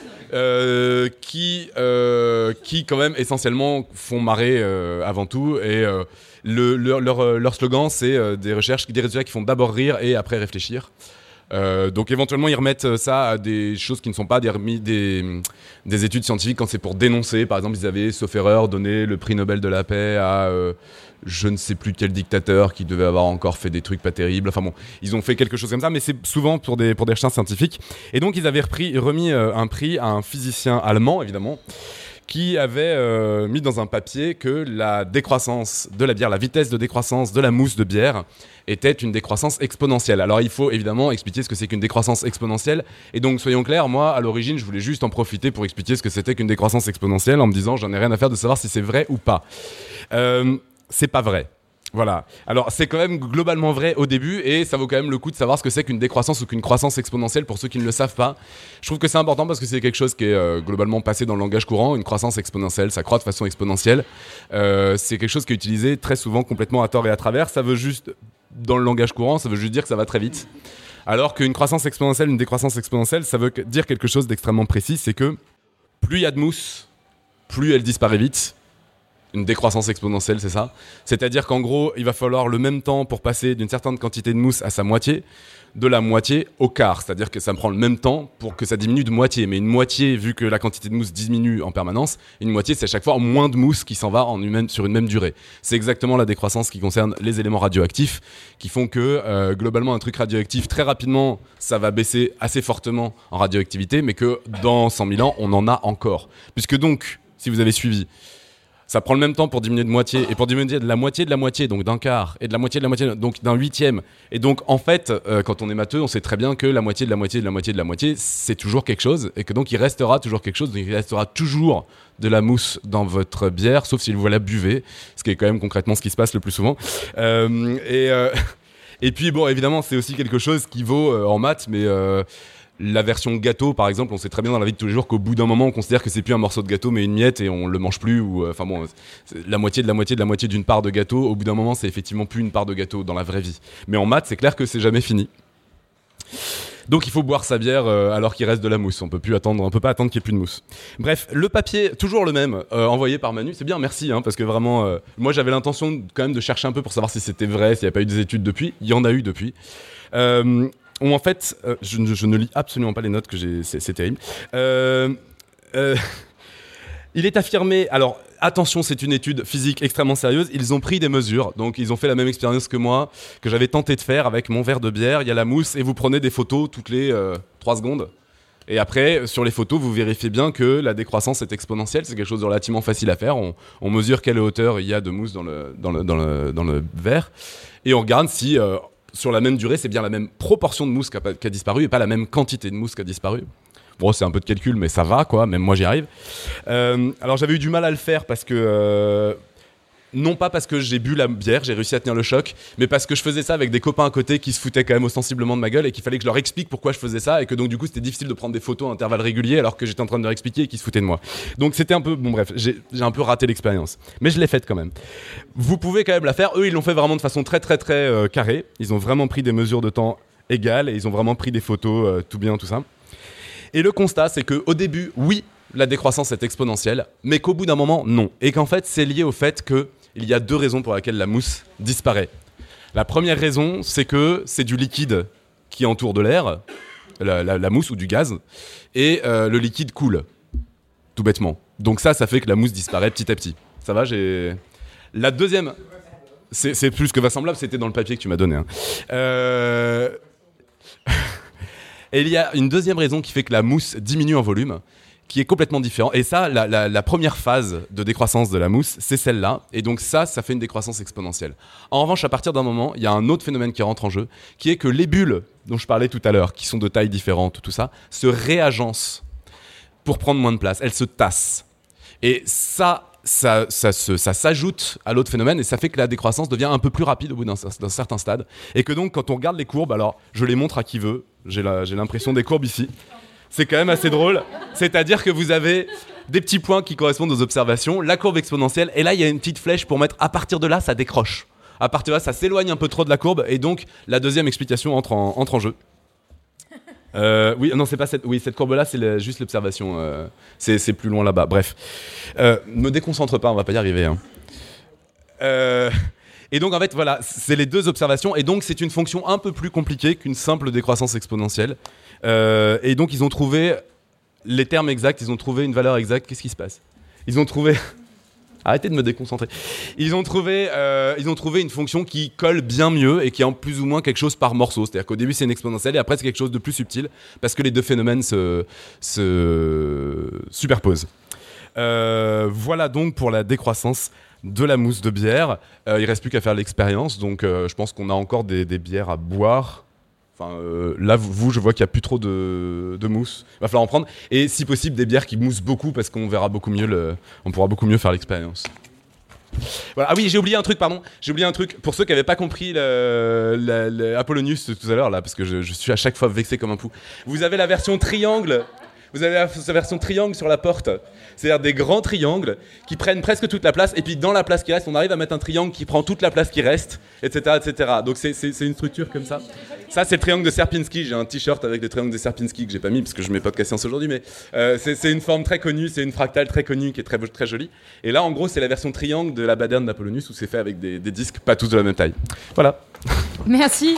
Euh, qui, euh, qui quand même essentiellement font marrer euh, avant tout et euh, le, leur, leur, leur slogan c'est euh, des recherches, des résultats qui font d'abord rire et après réfléchir. Euh, donc éventuellement ils remettent ça à des choses qui ne sont pas des, des, des études scientifiques quand c'est pour dénoncer. Par exemple ils avaient, sauf erreur, donné le prix Nobel de la paix à euh, je ne sais plus quel dictateur qui devait avoir encore fait des trucs pas terribles. Enfin bon, ils ont fait quelque chose comme ça, mais c'est souvent pour des, pour des recherches scientifiques. Et donc ils avaient repris, remis euh, un prix à un physicien allemand évidemment, qui avait euh, mis dans un papier que la décroissance de la bière, la vitesse de décroissance de la mousse de bière était une décroissance exponentielle. Alors il faut évidemment expliquer ce que c'est qu'une décroissance exponentielle. Et donc soyons clairs, moi à l'origine je voulais juste en profiter pour expliquer ce que c'était qu'une décroissance exponentielle en me disant j'en ai rien à faire de savoir si c'est vrai ou pas. Euh, c'est pas vrai. Voilà. Alors c'est quand même globalement vrai au début et ça vaut quand même le coup de savoir ce que c'est qu'une décroissance ou qu'une croissance exponentielle pour ceux qui ne le savent pas. Je trouve que c'est important parce que c'est quelque chose qui est euh, globalement passé dans le langage courant. Une croissance exponentielle, ça croît de façon exponentielle. Euh, c'est quelque chose qui est utilisé très souvent complètement à tort et à travers. Ça veut juste, dans le langage courant, ça veut juste dire que ça va très vite. Alors qu'une croissance exponentielle, une décroissance exponentielle, ça veut dire quelque chose d'extrêmement précis. C'est que plus il y a de mousse, plus elle disparaît vite. Une décroissance exponentielle, c'est ça. C'est-à-dire qu'en gros, il va falloir le même temps pour passer d'une certaine quantité de mousse à sa moitié, de la moitié au quart. C'est-à-dire que ça me prend le même temps pour que ça diminue de moitié. Mais une moitié, vu que la quantité de mousse diminue en permanence, une moitié, c'est à chaque fois moins de mousse qui s'en va en une même, sur une même durée. C'est exactement la décroissance qui concerne les éléments radioactifs, qui font que, euh, globalement, un truc radioactif, très rapidement, ça va baisser assez fortement en radioactivité, mais que dans cent mille ans, on en a encore. Puisque donc, si vous avez suivi, ça prend le même temps pour diminuer de moitié et pour diminuer de la moitié de la moitié, donc d'un quart, et de la moitié de la moitié, donc d'un huitième. Et donc en fait, euh, quand on est matheux, on sait très bien que la moitié de la moitié de la moitié de la moitié, c'est toujours quelque chose, et que donc il restera toujours quelque chose, donc il restera toujours de la mousse dans votre bière, sauf si vous la buvez, ce qui est quand même concrètement ce qui se passe le plus souvent. Euh, et, euh, et puis bon, évidemment, c'est aussi quelque chose qui vaut euh, en maths, mais... Euh, la version gâteau, par exemple, on sait très bien dans la vie de tous les jours qu'au bout d'un moment, on considère que c'est plus un morceau de gâteau, mais une miette et on le mange plus. Ou enfin euh, bon, la moitié de la moitié de la moitié d'une part de gâteau. Au bout d'un moment, c'est effectivement plus une part de gâteau dans la vraie vie. Mais en maths, c'est clair que c'est jamais fini. Donc il faut boire sa bière euh, alors qu'il reste de la mousse. On peut plus attendre, on peut pas attendre qu'il y ait plus de mousse. Bref, le papier, toujours le même, euh, envoyé par Manu. C'est bien, merci, hein, parce que vraiment, euh, moi j'avais l'intention quand même de chercher un peu pour savoir si c'était vrai, s'il n'y a pas eu des études depuis. Il y en a eu depuis. Euh, Où en fait, euh, je, ne, je ne lis absolument pas les notes que j'ai, c'est, c'est terrible. Euh, euh, il est affirmé, alors attention, c'est une étude physique extrêmement sérieuse, ils ont pris des mesures, donc ils ont fait la même expérience que moi, que j'avais tenté de faire avec mon verre de bière, il y a la mousse et vous prenez des photos toutes les euh, trois secondes. Et après, sur les photos, vous vérifiez bien que la décroissance est exponentielle, c'est quelque chose de relativement facile à faire, on, on mesure quelle hauteur il y a de mousse dans le, dans le, dans le, dans le verre, et on regarde si... Euh, sur la même durée, c'est bien la même proportion de mousse qui a, qui a disparu et pas la même quantité de mousse qui a disparu. Bon, c'est un peu de calcul, mais ça va, quoi. Même moi, j'y arrive. Euh, alors, j'avais eu du mal à le faire parce que... Euh, non pas parce que j'ai bu la bière, j'ai réussi à tenir le choc, mais parce que je faisais ça avec des copains à côté qui se foutaient quand même ostensiblement de ma gueule et qu'il fallait que je leur explique pourquoi je faisais ça et que donc du coup c'était difficile de prendre des photos à intervalles réguliers alors que j'étais en train de leur expliquer et qu'ils se foutaient de moi. Donc c'était un peu, bon bref, j'ai, j'ai un peu raté l'expérience. Mais je l'ai faite quand même. Vous pouvez quand même la faire. Eux, ils l'ont fait vraiment de façon très très très euh, carrée. Ils ont vraiment pris des mesures de temps égales et ils ont vraiment pris des photos euh, tout bien, tout ça. Et le constat, c'est qu'au début, oui, la décroissance est exponentielle, mais qu'au bout d'un moment, non. Et qu'en fait, c'est lié au fait qu'il y a deux raisons pour lesquelles la mousse disparaît. La première raison, c'est que c'est du liquide qui entoure de l'air, la, la, la mousse ou du gaz, et euh, le liquide coule, tout bêtement. Donc ça, ça fait que la mousse disparaît petit à petit. Ça va, j'ai... La deuxième... C'est, c'est plus que vraisemblable, c'était dans le papier que tu m'as donné. Hein. Euh... Et il y a une deuxième raison qui fait que la mousse diminue en volume, qui est complètement différent. Et ça, la, la, la première phase de décroissance de la mousse, c'est celle-là. Et donc ça, ça fait une décroissance exponentielle. En revanche, à partir d'un moment, il y a un autre phénomène qui rentre en jeu, qui est que les bulles dont je parlais tout à l'heure, qui sont de tailles différentes, tout ça, se réagencent pour prendre moins de place. Elles se tassent. Et ça... Ça, ça, se, ça s'ajoute à l'autre phénomène et ça fait que la décroissance devient un peu plus rapide au bout d'un, d'un certain stade. Et que donc, quand on regarde les courbes, alors je les montre à qui veut, j'ai, la, j'ai l'impression des courbes ici. C'est quand même assez drôle. C'est-à-dire que vous avez des petits points qui correspondent aux observations, la courbe exponentielle, et là, il y a une petite flèche pour mettre à partir de là, ça décroche. À partir de là, ça s'éloigne un peu trop de la courbe et donc la deuxième explication entre en, entre en jeu. Euh, oui, non, c'est pas cette. Oui, cette courbe-là, c'est le, juste l'observation. Euh, c'est, c'est plus loin là-bas. Bref, euh, me déconcentre pas, on va pas y arriver. Hein. Euh, et donc, en fait, voilà, c'est les deux observations. Et donc, c'est une fonction un peu plus compliquée qu'une simple décroissance exponentielle. Euh, et donc, ils ont trouvé les termes exacts. Ils ont trouvé une valeur exacte. Qu'est-ce qui se passe ? Ils ont trouvé. Arrêtez de me déconcentrer. Ils ont trouvé, euh, ils ont trouvé une fonction qui colle bien mieux et qui est en plus ou moins quelque chose par morceau. C'est-à-dire qu'au début, c'est une exponentielle et après, c'est quelque chose de plus subtil parce que les deux phénomènes se, se superposent. Euh, voilà donc pour la décroissance de la mousse de bière. Euh, il ne reste plus qu'à faire l'expérience. Donc, euh, je pense qu'on a encore des, des bières à boire. Enfin, euh, là, vous, je vois qu'il n'y a plus trop de, de mousse. Il va falloir en prendre. Et si possible, des bières qui moussent beaucoup parce qu'on verra beaucoup mieux le, on pourra beaucoup mieux faire l'expérience. Voilà. Ah oui, j'ai oublié un truc, pardon. J'ai oublié un truc. Pour ceux qui n'avaient pas compris le, le, le Apollonius tout à l'heure, là, parce que je, je suis à chaque fois vexé comme un fou. Vous avez la version triangle. Vous avez la version triangle sur la porte. C'est-à-dire des grands triangles qui prennent presque toute la place. Et puis dans la place qui reste, on arrive à mettre un triangle qui prend toute la place qui reste, et cetera, et cetera. Donc c'est, c'est, c'est une structure comme ça. Ça, c'est le triangle de Sierpinski. J'ai un t-shirt avec le triangle de Sierpinski que j'ai pas mis parce que je mets pas de science aujourd'hui, mais euh, c'est, c'est une forme très connue, c'est une fractale très connue qui est très, très jolie. Et là, en gros, c'est la version triangle de la baderne d'Apollonius où c'est fait avec des, des disques pas tous de la même taille. Voilà. Merci.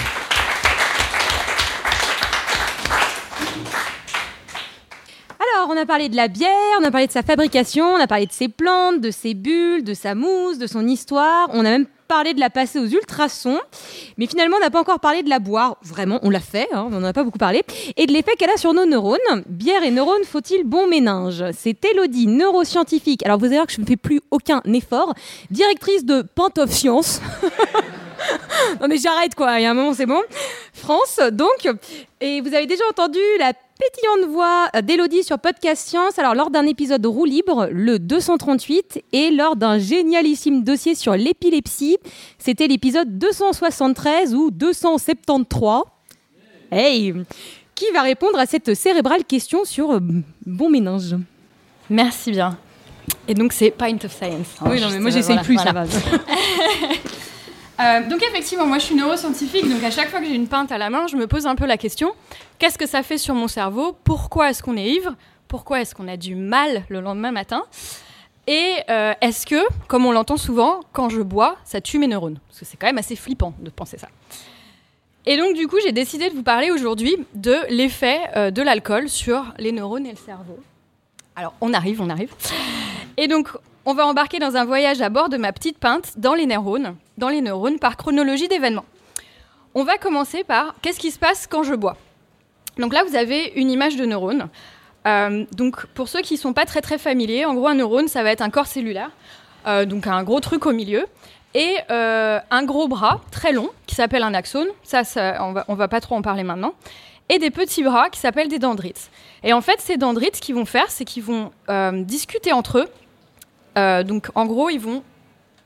Alors, on a parlé de la bière, on a parlé de sa fabrication, on a parlé de ses plantes, de ses bulles, de sa mousse, de son histoire. On a même parlé de la passer aux ultrasons. Mais finalement, on n'a pas encore parlé de la boire. Vraiment, on l'a fait, hein, on n'en a pas beaucoup parlé. Et de l'effet qu'elle a sur nos neurones. Bière et neurones, faut-il bon ménage ? C'est Élodie, neuroscientifique. Alors, vous allez voir que je ne fais plus aucun effort. Directrice de Pant of Science. Non mais j'arrête quoi, il y a un moment c'est bon. France donc, et vous avez déjà entendu la pétillante voix d'Élodie sur Podcast Science, alors lors d'un épisode de Roue Libre, le deux cent trente-huit, et lors d'un génialissime dossier sur l'épilepsie, c'était l'épisode deux cent soixante-treize ou deux cent soixante-treize. Hey, qui va répondre à cette cérébrale question sur euh, bon ménage ? Merci bien. Et donc c'est Pint of Science. Hein, oui non mais moi j'essaye voilà, plus voilà. Ça va. Euh, donc effectivement, moi je suis neuroscientifique, donc à chaque fois que j'ai une pinte à la main, je me pose un peu la question, qu'est-ce que ça fait sur mon cerveau ? Pourquoi est-ce qu'on est ivre ? Pourquoi est-ce qu'on a du mal le lendemain matin ? Et euh, est-ce que, comme on l'entend souvent, quand je bois, ça tue mes neurones ? Parce que c'est quand même assez flippant de penser ça. Et donc du coup, j'ai décidé de vous parler aujourd'hui de l'effet euh, de l'alcool sur les neurones et le cerveau. Alors on arrive, on arrive. Et donc... on va embarquer dans un voyage à bord de ma petite pinte dans les neurones, dans les neurones par chronologie d'événements. On va commencer par qu'est-ce qui se passe quand je bois. Donc là, vous avez une image de neurone. Euh, donc pour ceux qui ne sont pas très très familiers, en gros, un neurone, ça va être un corps cellulaire, euh, donc un gros truc au milieu, et euh, un gros bras très long qui s'appelle un axone. Ça, ça on va, on va pas trop en parler maintenant. Et des petits bras qui s'appellent des dendrites. Et en fait, ces dendrites, ce qu'ils vont faire, c'est qu'ils vont euh, discuter entre eux. Euh, donc, en gros, ils vont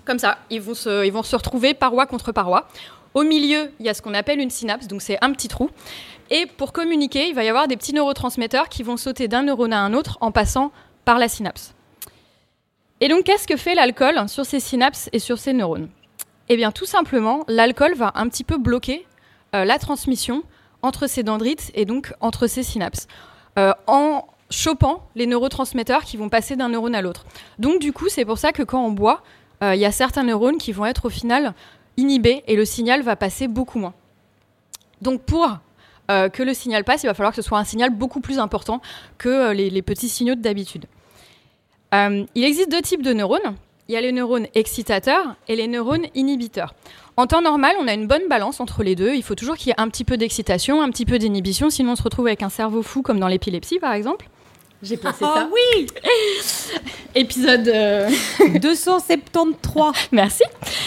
Comme ça, ils vont se, ils vont se retrouver paroi contre paroi. Au milieu, il y a ce qu'on appelle une synapse, donc c'est un petit trou. Et pour communiquer, il va y avoir des petits neurotransmetteurs qui vont sauter d'un neurone à un autre en passant par la synapse. Et donc, qu'est-ce que fait l'alcool sur ces synapses et sur ces neurones ? Eh bien, tout simplement, l'alcool va un petit peu bloquer euh, la transmission entre ces dendrites et donc entre ces synapses, euh, en chopant les neurotransmetteurs qui vont passer d'un neurone à l'autre. Donc, du coup, c'est pour ça que quand on boit, il euh, y a certains neurones qui vont être au final inhibés et le signal va passer beaucoup moins. Donc, pour euh, que le signal passe, il va falloir que ce soit un signal beaucoup plus important que euh, les, les petits signaux d'habitude. Euh, il existe deux types de neurones. Il y a les neurones excitateurs et les neurones inhibiteurs. En temps normal, on a une bonne balance entre les deux. Il faut toujours qu'il y ait un petit peu d'excitation, un petit peu d'inhibition, sinon on se retrouve avec un cerveau fou comme dans l'épilepsie, par exemple. J'ai placé oh, ça. Oui. Épisode euh... deux cent soixante-treize. Merci.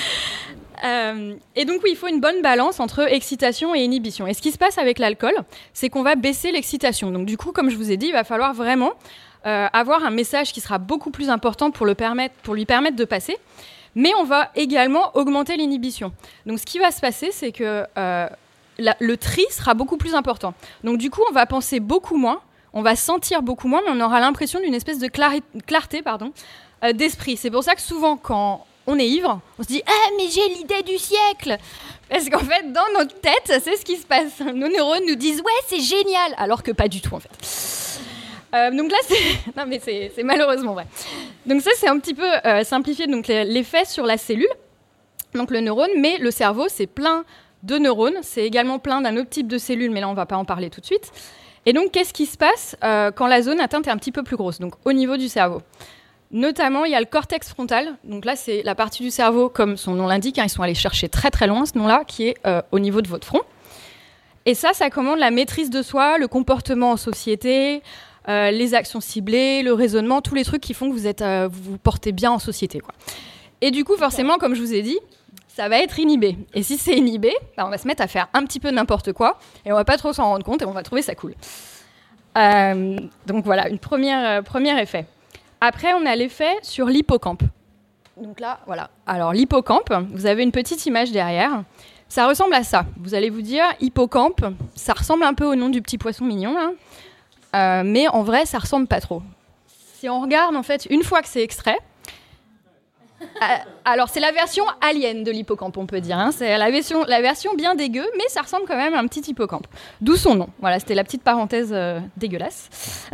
Euh, et donc oui, il faut une bonne balance entre excitation et inhibition. Et ce qui se passe avec l'alcool, c'est qu'on va baisser l'excitation. Donc du coup, comme je vous ai dit, il va falloir vraiment euh, avoir un message qui sera beaucoup plus important pour, le permettre, pour lui permettre de passer. Mais on va également augmenter l'inhibition. Donc ce qui va se passer, c'est que euh, la, le tri sera beaucoup plus important. Donc du coup, on va penser beaucoup moins, on va sentir beaucoup moins, mais on aura l'impression d'une espèce de clari- clarté pardon, euh, d'esprit. C'est pour ça que souvent, quand on est ivre, on se dit « Ah, mais j'ai l'idée du siècle !» Parce qu'en fait, dans notre tête, c'est ce qui se passe. Nos neurones nous disent « Ouais, c'est génial !» Alors que pas du tout, en fait. Euh, donc là, c'est... Non, mais c'est, c'est malheureusement vrai. Donc ça, c'est un petit peu euh, simplifié, donc l'effet sur la cellule, donc le neurone, mais le cerveau, c'est plein de neurones, c'est également plein d'un autre type de cellules, mais là, on ne va pas en parler tout de suite. Et donc, qu'est-ce qui se passe euh, quand la zone atteinte est un petit peu plus grosse, donc au niveau du cerveau ? Notamment, il y a le cortex frontal, donc là, c'est la partie du cerveau, comme son nom l'indique, hein, ils sont allés chercher très très loin ce nom-là, qui est euh, au niveau de votre front. Et ça, ça commande la maîtrise de soi, le comportement en société, Euh, les actions ciblées, le raisonnement, tous les trucs qui font que vous êtes, euh, vous vous portez bien en société, quoi. Et du coup, forcément, comme je vous ai dit, ça va être inhibé. Et si c'est inhibé, bah, on va se mettre à faire un petit peu n'importe quoi, et on va pas trop s'en rendre compte, et on va trouver ça cool. Euh, donc voilà, une première, euh, premier effet. Après, on a l'effet sur l'hippocampe. Donc là, voilà. Alors l'hippocampe, vous avez une petite image derrière. Ça ressemble à ça. Vous allez vous dire, hippocampe, ça ressemble un peu au nom du petit poisson mignon, là. Euh, mais en vrai, ça ressemble pas trop. Si on regarde, en fait, une fois que c'est extrait, euh, alors c'est la version alien de l'hippocampe, on peut dire. Hein, c'est la version, la version bien dégueu, mais ça ressemble quand même à un petit hippocampe. D'où son nom. Voilà, c'était la petite parenthèse euh, dégueulasse.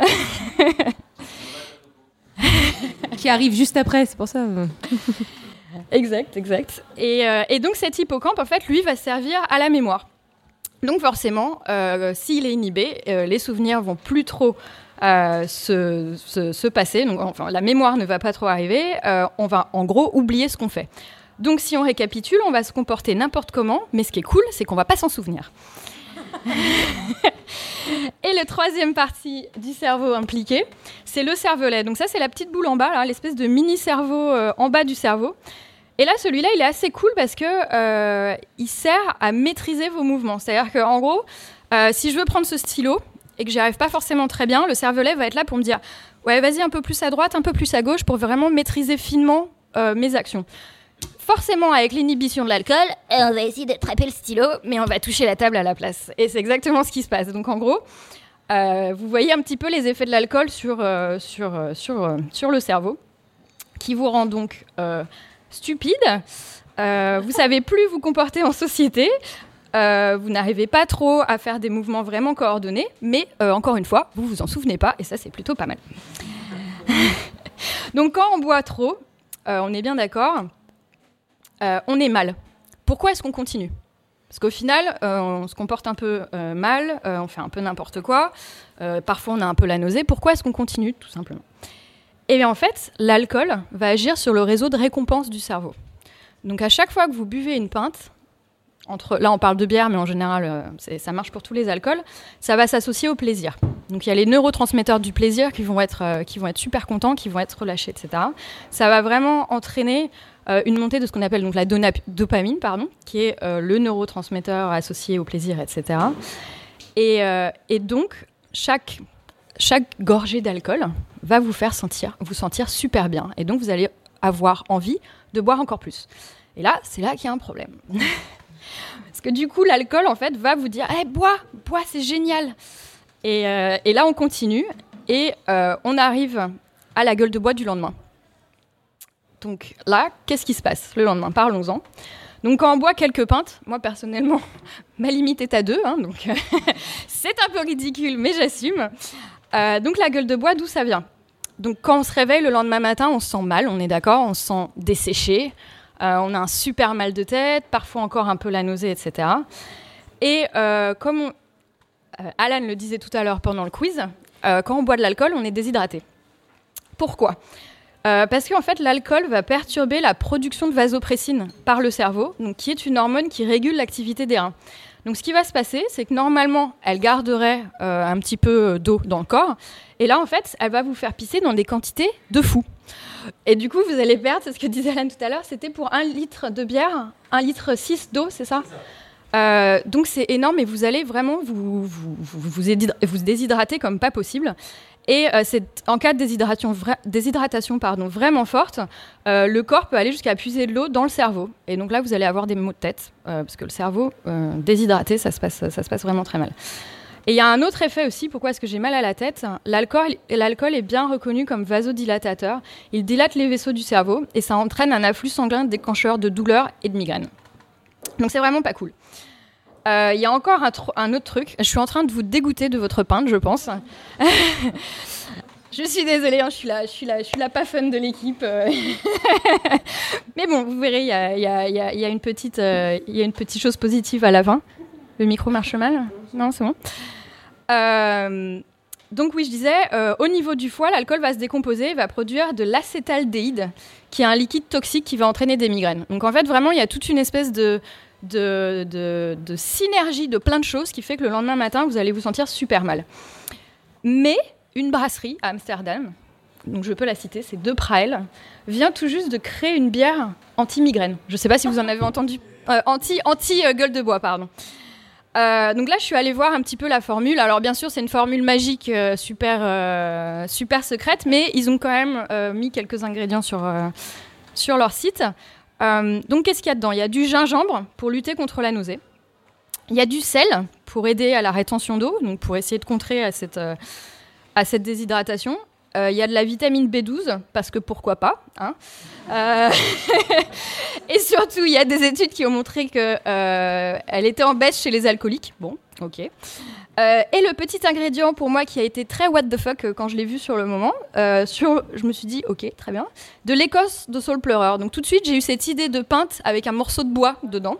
Qui arrive juste après, c'est pour ça. Exact, exact. Et, euh, et donc cet hippocampe, en fait, lui, va servir à la mémoire. Donc forcément, euh, s'il est inhibé, euh, les souvenirs vont plus trop euh, se, se, se passer. Donc, enfin, la mémoire ne va pas trop arriver. Euh, on va en gros oublier ce qu'on fait. Donc si on récapitule, on va se comporter n'importe comment. Mais ce qui est cool, c'est qu'on ne va pas s'en souvenir. Et la troisième partie du cerveau impliqué, c'est le cervelet. Donc ça, c'est la petite boule en bas, là, l'espèce de mini-cerveau euh, en bas du cerveau. Et là, celui-là, il est assez cool parce que euh, il sert à maîtriser vos mouvements. C'est-à-dire qu'en gros, euh, si je veux prendre ce stylo et que j'y arrive pas forcément très bien, le cervelet va être là pour me dire « Ouais, vas-y, un peu plus à droite, un peu plus à gauche » pour vraiment maîtriser finement euh, mes actions. Forcément, avec l'inhibition de l'alcool, on va essayer d'attraper le stylo, mais on va toucher la table à la place. Et c'est exactement ce qui se passe. Donc en gros, euh, vous voyez un petit peu les effets de l'alcool sur, euh, sur, euh, sur, euh, sur le cerveau, qui vous rend donc... Euh, stupide, euh, vous savez plus vous comporter en société, euh, vous n'arrivez pas trop à faire des mouvements vraiment coordonnés, mais euh, encore une fois, vous vous en souvenez pas, et ça c'est plutôt pas mal. Donc quand on boit trop, euh, on est bien d'accord, euh, on est mal. Pourquoi est-ce qu'on continue ? Parce qu'au final, euh, on se comporte un peu euh, mal, euh, on fait un peu n'importe quoi, euh, parfois on a un peu la nausée. Pourquoi est-ce qu'on continue ? Tout simplement. Et bien en fait, l'alcool va agir sur le réseau de récompense du cerveau. Donc à chaque fois que vous buvez une pinte, entre, là on parle de bière, mais en général euh, c'est, ça marche pour tous les alcools, ça va s'associer au plaisir. Donc il y a les neurotransmetteurs du plaisir qui vont être, euh, qui vont être super contents, qui vont être relâchés, et cetera. Ça va vraiment entraîner euh, une montée de ce qu'on appelle donc, la dona- dopamine, pardon, qui est euh, le neurotransmetteur associé au plaisir, et cetera. Et, euh, et donc chaque... Chaque gorgée d'alcool va vous faire sentir, vous sentir super bien. Et donc, vous allez avoir envie de boire encore plus. Et là, c'est là qu'il y a un problème. Parce que du coup, l'alcool, en fait, va vous dire hey, « bois, bois, c'est génial !» et, euh, et là, on continue et euh, on arrive à la gueule de bois du lendemain. Donc là, qu'est-ce qui se passe le lendemain ? Parlons-en. Donc quand on boit quelques pintes, moi personnellement, ma limite est à deux, hein, donc c'est un peu ridicule, mais j'assume. Euh, donc la gueule de bois, d'où ça vient ? Donc quand on se réveille le lendemain matin, on se sent mal, on est d'accord, on se sent desséché, euh, on a un super mal de tête, parfois encore un peu la nausée, et cetera. Et euh, comme on, euh, Alan le disait tout à l'heure pendant le quiz, euh, quand on boit de l'alcool, on est déshydraté. Pourquoi ? Euh, parce qu'en fait, l'alcool va perturber la production de vasopressine par le cerveau, donc qui est une hormone qui régule l'activité des reins. Donc ce qui va se passer, c'est que normalement, elle garderait euh, un petit peu d'eau dans le corps, et là, en fait, elle va vous faire pisser dans des quantités de fou. Et du coup, vous allez perdre, c'est ce que disait Alan tout à l'heure, c'était pour un litre de bière, un litre six d'eau, c'est ça ? Euh, donc c'est énorme et vous allez vraiment vous, vous, vous, vous, édhydra- vous déshydrater comme pas possible. Et euh, c'est, en cas de déshydratation, vra- déshydratation pardon, vraiment forte, euh, le corps peut aller jusqu'à puiser de l'eau dans le cerveau. Et donc là, vous allez avoir des maux de tête, euh, parce que le cerveau euh, déshydraté, ça se passe, ça se passe vraiment très mal. Et il y a un autre effet aussi, pourquoi est-ce que j'ai mal à la tête ? L'alcool, l'alcool est bien reconnu comme vasodilatateur. Il dilate les vaisseaux du cerveau et ça entraîne un afflux sanguin déclencheur de douleurs et de migraines. Donc c'est vraiment pas cool. Il euh, y a encore un, tr- un autre truc. Je suis en train de vous dégoûter de votre pinte, je pense. Je suis désolée, hein, je suis la, je suis la, je suis la pas fun de l'équipe. Mais bon, vous verrez, il y a, y a, y a, y a une petite, euh, y a une petite chose positive à la fin. Le micro marche mal ? Non, c'est bon. Euh, donc oui, je disais, euh, au niveau du foie, l'alcool va se décomposer, va produire de l'acétaldéhyde, qui est un liquide toxique qui va entraîner des migraines. Donc en fait, vraiment, il y a toute une espèce de... De, de, de synergie de plein de choses qui fait que le lendemain matin, vous allez vous sentir super mal. Mais une brasserie à Amsterdam, donc je peux la citer, c'est De Prael, vient tout juste de créer une bière anti-migraine. Je ne sais pas si vous en avez entendu. Euh, anti, anti euh, gueule de bois, pardon. Euh, donc là, je suis allée voir un petit peu la formule. Alors bien sûr, c'est une formule magique euh, super, euh, super secrète, mais ils ont quand même euh, mis quelques ingrédients sur, euh, sur leur site. Euh, donc, qu'est-ce qu'il y a dedans ? Il y a du gingembre pour lutter contre la nausée. Il y a du sel pour aider à la rétention d'eau, donc pour essayer de contrer à cette, euh, à cette déshydratation. Euh, il y a de la vitamine B douze, parce que pourquoi pas, hein. euh... Et surtout, il y a des études qui ont montré qu'elle euh, était en baisse chez les alcooliques. Bon, ok. Euh, et le petit ingrédient pour moi qui a été très what the fuck euh, quand je l'ai vu sur le moment, euh, sur, je me suis dit ok, très bien, de l'Écosse de Saul Pleureur. Donc tout de suite j'ai eu cette idée de pinte avec un morceau de bois dedans.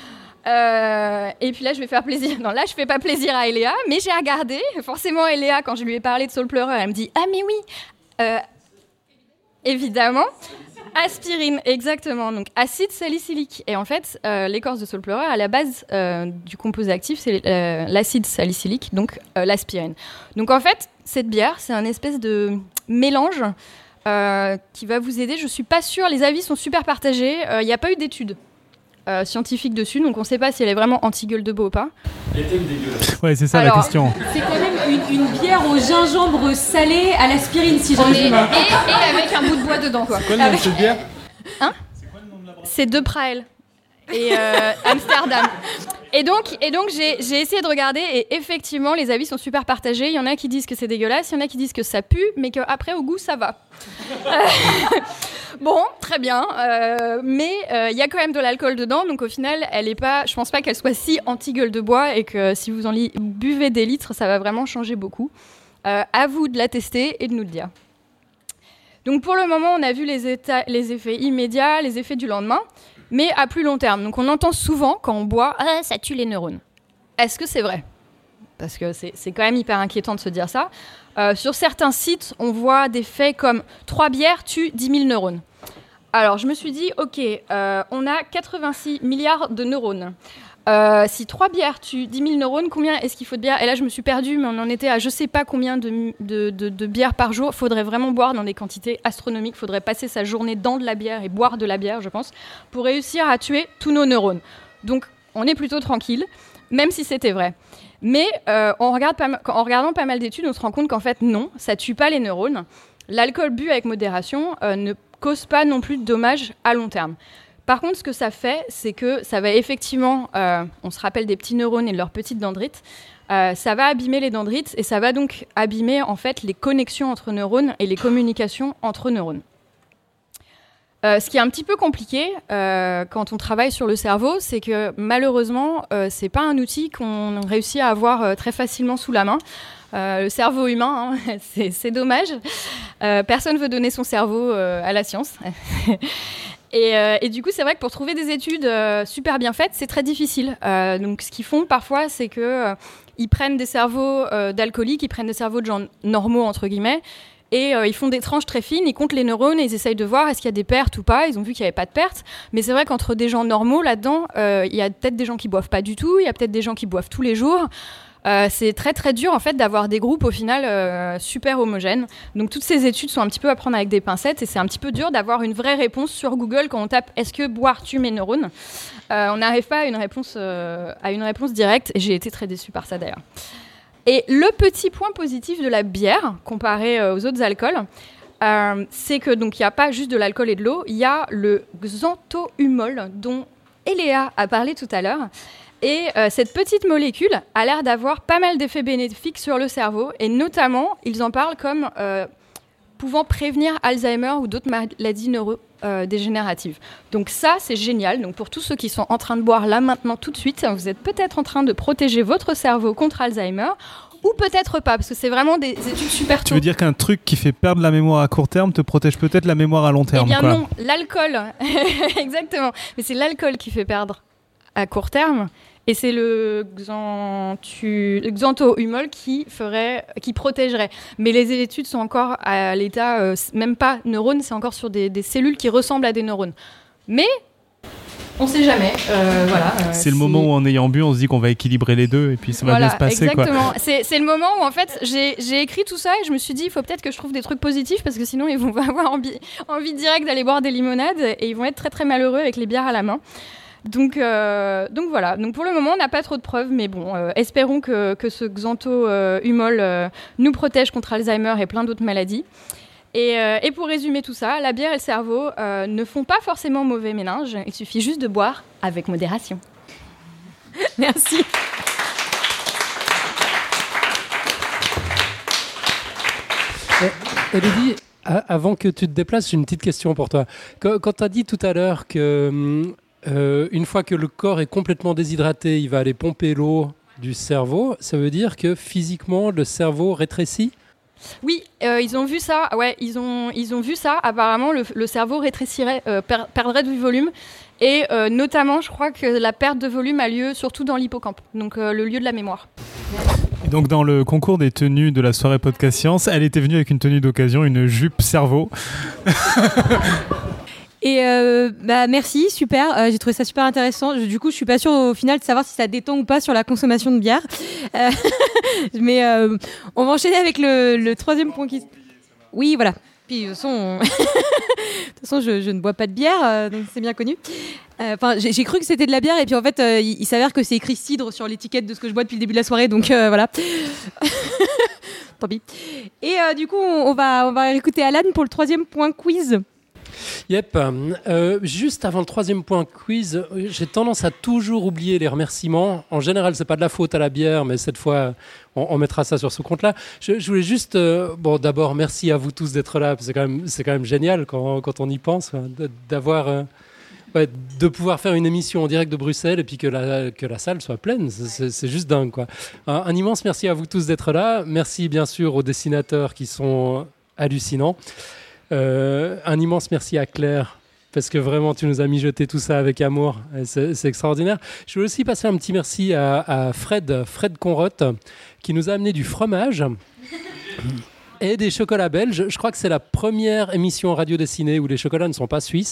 Euh, et puis là je vais faire plaisir. Non là je fais pas plaisir à Eléa, mais j'ai regardé. Forcément Eléa quand je lui ai parlé de Saul Pleureur, elle me dit ah mais oui, euh, évidemment. Aspirine, exactement. Donc, acide salicylique. Et en fait, euh, l'écorce de saule pleureur, à la base euh, du composé actif, c'est euh, l'acide salicylique, donc euh, l'aspirine. Donc, en fait, cette bière, c'est un espèce de mélange euh, qui va vous aider. Je ne suis pas sûre, les avis sont super partagés. Il euh, n'y a pas eu d'études euh, scientifiques dessus, donc on ne sait pas si elle est vraiment anti-gueule de bois ou pas. Est-elle dégueulasse ? Ouais, c'est ça Alors, la question. C'est quand même une, une bière au gingembre salé à l'aspirine, si je résume. Et, et avec un bout de bois dedans, quoi. C'est quoi le nom de cette bière ? Hein ? C'est quoi le nom de la brasserie ? C'est De Prael. Et euh, Amsterdam. Et donc, et donc j'ai, j'ai essayé de regarder et effectivement, les avis sont super partagés. Il y en a qui disent que c'est dégueulasse, il y en a qui disent que ça pue, mais qu'après, au goût, ça va. Bon, très bien. Euh, mais il euh, y a quand même de l'alcool dedans, donc au final, elle est pas, je pense pas qu'elle soit si anti-gueule de bois et que si vous en li- buvez des litres, ça va vraiment changer beaucoup. Euh, à vous de la tester et de nous le dire. Donc pour le moment, on a vu les, états, les effets immédiats, les effets du lendemain, mais à plus long terme. Donc on entend souvent quand on boit « Ah, ça tue les neurones ». Est-ce que c'est vrai ? Parce que c'est, c'est quand même hyper inquiétant de se dire ça. Euh, sur certains sites, on voit des faits comme « trois bières tuent dix mille neurones ». Alors je me suis dit « Ok, euh, on a quatre-vingt-six milliards de neurones ». Euh, si trois bières tuent dix mille neurones, combien est-ce qu'il faut de bières ? Et là, je me suis perdue, mais on en était à je ne sais pas combien de, de, de, de bières par jour. Il faudrait vraiment boire dans des quantités astronomiques. Il faudrait passer sa journée dans de la bière et boire de la bière, je pense, pour réussir à tuer tous nos neurones. Donc, on est plutôt tranquille, même si c'était vrai. Mais euh, on regarde pas mal, en regardant pas mal d'études, on se rend compte qu'en fait, non, ça ne tue pas les neurones. L'alcool bu avec modération euh, ne cause pas non plus de dommages à long terme. Par contre, ce que ça fait, c'est que ça va effectivement, euh, on se rappelle des petits neurones et de leurs petites dendrites, euh, ça va abîmer les dendrites et ça va donc abîmer en fait les connexions entre neurones et les communications entre neurones. Euh, ce qui est un petit peu compliqué euh, quand on travaille sur le cerveau, c'est que malheureusement, euh, c'est pas un outil qu'on réussit à avoir euh, très facilement sous la main. Euh, le cerveau humain, hein, c'est, c'est dommage. Euh, personne veut donner son cerveau euh, à la science. Et, euh, et du coup, c'est vrai que pour trouver des études euh, super bien faites, c'est très difficile. Euh, donc, ce qu'ils font parfois, c'est qu'ils euh, prennent des cerveaux euh, d'alcooliques, ils prennent des cerveaux de gens normaux, entre guillemets, et euh, ils font des tranches très fines, ils comptent les neurones et ils essayent de voir est-ce qu'il y a des pertes ou pas. Ils ont vu qu'il n'y avait pas de pertes. Mais c'est vrai qu'entre des gens normaux, là-dedans, euh, il y a peut-être des gens qui boivent pas du tout, il y a peut-être des gens qui boivent tous les jours. Euh, c'est très très dur en fait d'avoir des groupes au final euh, super homogènes. Donc toutes ces études sont un petit peu à prendre avec des pincettes et c'est un petit peu dur d'avoir une vraie réponse sur Google quand on tape est-ce que boire tue mes neurones. Euh, on n'arrive pas à une réponse euh, à une réponse directe et j'ai été très déçue par ça d'ailleurs. Et le petit point positif de la bière comparé euh, aux autres alcools, euh, c'est que donc il n'y a pas juste de l'alcool et de l'eau, il y a le xanthohumol dont Eléa a parlé tout à l'heure. Et euh, cette petite molécule a l'air d'avoir pas mal d'effets bénéfiques sur le cerveau. Et notamment, ils en parlent comme euh, pouvant prévenir Alzheimer ou d'autres maladies neurodégénératives. Donc ça, c'est génial. Donc pour tous ceux qui sont en train de boire là, maintenant, tout de suite, vous êtes peut-être en train de protéger votre cerveau contre Alzheimer. Ou peut-être pas, parce que c'est vraiment des études super tôt. Tu veux dire qu'un truc qui fait perdre la mémoire à court terme te protège peut-être la mémoire à long terme? Eh bien quoi. non, l'alcool. Exactement. Mais c'est l'alcool qui fait perdre à court terme. Et c'est le xanthu... xanthohumol qui ferait, qui protégerait. Mais les études sont encore à l'état, euh, même pas neurones, c'est encore sur des, des cellules qui ressemblent à des neurones. Mais on ne sait jamais. Euh, voilà. Euh, c'est le moment où en ayant bu, on se dit qu'on va équilibrer les deux et puis ça va voilà, bien se passer. Exactement. Quoi. C'est, c'est le moment où en fait j'ai, j'ai écrit tout ça et je me suis dit il faut peut-être que je trouve des trucs positifs parce que sinon ils vont avoir envie, envie direct d'aller boire des limonades et ils vont être très très malheureux avec les bières à la main. Donc, euh, donc voilà, donc pour le moment on n'a pas trop de preuves, mais bon, euh, espérons que, que ce xanthohumol euh, nous protège contre Alzheimer et plein d'autres maladies. Et, euh, et pour résumer tout ça, la bière et le cerveau euh, ne font pas forcément mauvais ménage, il suffit juste de boire avec modération. Merci. Élodie, avant que tu te déplaces, j'ai une petite question pour toi. Quand, quand tu as dit tout à l'heure que... Euh, une fois que le corps est complètement déshydraté, il va aller pomper l'eau du cerveau. Ça veut dire que physiquement, le cerveau rétrécit ? Oui, euh, ils ont vu ça. Ouais, ils ont, ils ont vu ça. Apparemment, le, le cerveau rétrécirait, euh, per, perdrait du volume. Et euh, notamment, je crois que la perte de volume a lieu surtout dans l'hippocampe, donc euh, le lieu de la mémoire. Et donc dans le concours des tenues de la soirée Podcast Science, elle était venue avec une tenue d'occasion, une jupe cerveau. Et euh, bah merci, super, euh, j'ai trouvé ça super intéressant. Je, du coup, je suis pas sûre au final de savoir si ça détend ou pas sur la consommation de bière. Euh, mais euh, on va enchaîner avec le, le troisième point qui... Oui, voilà. Puis de toute façon, on... de toute façon je, je ne bois pas de bière, euh, donc c'est bien connu. Enfin, euh, j'ai, j'ai cru que c'était de la bière et puis en fait, euh, il, il s'avère que c'est écrit cidre sur l'étiquette de ce que je bois depuis le début de la soirée, donc euh, voilà. Tant pis. Et euh, du coup, on, on va on va écouter Alan pour le troisième point quiz. Yep. Euh, juste avant le troisième point quiz, j'ai tendance à toujours oublier les remerciements. En général, c'est pas de la faute à la bière, mais cette fois, on, on mettra ça sur ce compte-là. Je, je voulais juste, euh, bon, d'abord, merci à vous tous d'être là. C'est quand même, c'est quand même génial quand, quand on y pense, d'avoir, euh, ouais, de pouvoir faire une émission en direct de Bruxelles et puis que la, que la salle soit pleine. C'est, c'est, c'est juste dingue, quoi. Un, un immense merci à vous tous d'être là. Merci bien sûr aux dessinateurs qui sont hallucinants. Euh, un immense merci à Claire parce que vraiment tu nous as mijoté tout ça avec amour, c'est, c'est extraordinaire. Je veux aussi passer un petit merci à, à Fred Fred Conrotte qui nous a amené du fromage et des chocolats belges. Je crois que c'est la première émission radio dessinée où les chocolats ne sont pas suisses.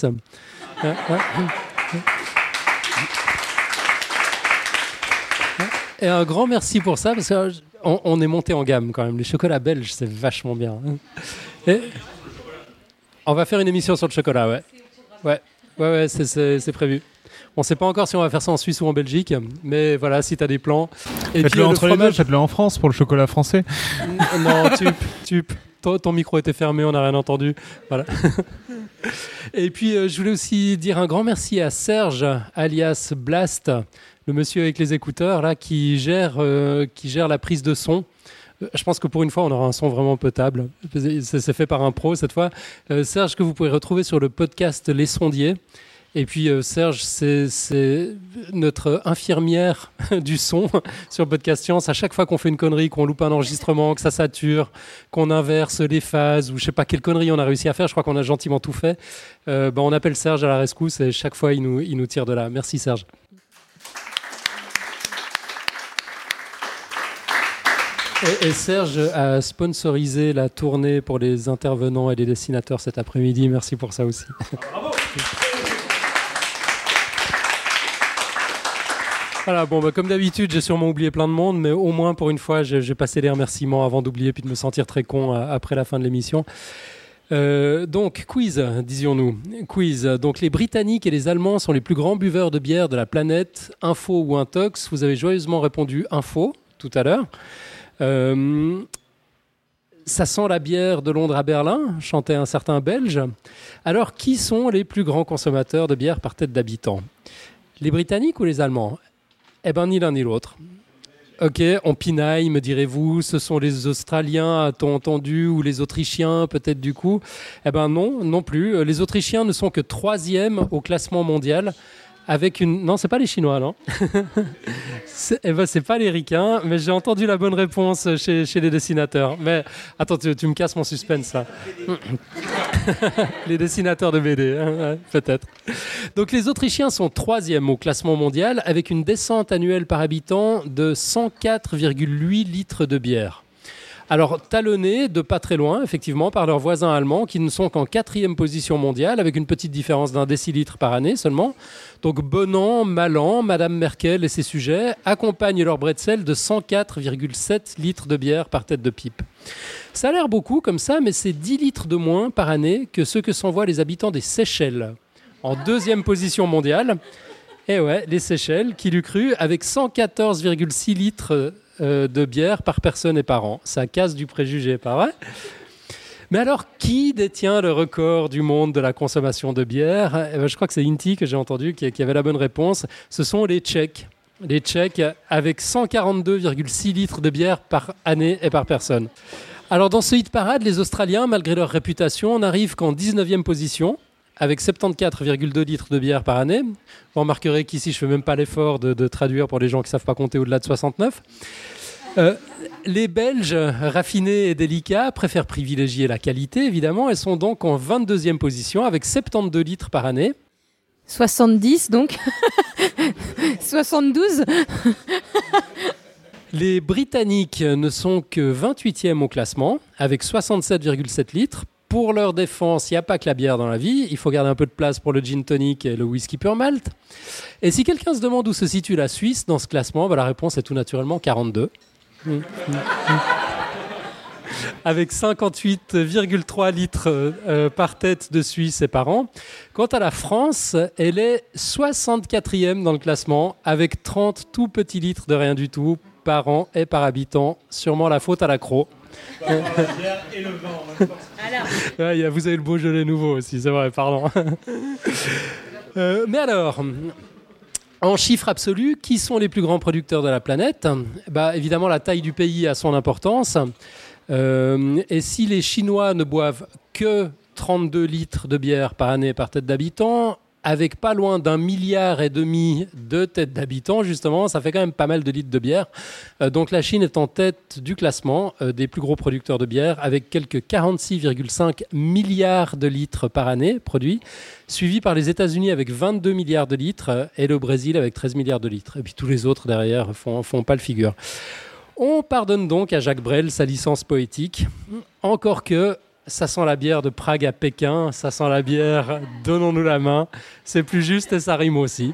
Et un grand merci pour ça parce qu'on on est monté en gamme quand même. Les chocolats belges, c'est vachement bien. Et on va faire une émission sur le chocolat, ouais. Ouais, ouais, ouais c'est, c'est, c'est prévu. On ne sait pas encore si on va faire ça en Suisse ou en Belgique, mais voilà, si tu as des plans. Et faites-le puis, entre le les deux, fromage... faites-le en France pour le chocolat français. Non, tup, tup. Ton, ton micro était fermé, on n'a rien entendu. Voilà. Et puis, euh, je voulais aussi dire un grand merci à Serge, alias Blast, le monsieur avec les écouteurs, là, qui gère, euh, qui gère la prise de son. Je pense que pour une fois, on aura un son vraiment potable. C'est fait par un pro cette fois. Euh, Serge, que vous pouvez retrouver sur le podcast Les Sondiers. Et puis euh, Serge, c'est notre infirmière du son sur Podcast Science. À chaque fois qu'on fait une connerie, qu'on loupe un enregistrement, que ça sature, qu'on inverse les phases, ou je sais pas quelle connerie on a réussi à faire, je crois qu'on a gentiment tout fait, euh, ben, on appelle Serge à la rescousse et chaque fois, il nous, il nous tire de là. Merci Serge. Et, et Serge a sponsorisé la tournée pour les intervenants et les dessinateurs cet après-midi. Merci pour ça aussi. Bravo. Voilà, bon, bah, comme d'habitude, j'ai sûrement oublié plein de monde, mais au moins pour une fois, j'ai passé les remerciements avant d'oublier puis de me sentir très con à, après la fin de l'émission. Euh, donc, quiz, disions-nous. Quiz. Donc, les Britanniques et les Allemands sont les plus grands buveurs de bière de la planète. Info ou intox? Vous avez joyeusement répondu info tout à l'heure. Euh, ça sent la bière de Londres à Berlin, chantait un certain Belge. Alors, qui sont les plus grands consommateurs de bière par tête d'habitant? Les Britanniques ou les Allemands? Eh bien, ni l'un ni l'autre. Ok, on pinaille, me direz-vous, ce sont les Australiens, a-t-on entendu, ou les Autrichiens, peut-être du coup. Eh bien non, non plus. Les Autrichiens ne sont que troisième au classement mondial, avec une... Non, c'est pas les Chinois, non. Eh ben, c'est pas les Ricains, mais j'ai entendu la bonne réponse chez, chez les dessinateurs. Mais attends, tu, tu me casses mon suspense, là. Les dessinateurs de B D, hein, ouais, peut-être. Donc les Autrichiens sont troisième au classement mondial, avec une descente annuelle par habitant de cent quatre virgule huit litres de bière. Alors, talonnés de pas très loin, effectivement, par leurs voisins allemands, qui ne sont qu'en quatrième position mondiale, avec une petite différence d'un décilitre par année seulement. Donc, Bonan, Malan, Madame Merkel et ses sujets accompagnent leur bretzel de cent quatre virgule sept litres de bière par tête de pipe. Ça a l'air beaucoup comme ça, mais c'est dix litres de moins par année que ce que s'envoient les habitants des Seychelles, en deuxième position mondiale. Et ouais, les Seychelles, qui l'eût cru, avec cent quatorze virgule six litres Euh, de bière par personne et par an. Ça casse du préjugé, pas vrai? Mais alors, qui détient le record du monde de la consommation de bière? Eh ben, je crois que c'est Inti que j'ai entendu qui, qui avait la bonne réponse. Ce sont les Tchèques. Les Tchèques avec cent quarante-deux virgule six litres de bière par année et par personne. Alors, dans ce hit parade, les Australiens, malgré leur réputation, n'arrivent qu'en dix-neuvième position, avec soixante-quatorze virgule deux litres de bière par année. Vous remarquerez qu'ici, je ne fais même pas l'effort de, de traduire pour les gens qui ne savent pas compter au-delà de soixante-neuf. Euh, les Belges, raffinés et délicats, préfèrent privilégier la qualité, évidemment, et sont donc en vingt-deuxième position, avec soixante-douze litres par année. soixante-dix, donc. soixante-douze. Les Britanniques ne sont que vingt-huitième au classement, avec soixante-sept virgule sept litres. Pour leur défense, il n'y a pas que la bière dans la vie. Il faut garder un peu de place pour le gin tonic et le whisky pur malt. Et si quelqu'un se demande où se situe la Suisse dans ce classement, bah la réponse est tout naturellement quarante-deux. Mmh, mmh, mmh. Avec cinquante-huit virgule trois litres euh, par tête de Suisse et par an. Quant à la France, elle est soixante-quatrième dans le classement, avec trente tout petits litres de rien du tout par an et par habitant. Sûrement la faute à l'accro. Et le vin en même temps. Ouais, vous avez le Beaujolais nouveau aussi, c'est vrai, pardon. euh, mais alors, en chiffres absolus, qui sont les plus grands producteurs de la planète? Bah, évidemment, la taille du pays a son importance. Euh, et si les Chinois ne boivent que trente-deux litres de bière par année par tête d'habitant, avec pas loin d'un milliard et demi de têtes d'habitants, justement, ça fait quand même pas mal de litres de bière. Euh, donc la Chine est en tête du classement euh, des plus gros producteurs de bière, avec quelques quarante-six virgule cinq milliards de litres par année produits, suivi par les États-Unis avec vingt-deux milliards de litres euh, et le Brésil avec treize milliards de litres. Et puis tous les autres derrière font, font pas le figure. On pardonne donc à Jacques Brel sa licence poétique, encore que ça sent la bière de Prague à Pékin, ça sent la bière donnons-nous la main, c'est plus juste et ça rime aussi.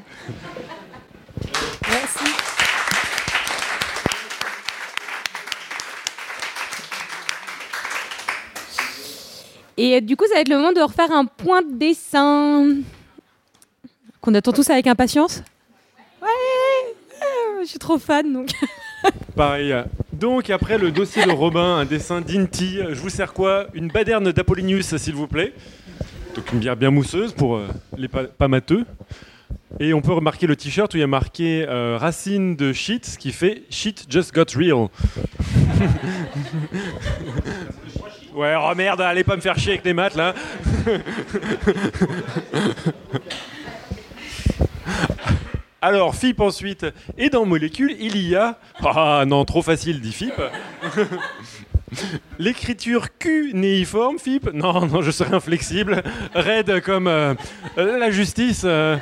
Merci. Et du coup, ça va être le moment de refaire un point de dessin. qu'on attend tous avec impatience. Ouais, euh, je suis trop fan donc. Pareil. Donc, après le dossier de Robin, un dessin d'Inti, je vous sers quoi? Une baderne d'Apollinius, s'il vous plaît. Donc, une bière bien mousseuse pour euh, les pa- pas matheux. Et on peut remarquer le t-shirt où il y a marqué euh, Racine de shit, ce qui fait shit just got real. Ouais, oh merde, allez pas me faire chier avec les maths là. Alors, F I P ensuite. Et dans molécules, il y a... Ah non, trop facile, dit F I P. L'écriture cunéiforme, F I P. Non, non, je serai inflexible. Raide comme euh, la justice. Euh.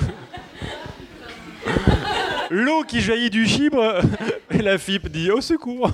L'eau qui jaillit du chibre. Et la F I P dit au secours.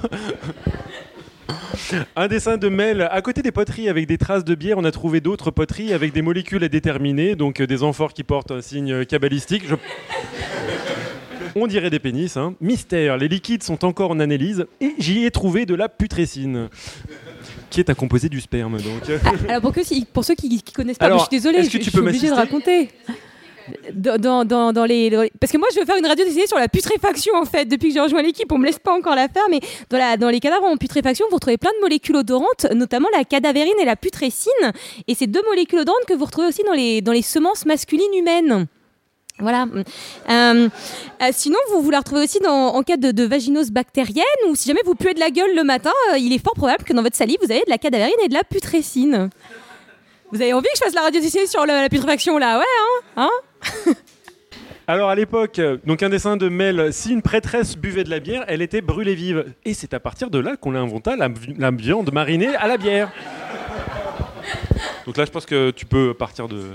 Un dessin de Mel. À côté des poteries avec des traces de bière, on a trouvé d'autres poteries avec des molécules à déterminer, donc euh, des amphores qui portent un signe kabbalistique. Je... On dirait des pénis. Hein. Mystère, les liquides sont encore en analyse et j'y ai trouvé de la putrécine, qui est un composé du sperme. Donc. Alors pour, que, pour ceux qui ne connaissent pas, Alors, je suis désolée, est-ce que je, tu je peux suis obligée de raconter. Dans, dans, dans, dans les, dans les... Parce que moi je veux faire une radio dessinée sur la putréfaction en fait. Depuis que j'ai rejoint l'équipe, on me laisse pas encore la faire, mais dans, la, dans les cadavres en putréfaction, vous retrouvez plein de molécules odorantes, notamment la cadavérine et la putrécine. Et c'est deux molécules odorantes que vous retrouvez aussi dans les, dans les semences masculines humaines. Voilà. Euh, euh, sinon, vous, vous la retrouvez aussi dans, en cas de, de vaginose bactérienne, ou si jamais vous puez de la gueule le matin, euh, il est fort probable que dans votre salive, vous avez de la cadavérine et de la putrécine. Vous avez envie que je fasse la radio dessinée sur le, la putréfaction là? Ouais, hein, hein. Alors à l'époque, donc un dessin de Mel, si une prêtresse buvait de la bière, elle était brûlée vive. Et c'est à partir de là qu'on a inventé la, la viande marinée à la bière. Donc là, je pense que tu peux partir de...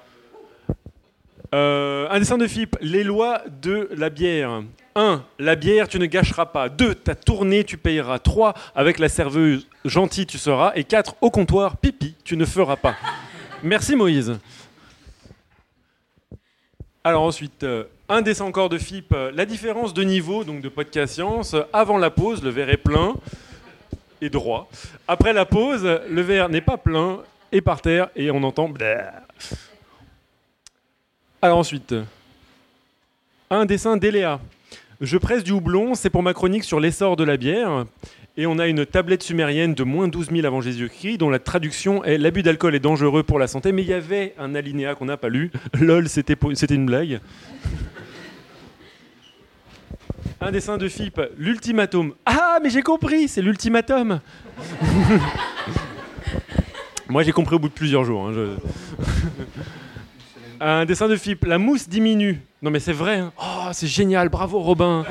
Euh, un dessin de F I P, les lois de la bière. un. La bière, tu ne gâcheras pas. deux. Ta tournée, tu payeras. trois. Avec la serveuse, gentil, tu seras. Et quatre. Au comptoir, pipi, tu ne feras pas. Merci Moïse. Alors ensuite, euh, un dessin encore de F I P, euh, la différence de niveau donc de podcast science. Avant la pause, le verre est plein et droit. Après la pause, le verre n'est pas plein et par terre et on entend... Bleh. Alors ensuite, un dessin d'Eléa. Je presse du houblon, c'est pour ma chronique sur l'essor de la bière. Et on a une tablette sumérienne de moins douze mille avant Jésus-Christ, dont la traduction est « L'abus d'alcool est dangereux pour la santé ». Mais il y avait un alinéa qu'on n'a pas lu. Lol, c'était, po- c'était une blague. Un dessin de F I P, l'ultimatum. Ah, mais j'ai compris, c'est l'ultimatum. Moi, j'ai compris au bout de plusieurs jours. Hein, je... Un dessin de F I P, la mousse diminue. Non mais c'est vrai. Hein. Oh, c'est génial, bravo Robin.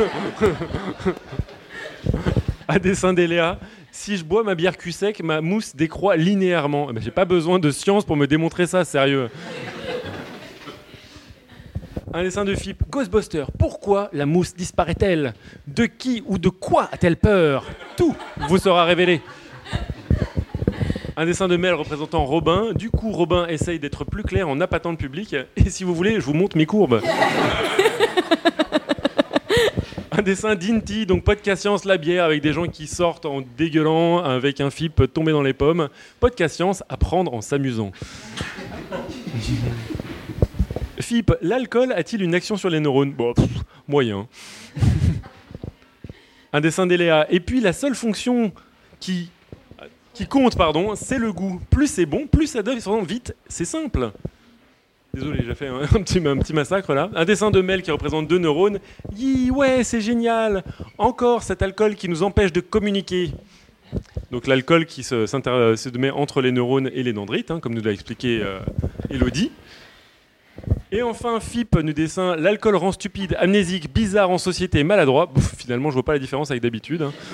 Un dessin d'Eléa. Si je bois ma bière cul sec, ma mousse décroît linéairement. Eh ben, j'ai pas besoin de science pour me démontrer ça, sérieux. Un dessin de F I P, Ghostbuster. Pourquoi la mousse disparaît-elle? De qui ou de quoi a-t-elle peur? Tout vous sera révélé. Un dessin de Mel représentant Robin. Du coup, Robin essaye d'être plus clair en appâtant le public. Et si vous voulez, je vous montre mes courbes. Un dessin d'Inti, donc podcast science, la bière, avec des gens qui sortent en dégueulant, avec un F I P tombé dans les pommes. Podcast science, apprendre en s'amusant. F I P, l'alcool a-t-il une action sur les neurones? Bon, pff, moyen. Un dessin d'Eléa. Et puis la seule fonction qui... qui compte, pardon, c'est le goût. Plus c'est bon, plus ça donne vite, c'est simple. Désolé, j'ai fait un, un, petit, un petit massacre là. Un dessin de Mel qui représente deux neurones. Yi, ouais, c'est génial. Encore cet alcool qui nous empêche de communiquer. Donc l'alcool qui se, se met entre les neurones et les dendrites, hein, comme nous l'a expliqué euh, Elodie. Et enfin, F I P nous dessin l'alcool rend stupide, amnésique, bizarre en société, maladroit. Bouf, finalement, je vois pas la différence avec d'habitude. Hein.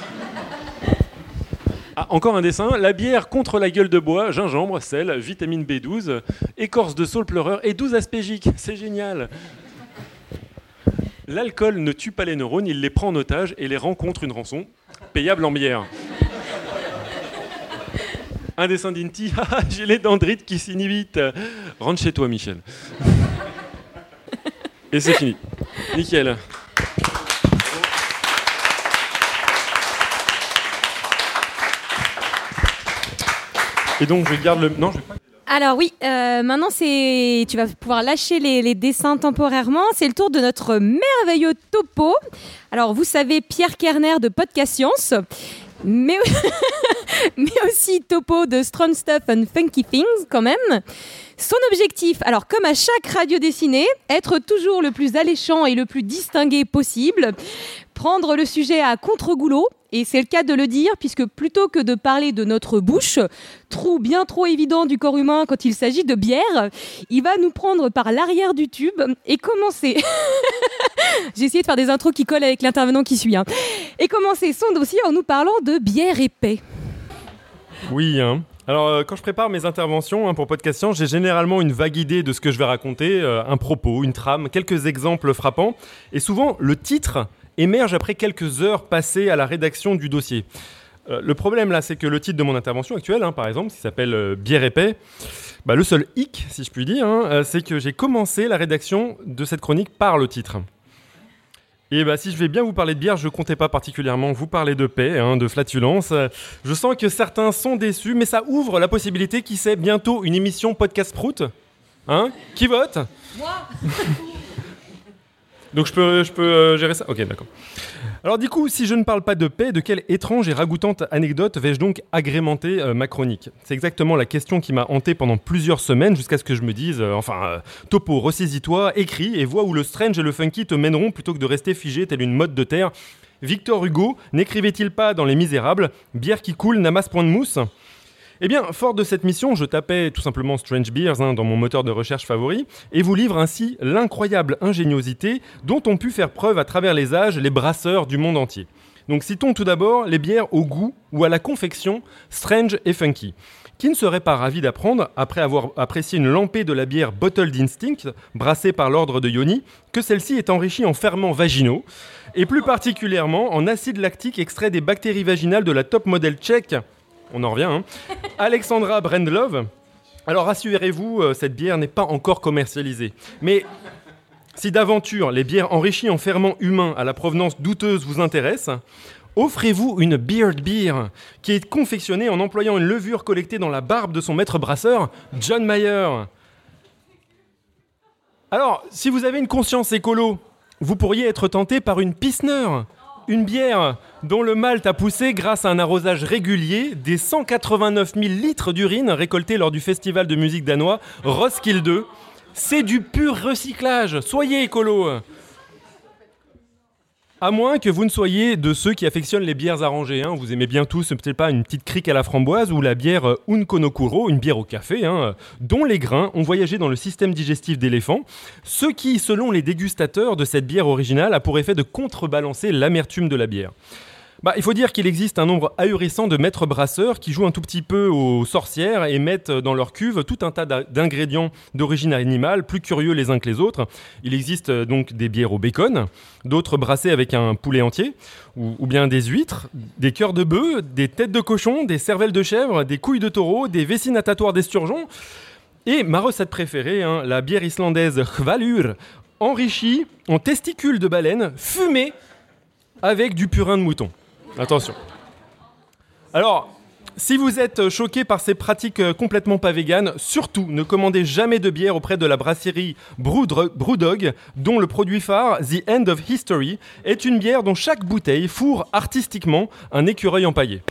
Ah, encore un dessin, la bière contre la gueule de bois, gingembre, sel, vitamine B douze, écorce de saule pleureur et douze aspégiques. C'est génial. L'alcool ne tue pas les neurones, il les prend en otage et les rend contre une rançon, payable en bière. Un dessin d'Inti, j'ai les dendrites qui s'inhibitent. Rentre chez toi, Michel. Et c'est fini. Nickel. Et donc je garde le... Non, je vais pas... Alors oui, euh, maintenant c'est, tu vas pouvoir lâcher les, les dessins temporairement. C'est le tour de notre merveilleux topo. Alors vous savez, Pierre Kerner de Podcast Science, mais, mais aussi topo de Strong Stuff and Funky Things quand même. Son objectif, alors comme à chaque radio dessinée, être toujours le plus alléchant et le plus distingué possible, prendre le sujet à contre-goulot, et c'est le cas de le dire, puisque plutôt que de parler de notre bouche, trou bien trop évident du corps humain quand il s'agit de bière, il va nous prendre par l'arrière du tube et commencer... J'ai essayé de faire des intros qui collent avec l'intervenant qui suit. Hein. Et commencer son dossier en nous parlant de bière et paix. Oui, hein. Alors, euh, quand je prépare mes interventions hein, pour Podcast Science, j'ai généralement une vague idée de ce que je vais raconter, euh, un propos, une trame, quelques exemples frappants. Et souvent, le titre émerge après quelques heures passées à la rédaction du dossier. Euh, le problème, là, c'est que le titre de mon intervention actuelle, hein, par exemple, qui s'appelle euh, « Bière et paix », bah, le seul hic, si je puis dire, hein, euh, c'est que j'ai commencé la rédaction de cette chronique par le titre. Et bah, si je vais bien vous parler de bière, je ne comptais pas particulièrement vous parler de paix, hein, de flatulence. Je sens que certains sont déçus, mais ça ouvre la possibilité, qui sait, bientôt une émission Podcast Prout. Hein ? Qui vote ? Moi. Donc je peux, je peux euh, gérer ça ? Ok, d'accord. Alors du coup, si je ne parle pas de paix, de quelle étrange et ragoûtante anecdote vais-je donc agrémenter euh, ma chronique ? C'est exactement la question qui m'a hanté pendant plusieurs semaines, jusqu'à ce que je me dise, euh, enfin, euh, topo, ressaisis-toi, écris et vois où le strange et le funky te mèneront plutôt que de rester figé tel une motte de terre. Victor Hugo n'écrivait-il pas dans Les Misérables « Bière qui coule n'amasse point de mousse » ? Eh bien, fort de cette mission, je tapais tout simplement Strange Beers hein, dans mon moteur de recherche favori et vous livre ainsi l'incroyable ingéniosité dont ont pu faire preuve à travers les âges les brasseurs du monde entier. Donc citons tout d'abord les bières au goût ou à la confection strange et funky. Qui ne serait pas ravi d'apprendre, après avoir apprécié une lampée de la bière Bottled Instinct, brassée par l'ordre de Yoni, que celle-ci est enrichie en ferments vaginaux, et plus particulièrement en acide lactique extrait des bactéries vaginales de la top model tchèque, on en revient, hein, Alexandra Brendlov. Alors rassurez-vous, euh, cette bière n'est pas encore commercialisée. Mais si d'aventure les bières enrichies en ferments humains à la provenance douteuse vous intéressent, offrez-vous une Beard Beer, qui est confectionnée en employant une levure collectée dans la barbe de son maître brasseur, John Mayer. Alors, si vous avez une conscience écolo, vous pourriez être tenté par une Pilsner, une bière dont le malt a poussé grâce à un arrosage régulier des cent quatre-vingt-neuf mille litres d'urine récoltés lors du festival de musique danois Roskilde. C'est du pur recyclage, soyez écolo. À moins que vous ne soyez de ceux qui affectionnent les bières arrangées. Hein. Vous aimez bien tous, peut-être pas une petite crique à la framboise ou la bière Unko no Kuro, une bière au café, hein, dont les grains ont voyagé dans le système digestif d'éléphant, ce qui, selon les dégustateurs de cette bière originale, a pour effet de contrebalancer l'amertume de la bière. Bah, il faut dire qu'il existe un nombre ahurissant de maîtres brasseurs qui jouent un tout petit peu aux sorcières et mettent dans leur cuve tout un tas d'ingrédients d'origine animale, plus curieux les uns que les autres. Il existe donc des bières au bacon, d'autres brassées avec un poulet entier, ou, ou bien des huîtres, des cœurs de bœuf, des têtes de cochon, des cervelles de chèvre, des couilles de taureau, des vessies natatoires d'esturgeon. Et ma recette préférée, hein, la bière islandaise Hvalur, enrichie en testicules de baleine fumés avec du purin de mouton. Attention. Alors, si vous êtes choqué par ces pratiques complètement pas véganes, surtout ne commandez jamais de bière auprès de la brasserie Brewdog, dont le produit phare, The End of History, est une bière dont chaque bouteille fourre artistiquement un écureuil empaillé.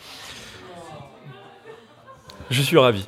Je suis ravi.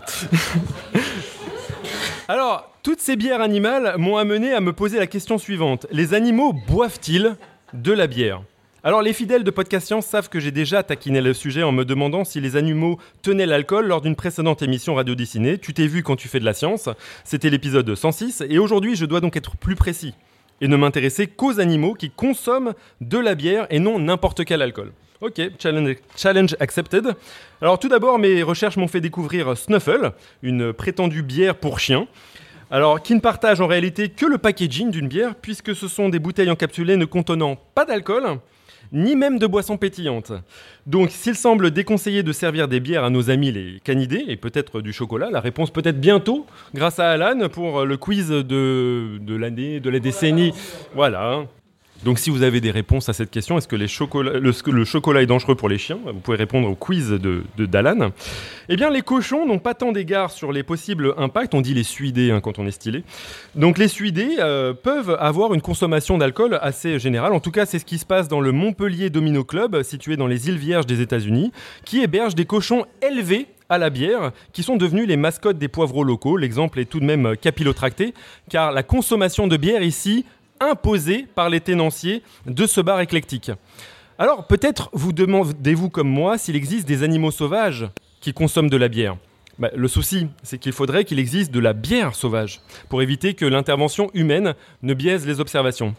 Alors, toutes ces bières animales m'ont amené à me poser la question suivante. Les animaux boivent-ils de la bière ? Alors les fidèles de Podcast Science savent que j'ai déjà taquiné le sujet en me demandant si les animaux tenaient l'alcool lors d'une précédente émission radio dessinée. Tu t'es vu quand tu fais de la science, c'était l'épisode cent six, et aujourd'hui je dois donc être plus précis et ne m'intéresser qu'aux animaux qui consomment de la bière et non n'importe quel alcool. Ok, challenge, challenge accepted. Alors tout d'abord, mes recherches m'ont fait découvrir Snuffle, une prétendue bière pour chiens. Alors, qui ne partage en réalité que le packaging d'une bière, puisque ce sont des bouteilles encapsulées ne contenant pas d'alcool, ni même de boissons pétillantes. Donc, s'il semble déconseillé de servir des bières à nos amis les canidés, et peut-être du chocolat, la réponse peut-être bientôt, grâce à Alan, pour le quiz de, de l'année, de la décennie. Voilà. Donc si vous avez des réponses à cette question, est-ce que les chocolats, le, le chocolat est dangereux pour les chiens ? Vous pouvez répondre au quiz de, de d'Alan. Eh bien, les cochons n'ont pas tant d'égard sur les possibles impacts. On dit les suidés hein, quand on est stylé. Donc les suidés euh, peuvent avoir une consommation d'alcool assez générale. En tout cas, c'est ce qui se passe dans le Montpellier Domino Club, situé dans les îles Vierges des États-Unis, qui héberge des cochons élevés à la bière, qui sont devenus les mascottes des poivreaux locaux. L'exemple est tout de même capillotracté, car la consommation de bière ici imposée par les tenanciers de ce bar éclectique. Alors peut-être vous demandez-vous comme moi s'il existe des animaux sauvages qui consomment de la bière. Bah, le souci, c'est qu'il faudrait qu'il existe de la bière sauvage pour éviter que l'intervention humaine ne biaise les observations.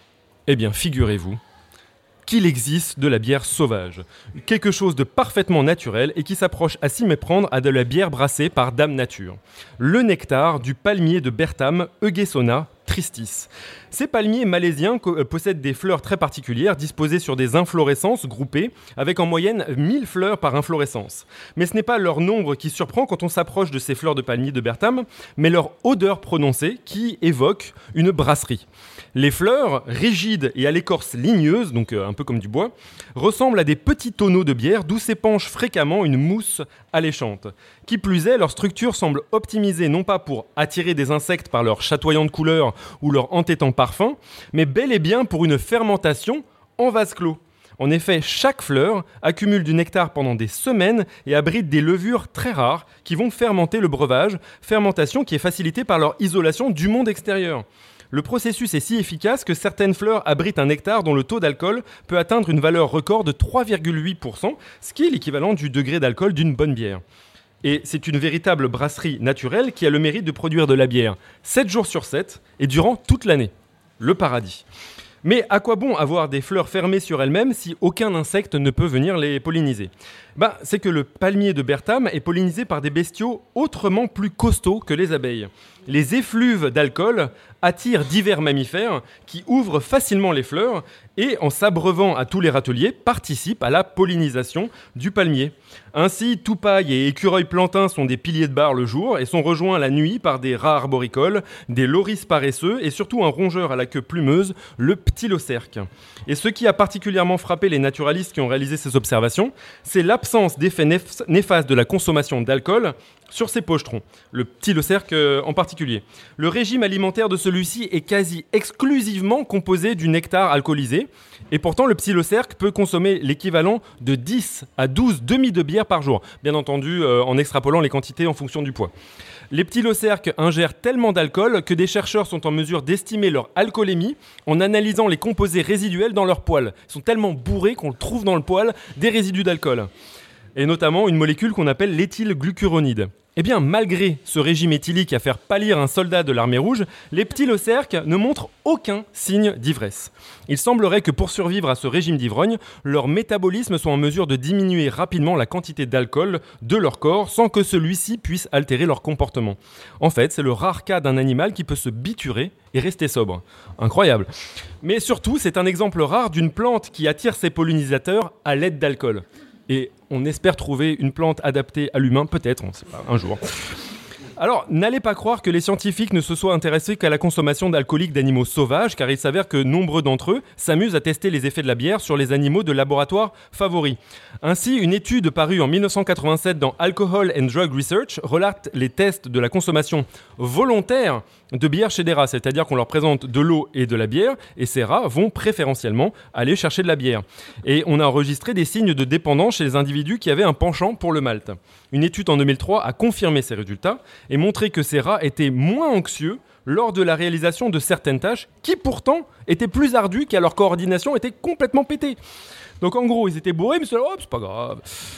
Eh bien, figurez-vous qu'il existe de la bière sauvage, quelque chose de parfaitement naturel et qui s'approche à s'y méprendre à de la bière brassée par Dame Nature. Le nectar du palmier de Bertham, Eugesona tristis. Ces palmiers malaisiens co- possèdent des fleurs très particulières, disposées sur des inflorescences groupées, avec en moyenne mille fleurs par inflorescence. Mais ce n'est pas leur nombre qui surprend quand on s'approche de ces fleurs de palmier de Bertham, mais leur odeur prononcée qui évoque une brasserie. Les fleurs, rigides et à l'écorce ligneuse, donc euh, un peu comme du bois, ressemblent à des petits tonneaux de bière d'où s'épanche fréquemment une mousse alléchante. Qui plus est, leur structure semble optimisée non pas pour attirer des insectes par leur chatoyante couleur ou leur entêtant parfum, mais bel et bien pour une fermentation en vase clos. En effet, chaque fleur accumule du nectar pendant des semaines et abrite des levures très rares qui vont fermenter le breuvage, fermentation qui est facilitée par leur isolation du monde extérieur. Le processus est si efficace que certaines fleurs abritent un nectar dont le taux d'alcool peut atteindre une valeur record de trois virgule huit pour cent, ce qui est l'équivalent du degré d'alcool d'une bonne bière. Et c'est une véritable brasserie naturelle qui a le mérite de produire de la bière sept jours sur sept et durant toute l'année. Le paradis. Mais à quoi bon avoir des fleurs fermées sur elles-mêmes si aucun insecte ne peut venir les polliniser ? Bah, c'est que le palmier de Bertham est pollinisé par des bestiaux autrement plus costauds que les abeilles. Les effluves d'alcool attirent divers mammifères qui ouvrent facilement les fleurs et, en s'abreuvant à tous les râteliers, participent à la pollinisation du palmier. Ainsi, toupailles et écureuils plantains sont des piliers de bar le jour et sont rejoints la nuit par des rats arboricoles, des loris paresseux et surtout un rongeur à la queue plumeuse, le ptylocerque. Et ce qui a particulièrement frappé les naturalistes qui ont réalisé ces observations, c'est l'absence d'effets néf- néfastes de la consommation d'alcool sur ces pochetrons, le ptylocerque en particulier. Le régime alimentaire de celui-ci est quasi exclusivement composé du nectar alcoolisé, et pourtant le ptylocerque peut consommer l'équivalent de dix à douze demi de bière par jour, bien entendu euh, en extrapolant les quantités en fonction du poids. Les ptylocerques ingèrent tellement d'alcool que des chercheurs sont en mesure d'estimer leur alcoolémie en analysant les composés résiduels dans leur poil. Ils sont tellement bourrés qu'on trouve dans le poil des résidus d'alcool, et notamment une molécule qu'on appelle l'éthylglucuronide. Eh bien, malgré ce régime éthylique à faire pâlir un soldat de l'armée rouge, les ptylocerques ne montrent aucun signe d'ivresse. Il semblerait que pour survivre à ce régime d'ivrogne, leur métabolisme soit en mesure de diminuer rapidement la quantité d'alcool de leur corps sans que celui-ci puisse altérer leur comportement. En fait, c'est le rare cas d'un animal qui peut se biturer et rester sobre. Incroyable. Mais surtout, c'est un exemple rare d'une plante qui attire ses pollinisateurs à l'aide d'alcool. Et on espère trouver une plante adaptée à l'humain, peut-être, on ne sait pas, un jour. Alors, n'allez pas croire que les scientifiques ne se soient intéressés qu'à la consommation d'alcooliques d'animaux sauvages, car il s'avère que nombreux d'entre eux s'amusent à tester les effets de la bière sur les animaux de laboratoire favoris. Ainsi, une étude parue en dix-neuf cent quatre-vingt-sept dans Alcohol and Drug Research relate les tests de la consommation volontaire de bière chez des rats, c'est-à-dire qu'on leur présente de l'eau et de la bière, et ces rats vont préférentiellement aller chercher de la bière. Et on a enregistré des signes de dépendance chez les individus qui avaient un penchant pour le malt. Une étude en deux mille trois a confirmé ces résultats et montré que ces rats étaient moins anxieux lors de la réalisation de certaines tâches qui pourtant étaient plus ardues car leur coordination était complètement pétée. Donc en gros, ils étaient bourrés, mais c'est, oh, c'est pas grave.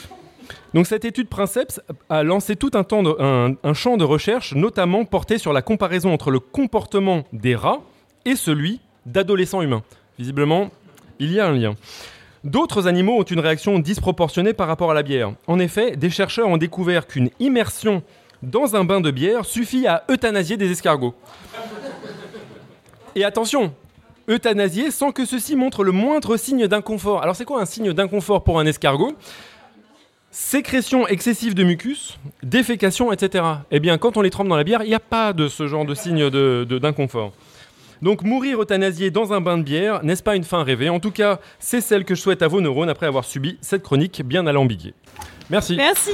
Donc cette étude Princeps a lancé tout un, temps de, un, un champ de recherche, notamment porté sur la comparaison entre le comportement des rats et celui d'adolescents humains. Visiblement, il y a un lien. D'autres animaux ont une réaction disproportionnée par rapport à la bière. En effet, des chercheurs ont découvert qu'une immersion dans un bain de bière suffit à euthanasier des escargots. Et attention, euthanasier sans que ceci montre le moindre signe d'inconfort. Alors c'est quoi un signe d'inconfort pour un escargot ? Sécrétion excessive de mucus, défécation, et cetera. Eh bien, quand on les trempe dans la bière, il n'y a pas de ce genre de signe de, de, d'inconfort. Donc mourir euthanasié dans un bain de bière, n'est-ce pas une fin rêvée? En tout cas, c'est celle que je souhaite à vos neurones après avoir subi cette chronique bien alambiquée. Merci. Merci.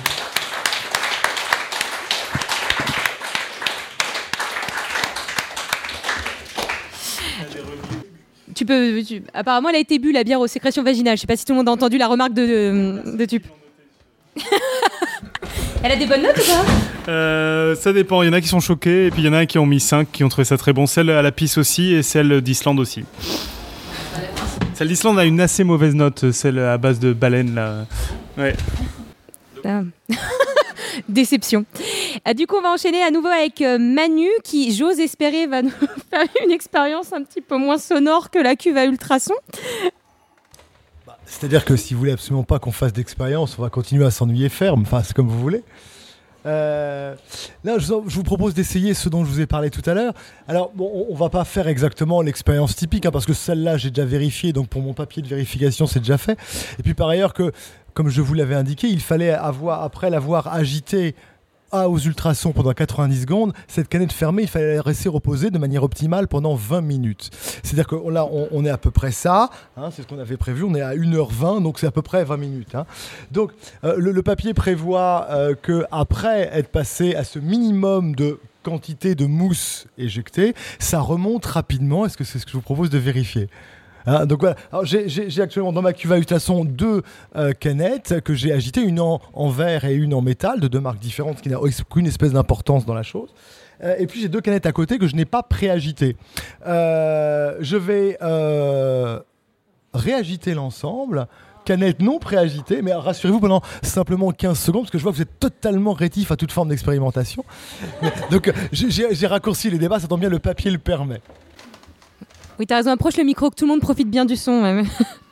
Tu peux, tu- Apparemment, elle a été bu, la bière aux sécrétions vaginales. Je sais pas si tout le monde a entendu la remarque de, de, de Tup. Elle a des bonnes notes ou pas? Euh, ça dépend, il y en a qui sont choqués et puis il y en a qui ont mis cinq, qui ont trouvé ça très bon. Celle à la pisse aussi et celle d'Islande aussi. Celle d'Islande a une assez mauvaise note, celle à base de baleine là. Ouais. Ah. Déception. Ah, du coup, on va enchaîner à nouveau avec euh, Manu qui, j'ose espérer, va nous faire une expérience un petit peu moins sonore que la cuve à ultrasons. C'est-à-dire que si vous voulez absolument pas qu'on fasse d'expérience, on va continuer à s'ennuyer ferme, enfin c'est comme vous voulez. Euh, là, je, je vous propose d'essayer ce dont je vous ai parlé tout à l'heure. Alors, bon, on, on va pas faire exactement l'expérience typique, hein, parce que celle-là, j'ai déjà vérifié, donc pour mon papier de vérification, c'est déjà fait. Et puis par ailleurs que, comme je vous l'avais indiqué, il fallait avoir, après l'avoir agité à aux ultrasons pendant quatre-vingt-dix secondes, cette canette fermée, il fallait la laisser reposer de manière optimale pendant vingt minutes. C'est-à-dire que là, on, on est à peu près ça, hein, c'est ce qu'on avait prévu, on est à une heure vingt, donc c'est à peu près vingt minutes. Hein. Donc, euh, le, le papier prévoit euh, qu'après être passé à ce minimum de quantité de mousse éjectée, ça remonte rapidement. Est-ce que c'est ce que je vous propose de vérifier ? Hein, donc voilà. Alors, j'ai, j'ai, j'ai actuellement dans ma cuve à ultrasons deux euh, canettes que j'ai agitées, une en, en verre et une en métal, de deux marques différentes, ce qui n'a aucune espèce d'importance dans la chose. Euh, et puis j'ai deux canettes à côté que je n'ai pas préagitées. Euh, je vais euh, réagiter l'ensemble. Canette non préagitée, mais rassurez-vous pendant simplement quinze secondes, parce que je vois que vous êtes totalement rétif à toute forme d'expérimentation. Donc j'ai, j'ai, j'ai raccourci les débats, ça tombe bien, le papier le permet. Oui, t'as raison, approche le micro, que tout le monde profite bien du son. Même.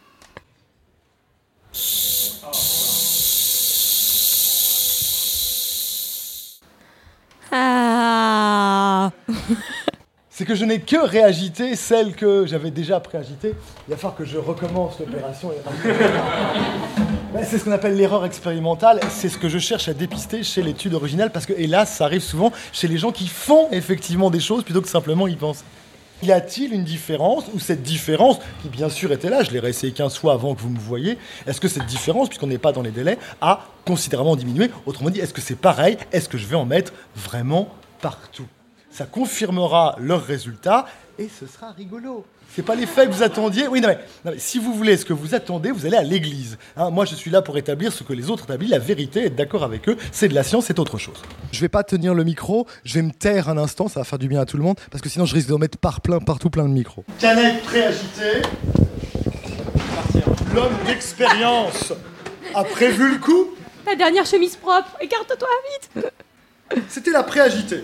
Ah. C'est que je n'ai que réagité celle que j'avais déjà préagitée. Il va falloir que je recommence l'opération. Ben, c'est ce qu'on appelle l'erreur expérimentale. C'est ce que je cherche à dépister chez l'étude originale, parce que, hélas, ça arrive souvent chez les gens qui font effectivement des choses plutôt que simplement y penser. Y a-t-il une différence, ou cette différence, qui bien sûr était là, je l'ai réessayé quinze fois avant que vous me voyiez, est-ce que cette différence, puisqu'on n'est pas dans les délais, a considérablement diminué? Autrement dit, est-ce que c'est pareil? Est-ce que je vais en mettre vraiment partout? Ça confirmera leurs résultats et ce sera rigolo. C'est pas l'effet que vous attendiez. Oui, non mais, non mais si vous voulez ce que vous attendez, vous allez à l'église. Hein, moi, je suis là pour établir ce que les autres établissent, la vérité, être d'accord avec eux. C'est de la science, c'est autre chose. Je vais pas tenir le micro, je vais me taire un instant, ça va faire du bien à tout le monde, parce que sinon je risque de remettre par plein, partout plein de micros. Canette préagitée. L'homme d'expérience a prévu le coup. Ta dernière chemise propre, écarte-toi vite. C'était la préagitée.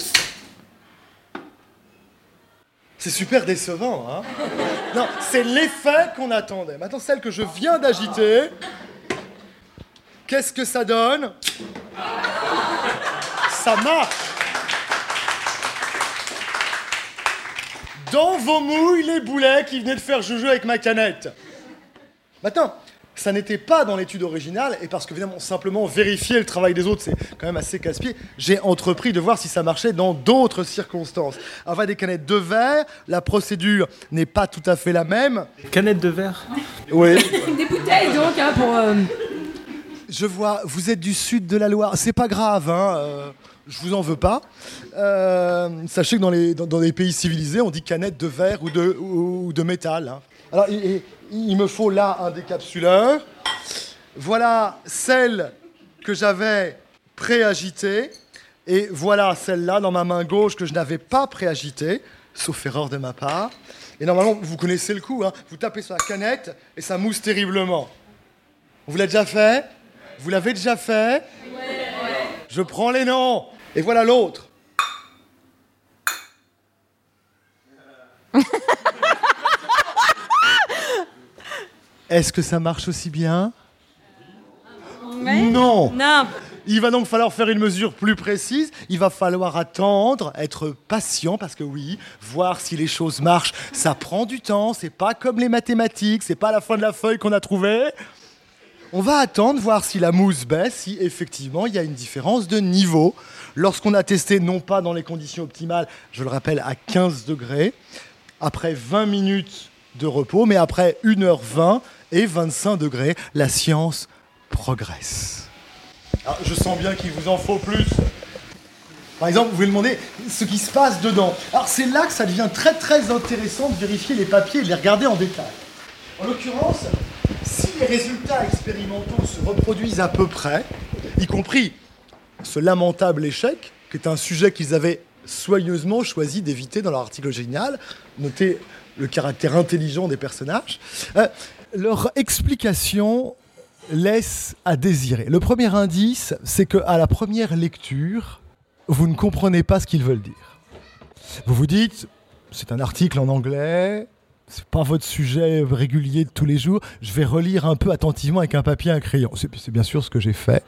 C'est super décevant, hein? Non, c'est l'effet qu'on attendait. Maintenant, celle que je viens d'agiter, qu'est-ce que ça donne? Ça marche! Dans vos mouilles, les boulets qui venaient de faire joujou avec ma canette. Maintenant, ça n'était pas dans l'étude originale, et parce que, évidemment, simplement vérifier le travail des autres, c'est quand même assez casse-pied, j'ai entrepris de voir si ça marchait dans d'autres circonstances. Avec des canettes de verre, la procédure n'est pas tout à fait la même. Canettes de verre? Oui. Des bouteilles, donc, hein, pour... Euh... Je vois, vous êtes du sud de la Loire, c'est pas grave, hein, euh, je vous en veux pas. Euh, sachez que dans les, dans, dans les pays civilisés, on dit canette de verre ou de, ou, ou de métal. Hein. Alors, il, il, il me faut là un décapsuleur. Voilà celle que j'avais préagitée. Et voilà celle-là dans ma main gauche que je n'avais pas préagitée, sauf erreur de ma part. Et normalement, vous connaissez le coup, hein, vous tapez sur la canette et ça mousse terriblement. On vous l'a déjà fait? Vous l'avez déjà fait? Ouais. Je prends les noms. Et voilà l'autre. Est-ce que ça marche aussi bien? Ouais. Non. Non. Il va donc falloir faire une mesure plus précise. Il va falloir attendre, être patient, parce que oui, voir si les choses marchent, ça prend du temps. C'est pas comme les mathématiques, c'est pas à la fin de la feuille qu'on a trouvé. On va attendre, voir si la mousse baisse, si effectivement il y a une différence de niveau. Lorsqu'on a testé, non pas dans les conditions optimales, je le rappelle, à quinze degrés, après vingt minutes de repos, mais après une heure vingt et vingt-cinq degrés, la science progresse. Alors, je sens bien qu'il vous en faut plus. Par exemple, vous pouvez demander ce qui se passe dedans. Alors c'est là que ça devient très très intéressant de vérifier les papiers et de les regarder en détail. En l'occurrence, si les résultats expérimentaux se reproduisent à peu près, y compris ce lamentable échec, qui est un sujet qu'ils avaient soigneusement choisi d'éviter dans leur article génial, notez le caractère intelligent des personnages, euh, leur explication laisse à désirer. Le premier indice, c'est qu'à la première lecture, vous ne comprenez pas ce qu'ils veulent dire. Vous vous dites, c'est un article en anglais, c'est pas votre sujet régulier de tous les jours, je vais relire un peu attentivement avec un papier et un crayon. C'est, c'est bien sûr ce que j'ai fait.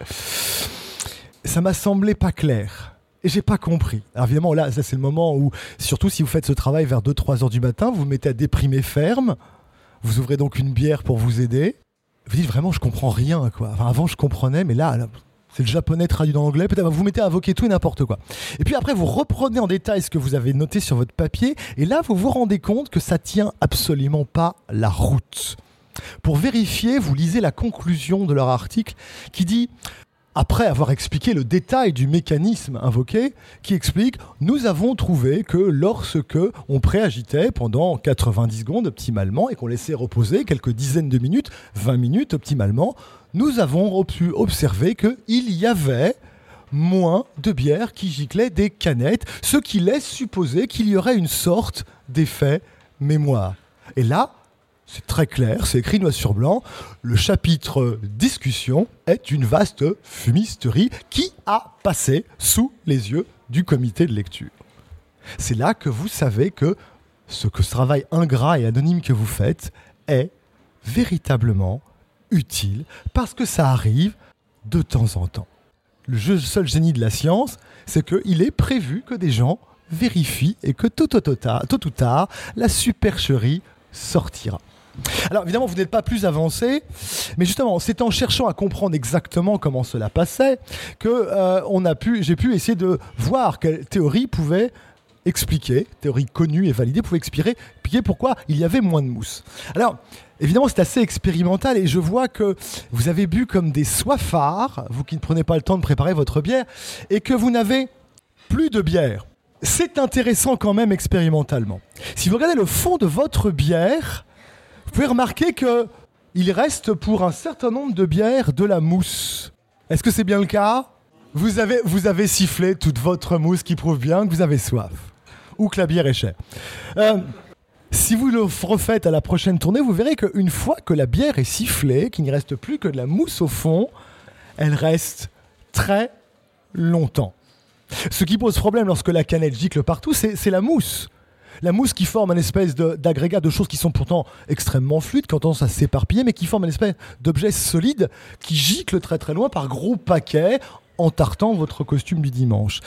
Ça m'a semblé pas clair. Et j'ai pas compris. Alors évidemment, là, ça c'est le moment où, surtout si vous faites ce travail vers deux trois heures du matin, vous vous mettez à déprimer ferme, vous ouvrez donc une bière pour vous aider. Vous dites vraiment, je comprends rien, quoi. Enfin, avant, je comprenais, mais là, là c'est le japonais traduit dans l'anglais, peut-être vous vous mettez à invoquer tout et n'importe quoi. Et puis après, vous reprenez en détail ce que vous avez noté sur votre papier, et là, vous vous rendez compte que ça tient absolument pas la route. Pour vérifier, vous lisez la conclusion de leur article qui dit, après avoir expliqué le détail du mécanisme invoqué, qui explique « Nous avons trouvé que lorsque on préagitait pendant quatre-vingt-dix secondes optimalement et qu'on laissait reposer quelques dizaines de minutes, vingt minutes optimalement, nous avons pu observer qu'il y avait moins de bière qui giclait des canettes, ce qui laisse supposer qu'il y aurait une sorte d'effet mémoire. » Et là, c'est très clair, c'est écrit noir sur blanc. Le chapitre discussion est une vaste fumisterie qui a passé sous les yeux du comité de lecture. C'est là que vous savez que ce, que ce travail ingrat et anonyme que vous faites est véritablement utile parce que ça arrive de temps en temps. Le jeu- seul génie de la science, c'est qu'il est prévu que des gens vérifient et que tôt, tôt, tôt, tard, tôt ou tard, la supercherie sortira. Alors évidemment, vous n'êtes pas plus avancé, mais justement, c'est en cherchant à comprendre exactement comment cela passait que euh, on a pu, j'ai pu essayer de voir quelle théorie pouvait expliquer, théorie connue et validée, pouvait expliquer pourquoi il y avait moins de mousse. Alors, évidemment, c'est assez expérimental et je vois que vous avez bu comme des soifards, vous qui ne prenez pas le temps de préparer votre bière, et que vous n'avez plus de bière. C'est intéressant quand même expérimentalement. Si vous regardez le fond de votre bière, vous pouvez remarquer qu'il reste pour un certain nombre de bières de la mousse. Est-ce que c'est bien le cas ? vous avez, vous avez sifflé toute votre mousse qui prouve bien que vous avez soif. Ou que la bière est chère. Euh, si vous le refaites à la prochaine tournée, vous verrez qu'une fois que la bière est sifflée, qu'il n'y reste plus que de la mousse au fond, elle reste très longtemps. Ce qui pose problème lorsque la canette gicle partout, c'est, c'est la mousse. La mousse qui forme un espèce de, d'agrégat de choses qui sont pourtant extrêmement fluides, qui ont tendance à s'éparpiller, mais qui forment un espèce d'objet solide qui gicle très très loin par gros paquets en tartant votre costume du dimanche.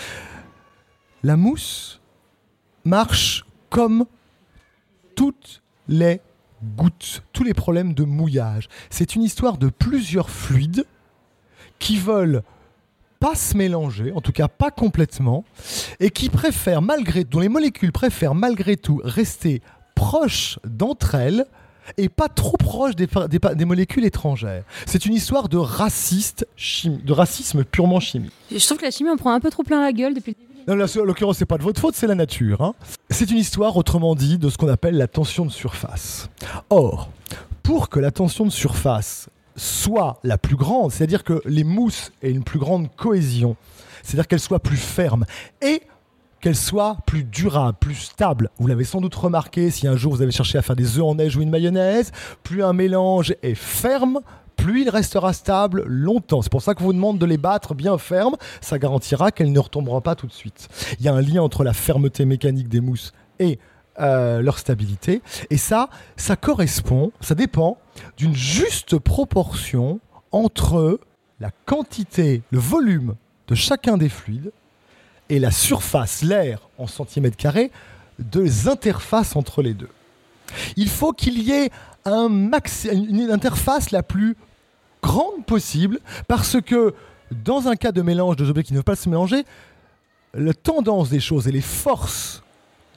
La mousse marche comme toutes les gouttes, tous les problèmes de mouillage. C'est une histoire de plusieurs fluides qui veulent pas se mélanger, en tout cas pas complètement, et qui préfèrent malgré, dont les molécules préfèrent malgré tout rester proches d'entre elles et pas trop proches des, des, des molécules étrangères. C'est une histoire de, raciste chimie, de racisme purement chimique. Je trouve que la chimie en prend un peu trop plein la gueule depuis le début. Non, là, en l'occurrence, c'est pas de votre faute, c'est la nature. Hein. C'est une histoire, autrement dit, de ce qu'on appelle la tension de surface. Or, pour que la tension de surface soit la plus grande, c'est-à-dire que les mousses aient une plus grande cohésion, c'est-à-dire qu'elles soient plus fermes et qu'elles soient plus durables, plus stables. Vous l'avez sans doute remarqué si un jour vous avez cherché à faire des œufs en neige ou une mayonnaise, plus un mélange est ferme, plus il restera stable longtemps. C'est pour ça que vous demande de les battre bien fermes, ça garantira qu'elles ne retomberont pas tout de suite. Il y a un lien entre la fermeté mécanique des mousses et Euh, leur stabilité, et ça, ça correspond, ça dépend d'une juste proportion entre la quantité, le volume de chacun des fluides et la surface, l'air en centimètres carrés, des interfaces entre les deux. Il faut qu'il y ait un maxi- une interface la plus grande possible, parce que dans un cas de mélange de objets qui ne peuvent pas se mélanger, la tendance des choses et les forces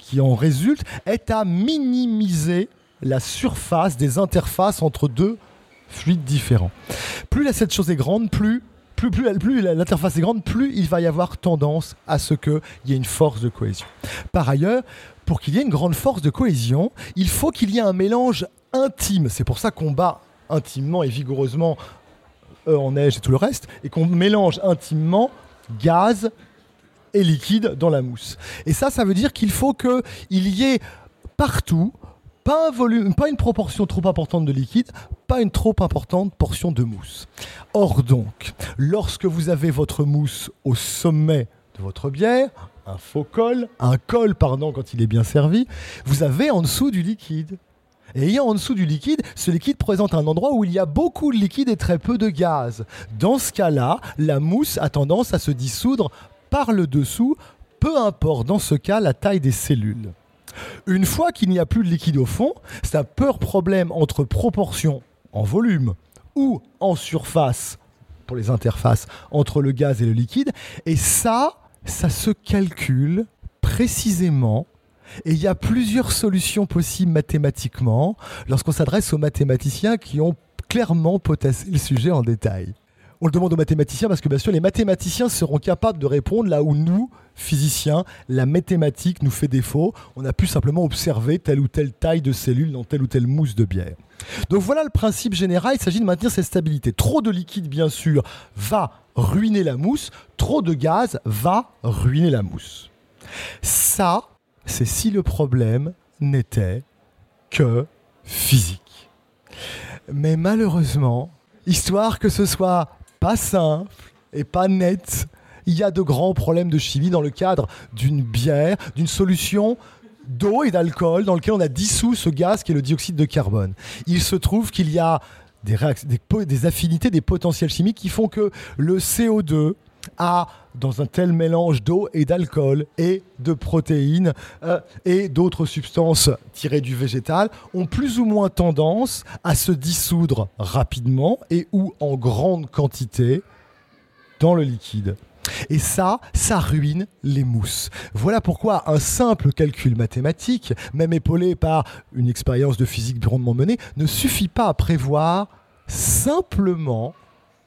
qui en résulte est à minimiser la surface des interfaces entre deux fluides différents. Plus cette chose est grande, plus, plus, plus, plus l'interface est grande, plus il va y avoir tendance à ce qu'il y ait une force de cohésion. Par ailleurs, pour qu'il y ait une grande force de cohésion, il faut qu'il y ait un mélange intime. C'est pour ça qu'on bat intimement et vigoureusement euh, en neige et tout le reste, et qu'on mélange intimement gaz et liquide dans la mousse. Et ça, ça veut dire qu'il faut qu'il y ait partout pas un volume, pas une proportion trop importante de liquide, pas une trop importante portion de mousse. Or donc, lorsque vous avez votre mousse au sommet de votre bière, un faux col, un col pardon quand il est bien servi, vous avez en dessous du liquide. Et ayant en dessous du liquide, ce liquide présente un endroit où il y a beaucoup de liquide et très peu de gaz. Dans ce cas-là, la mousse a tendance à se dissoudre par le dessous, peu importe dans ce cas la taille des cellules. Une fois qu'il n'y a plus de liquide au fond, c'est un pur problème entre proportion en volume ou en surface, pour les interfaces, entre le gaz et le liquide. Et ça, ça se calcule précisément. Et il y a plusieurs solutions possibles mathématiquement lorsqu'on s'adresse aux mathématiciens qui ont clairement potassé le sujet en détail. On le demande aux mathématiciens parce que bien sûr les mathématiciens seront capables de répondre là où nous, physiciens, la mathématique nous fait défaut. On a pu simplement observer telle ou telle taille de cellules dans telle ou telle mousse de bière. Donc voilà le principe général, il s'agit de maintenir cette stabilité. Trop de liquide bien sûr va ruiner la mousse, trop de gaz va ruiner la mousse. Ça, c'est si le problème n'était que physique. Mais malheureusement, histoire que ce soit pas simple et pas net, il y a de grands problèmes de chimie dans le cadre d'une bière, d'une solution d'eau et d'alcool dans lequel on a dissous ce gaz qui est le dioxyde de carbone. Il se trouve qu'il y a des, réac- des, po- des affinités, des potentiels chimiques qui font que le C O deux a, dans un tel mélange d'eau et d'alcool et de protéines euh, et d'autres substances tirées du végétal, ont plus ou moins tendance à se dissoudre rapidement et ou en grande quantité dans le liquide. Et ça, ça ruine les mousses. Voilà pourquoi un simple calcul mathématique, même épaulé par une expérience de physique durement menée, ne suffit pas à prévoir simplement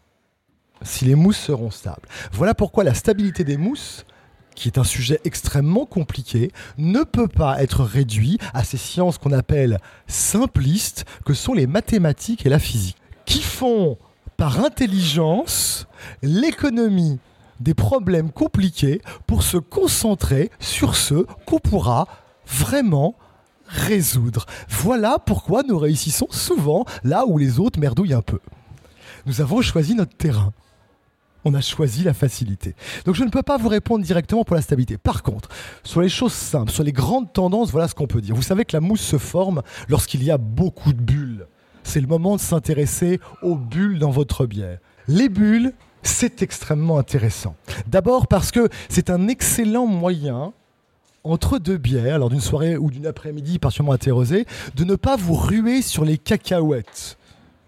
si les mousses seront stables. Voilà pourquoi la stabilité des mousses, qui est un sujet extrêmement compliqué, ne peut pas être réduit à ces sciences qu'on appelle simplistes, que sont les mathématiques et la physique, qui font par intelligence l'économie des problèmes compliqués pour se concentrer sur ceux qu'on pourra vraiment résoudre. Voilà pourquoi nous réussissons souvent là où les autres merdouillent un peu. Nous avons choisi notre terrain. On a choisi la facilité. Donc je ne peux pas vous répondre directement pour la stabilité. Par contre, sur les choses simples, sur les grandes tendances, voilà ce qu'on peut dire. Vous savez que la mousse se forme lorsqu'il y a beaucoup de bulles. C'est le moment de s'intéresser aux bulles dans votre bière. Les bulles, c'est extrêmement intéressant. D'abord parce que c'est un excellent moyen, entre deux bières, lors d'une soirée ou d'une après-midi particulièrement interrosée, de ne pas vous ruer sur les cacahuètes.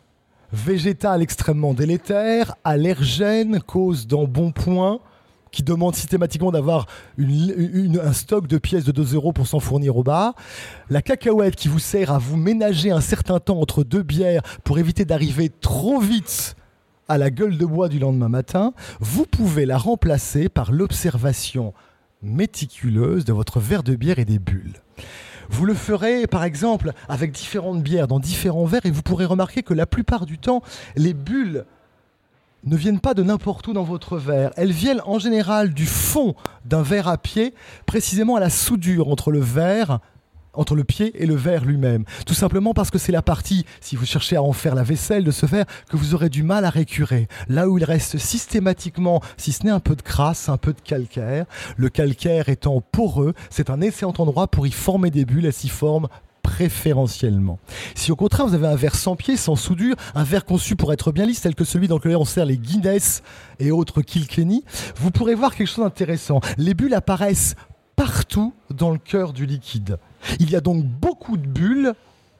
Végétal extrêmement délétère, allergène, cause d'embonpoint, qui demande systématiquement d'avoir une, une, un stock de pièces de deux euros pour s'en fournir au bar. La cacahuète qui vous sert à vous ménager un certain temps entre deux bières pour éviter d'arriver trop vite à la gueule de bois du lendemain matin, vous pouvez la remplacer par l'observation méticuleuse de votre verre de bière et des bulles. Vous le ferez, par exemple, avec différentes bières, dans différents verres, et vous pourrez remarquer que la plupart du temps, les bulles ne viennent pas de n'importe où dans votre verre. Elles viennent en général du fond d'un verre à pied, précisément à la soudure entre le verre, entre le pied et le verre lui-même. Tout simplement parce que c'est la partie, si vous cherchez à en faire la vaisselle de ce verre, que vous aurez du mal à récurer. Là où il reste systématiquement, si ce n'est un peu de crasse, un peu de calcaire. Le calcaire étant poreux, c'est un excellent endroit pour y former des bulles. Elles s'y forment préférentiellement. Si au contraire vous avez un verre sans pied, sans soudure, un verre conçu pour être bien lisse, tel que celui dans lequel on sert les Guinness et autres Kilkenny, vous pourrez voir quelque chose d'intéressant. Les bulles apparaissent partout dans le cœur du liquide. Il y a donc beaucoup de bulles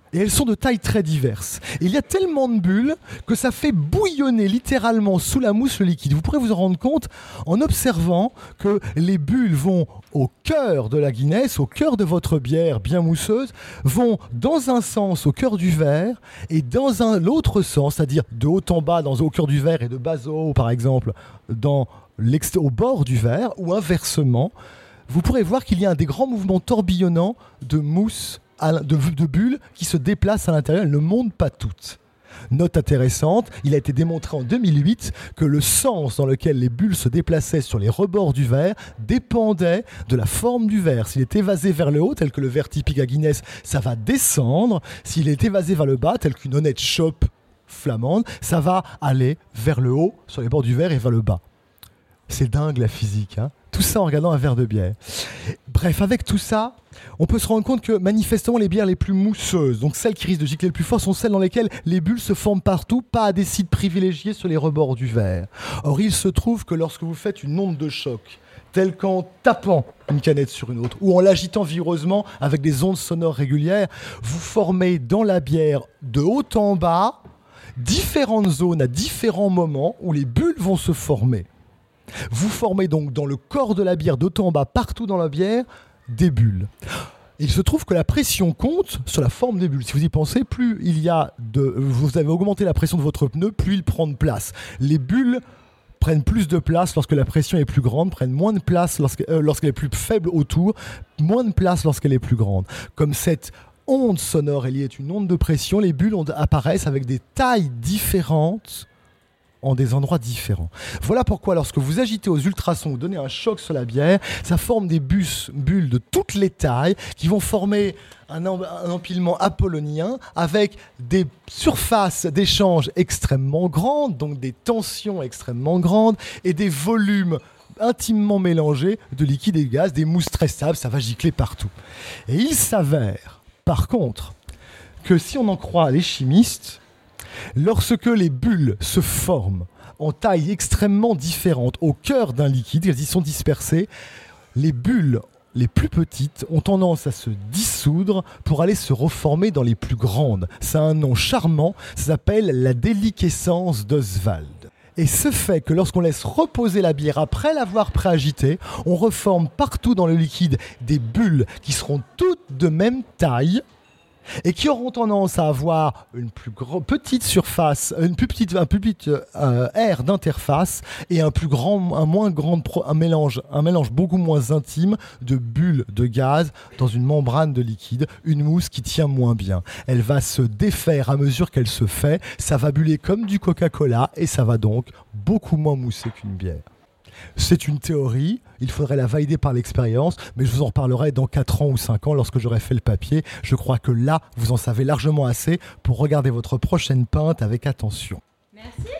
Et elles sont de tailles très diverses. Et il y a tellement de bulles que ça fait bouillonner littéralement sous la mousse le liquide. Vous pourrez vous en rendre compte en observant que les bulles vont au cœur de la Guinness, au cœur de votre bière bien mousseuse, vont dans un sens au cœur du verre et dans un l'autre sens, c'est-à-dire de haut en bas dans, au cœur du verre et de bas au haut, par exemple, dans au bord du verre, ou inversement, vous pourrez voir qu'il y a un des grands mouvements tourbillonnants de mousse De, de bulles qui se déplacent à l'intérieur, elles ne montent pas toutes. Note intéressante, il a été démontré en deux mille huit que le sens dans lequel les bulles se déplaçaient sur les rebords du verre dépendait de la forme du verre. S'il est évasé vers le haut, tel que le verre typique à Guinness, ça va descendre. S'il est évasé vers le bas, tel qu'une honnête chope flamande, ça va aller vers le haut, sur les bords du verre et vers le bas. C'est dingue la physique, hein. Tout ça en regardant un verre de bière. Bref, avec tout ça, on peut se rendre compte que manifestement les bières les plus mousseuses, donc celles qui risquent de gicler le plus fort, sont celles dans lesquelles les bulles se forment partout, pas à des sites privilégiés sur les rebords du verre. Or, il se trouve que lorsque vous faites une onde de choc, telle qu'en tapant une canette sur une autre, ou en l'agitant vigoureusement avec des ondes sonores régulières, vous formez dans la bière, de haut en bas, différentes zones à différents moments où les bulles vont se former. Vous formez donc dans le corps de la bière, de haut en bas, partout dans la bière, des bulles. Il se trouve que la pression compte sur la forme des bulles. Si vous y pensez, plus il y a de, vous avez augmenté la pression de votre pneu, plus il prend de place. Les bulles prennent plus de place lorsque la pression est plus grande, prennent moins de place lorsque, euh, lorsqu'elle est plus faible autour, moins de place lorsqu'elle est plus grande. Comme cette onde sonore est liée à une onde de pression, les bulles apparaissent avec des tailles différentes en des endroits différents. Voilà pourquoi lorsque vous agitez aux ultrasons, vous donnez un choc sur la bière, ça forme des bus, bulles de toutes les tailles qui vont former un, un empilement apollonien avec des surfaces d'échange extrêmement grandes, donc des tensions extrêmement grandes et des volumes intimement mélangés de liquide et de gaz, des mousses très stables, ça va gicler partout. Et il s'avère, par contre, que si on en croit les chimistes, lorsque les bulles se forment en tailles extrêmement différentes au cœur d'un liquide, elles y sont dispersées, les bulles les plus petites ont tendance à se dissoudre pour aller se reformer dans les plus grandes. Ça a un nom charmant, ça s'appelle la déliquescence d'Oswald. Et ce fait que lorsqu'on laisse reposer la bière après l'avoir préagitée, on reforme partout dans le liquide des bulles qui seront toutes de même taille, et qui auront tendance à avoir une plus gro- petite surface, une plus petite, un plus petit euh, aire d'interface et un plus grand, un moins grand, pro- un mélange, un mélange beaucoup moins intime de bulles de gaz dans une membrane de liquide, une mousse qui tient moins bien. Elle va se défaire à mesure qu'elle se fait, ça va buller comme du Coca-Cola et ça va donc beaucoup moins mousser qu'une bière. C'est une théorie, il faudrait la valider par l'expérience, mais je vous en reparlerai dans quatre ans ou cinq ans lorsque j'aurai fait le papier. Je crois que là, vous en savez largement assez pour regarder votre prochaine pinte avec attention. Merci.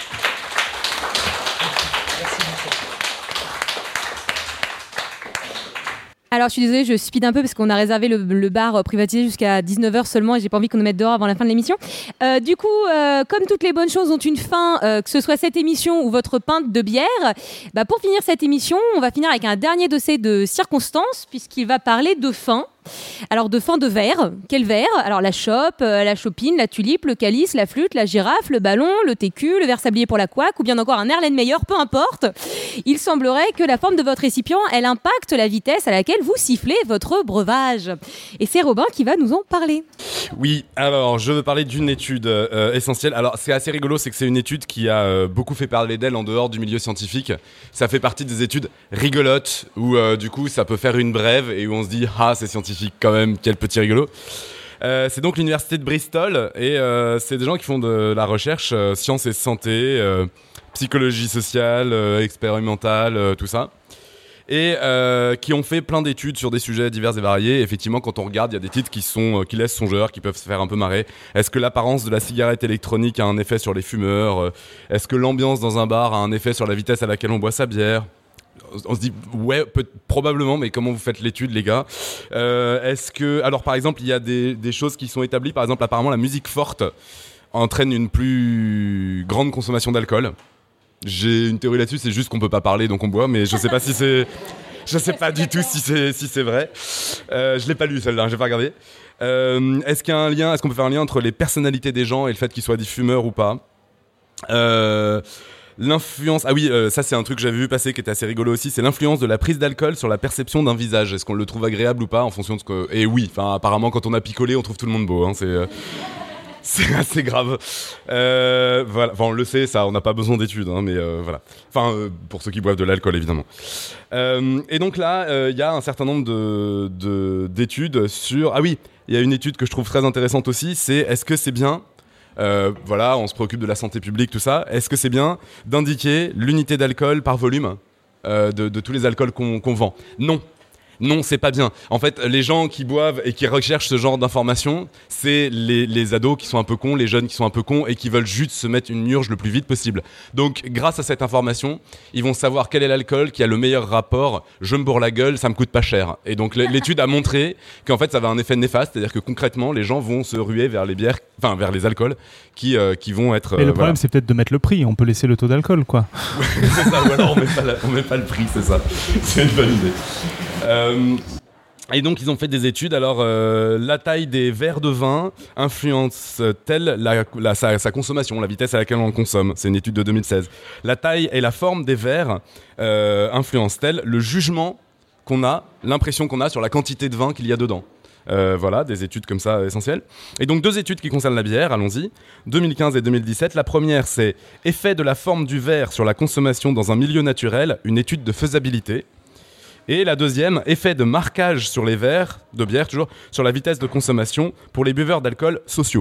Alors, je suis désolée, je speed un peu parce qu'on a réservé le, le bar privatisé jusqu'à dix-neuf heures seulement et j'ai pas envie qu'on nous mette dehors avant la fin de l'émission. Euh, du coup, euh, comme toutes les bonnes choses ont une fin, euh, que ce soit cette émission ou votre pinte de bière, bah pour finir cette émission, on va finir avec un dernier dossier de circonstances puisqu'il va parler de fin. Alors de fin de verre, quel verre? Alors la chope, euh, la chopine, la tulipe, le calice, la flûte, la girafe, le ballon, le T Q, le verre sablier pour la couac ou bien encore un Erlenmeyer, peu importe. Il semblerait que la forme de votre récipient, elle impacte la vitesse à laquelle vous sifflez votre breuvage. Et c'est Robin qui va nous en parler. Oui, alors je veux parler d'une étude euh, essentielle. Alors c'est assez rigolo, c'est que c'est une étude qui a euh, beaucoup fait parler d'elle en dehors du milieu scientifique. Ça fait partie des études rigolotes où euh, du coup ça peut faire une brève et où on se dit « Ah, c'est scientifique quand même, quel petit rigolo ». Euh, c'est donc l'université de Bristol et euh, c'est des gens qui font de la recherche euh, sciences et santé, euh, psychologie sociale, euh, expérimentale, euh, tout ça. Et euh, qui ont fait plein d'études sur des sujets divers et variés. Et effectivement, quand on regarde, il y a des titres qui, sont, euh, qui laissent songeurs, qui peuvent se faire un peu marrer. Est-ce que l'apparence de la cigarette électronique a un effet sur les fumeurs? Est-ce que l'ambiance dans un bar a un effet sur la vitesse à laquelle on boit sa bière? On se dit, ouais, peut, probablement, mais comment vous faites l'étude, les gars? euh, Est-ce que... Alors, par exemple, il y a des, des choses qui sont établies. Par exemple, apparemment, la musique forte entraîne une plus grande consommation d'alcool. J'ai une théorie là-dessus, c'est juste qu'on peut pas parler, donc on boit, mais je sais pas si c'est... Je sais pas du tout si c'est, si c'est vrai. Euh, je l'ai pas lu celle-là, j'ai pas regardé. Euh, est-ce qu'il y a un lien, est-ce qu'on peut faire un lien entre les personnalités des gens et le fait qu'ils soient des fumeurs ou pas? euh, L'influence, ah oui, euh, ça c'est un truc que j'avais vu passer qui était assez rigolo aussi, c'est l'influence de la prise d'alcool sur la perception d'un visage. Est-ce qu'on le trouve agréable ou pas en fonction de ce que... Et oui, enfin apparemment quand on a picolé, on trouve tout le monde beau, hein, c'est... Euh... C'est assez grave. Euh, voilà. Enfin, on le sait, ça, on n'a pas besoin d'études, hein, mais euh, voilà. Enfin, euh, pour ceux qui boivent de l'alcool, évidemment. Euh, et donc là, il euh, y a un certain nombre de, de, d'études sur... Ah oui, il y a une étude que je trouve très intéressante aussi, c'est est-ce que c'est bien, euh, voilà, on se préoccupe de la santé publique, tout ça, est-ce que c'est bien d'indiquer l'unité d'alcool par volume euh, de, de tous les alcools qu'on, qu'on vend? Non. Non, c'est pas bien. En fait, les gens qui boivent et qui recherchent ce genre d'informations, c'est les, les ados qui sont un peu cons, les jeunes qui sont un peu cons et qui veulent juste se mettre une murge le plus vite possible. Donc, grâce à cette information, ils vont savoir quel est l'alcool qui a le meilleur rapport. Je me bourre la gueule, ça me coûte pas cher. Et donc, l'étude a montré qu'en fait, ça avait un effet néfaste, c'est-à-dire que concrètement, les gens vont se ruer vers les bières, enfin vers les alcools qui, euh, qui vont être. Et euh, le problème, voilà. c'est peut-être de mettre le prix. On peut laisser le taux d'alcool, quoi. C'est ça. Ou alors, on met pas, la, on met pas le prix, c'est ça. C'est une bonne idée. Euh, Et donc ils ont fait des études. Alors euh, la taille des verres de vin influence-t-elle la, la, sa, sa consommation, la vitesse à laquelle on le consomme? C'est une étude de deux mille seize. La taille et la forme des verres euh, influencent-elles le jugement qu'on a, l'impression qu'on a sur la quantité de vin qu'il y a dedans? Euh, voilà, des études comme ça essentielles. Et donc deux études qui concernent la bière, allons-y. deux mille quinze et deux mille dix-sept. La première, c'est effet de la forme du verre sur la consommation dans un milieu naturel, une étude de faisabilité. Et la deuxième, effet de marquage sur les verres de bière, toujours, sur la vitesse de consommation pour les buveurs d'alcool sociaux.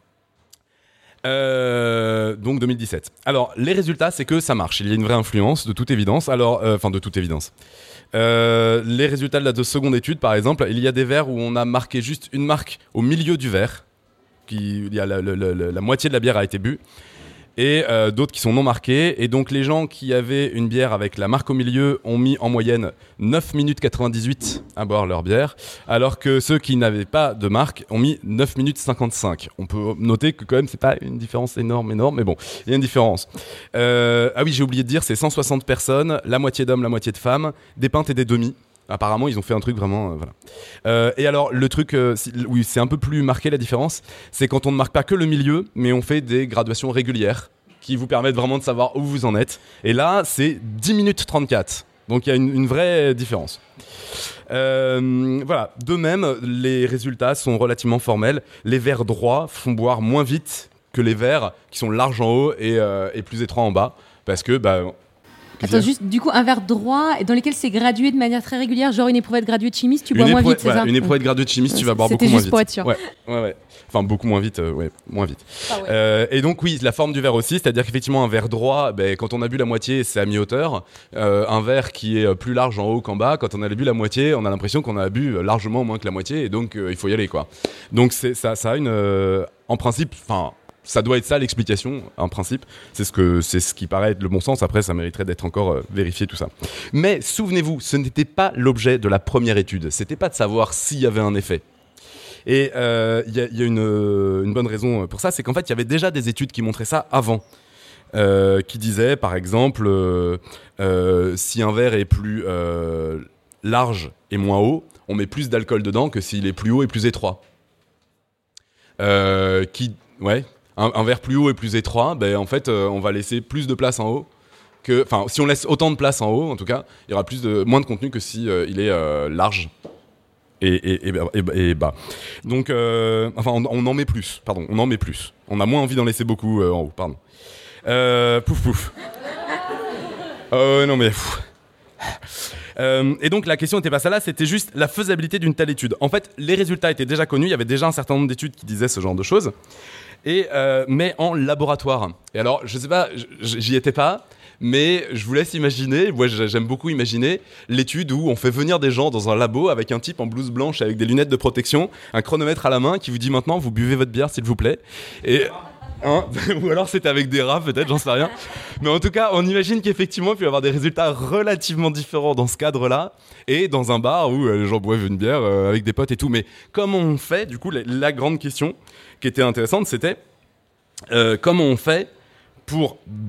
Euh, donc deux mille dix-sept. Alors, les résultats, c'est que ça marche. Il y a une vraie influence, de toute évidence. Alors, enfin, euh, de toute évidence. Euh, les résultats de la de seconde étude, par exemple, il y a des verres où on a marqué juste une marque au milieu du verre. Qui, il y a la, la, la, la moitié de la bière a été bue. Et euh, d'autres qui sont non marqués. Et donc les gens qui avaient une bière avec la marque au milieu ont mis en moyenne neuf minutes quatre-vingt-dix-huit à boire leur bière, alors que ceux qui n'avaient pas de marque ont mis neuf minutes cinquante-cinq. On peut noter que quand même c'est pas une différence énorme, énorme, mais bon, il y a une différence. Euh, ah oui, j'ai oublié de dire, c'est cent soixante personnes, la moitié d'hommes, la moitié de femmes, des pintes et des demi. Apparemment, ils ont fait un truc vraiment... Euh, voilà. Euh, et alors, le truc, euh, si, oui, c'est un peu plus marqué la différence, c'est quand on ne marque pas que le milieu, mais on fait des graduations régulières qui vous permettent vraiment de savoir où vous en êtes. Et là, c'est dix minutes trente-quatre. Donc, il y a une, une vraie différence. Euh, voilà. De même, les résultats sont relativement formels. Les verres droits font boire moins vite que les verres qui sont larges en haut et, euh, et plus étroits en bas. Parce que... Bah, Attends, juste, du coup, un verre droit dans lequel c'est gradué de manière très régulière, genre une éprouvette graduée de chimiste, tu bois moins vite, c'est ouais, ça? Une éprouvette graduée de chimiste, tu vas boire beaucoup moins vite. C'était juste pour être sûr. Ouais, ouais, ouais. Enfin, beaucoup moins vite, euh, ouais, moins vite. Ah ouais. Euh, et donc, oui, la forme du verre aussi, c'est-à-dire qu'effectivement, un verre droit, ben, quand on a bu la moitié, c'est à mi-hauteur. Euh, un verre qui est plus large en haut qu'en bas, quand on a bu la moitié, on a l'impression qu'on a bu largement moins que la moitié, et donc euh, il faut y aller, quoi. Donc, c'est, ça, ça a une... Euh, en principe, enfin... Ça doit être ça l'explication, en principe. C'est ce, que, c'est ce qui paraît être le bon sens. Après, ça mériterait d'être encore euh, vérifié, tout ça. Mais souvenez-vous, ce n'était pas l'objet de la première étude. C'était pas de savoir s'il y avait un effet. Et il euh, y a, y a une, une bonne raison pour ça, c'est qu'en fait, il y avait déjà des études qui montraient ça avant. Euh, qui disaient, par exemple, euh, euh, si un verre est plus euh, large et moins haut, on met plus d'alcool dedans que s'il est plus haut et plus étroit. Euh, qui... Ouais... Un, un verre plus haut et plus étroit, ben, en fait, euh, on va laisser plus de place en haut. Que, enfin, si on laisse autant de place en haut, en tout cas, il y aura plus de, moins de contenu que si euh, il est euh, large et, et, et, et, et bas. Donc, euh, enfin, on, on en met plus. Pardon, on en met plus. On a moins envie d'en laisser beaucoup euh, en haut. Pardon. Euh, pouf pouf. Euh, non mais. Euh, et donc la question n'était pas ça là, c'était juste la faisabilité d'une telle étude. En fait, les résultats étaient déjà connus. Il y avait déjà un certain nombre d'études qui disaient ce genre de choses. Et euh, mais en laboratoire. Et alors, je sais pas, j'y étais pas, mais je vous laisse imaginer. Moi, j'aime beaucoup imaginer l'étude où on fait venir des gens dans un labo avec un type en blouse blanche avec des lunettes de protection, un chronomètre à la main qui vous dit maintenant vous buvez votre bière s'il vous plaît. Et hein ou alors c'était avec des rats peut-être, j'en sais rien. Mais en tout cas, on imagine qu'effectivement il peut y avoir des résultats relativement différents dans ce cadre-là et dans un bar où les gens boivent une bière avec des potes et tout. Mais comment on fait, du coup, la, la grande question qui était intéressante, c'était euh, comment on fait pour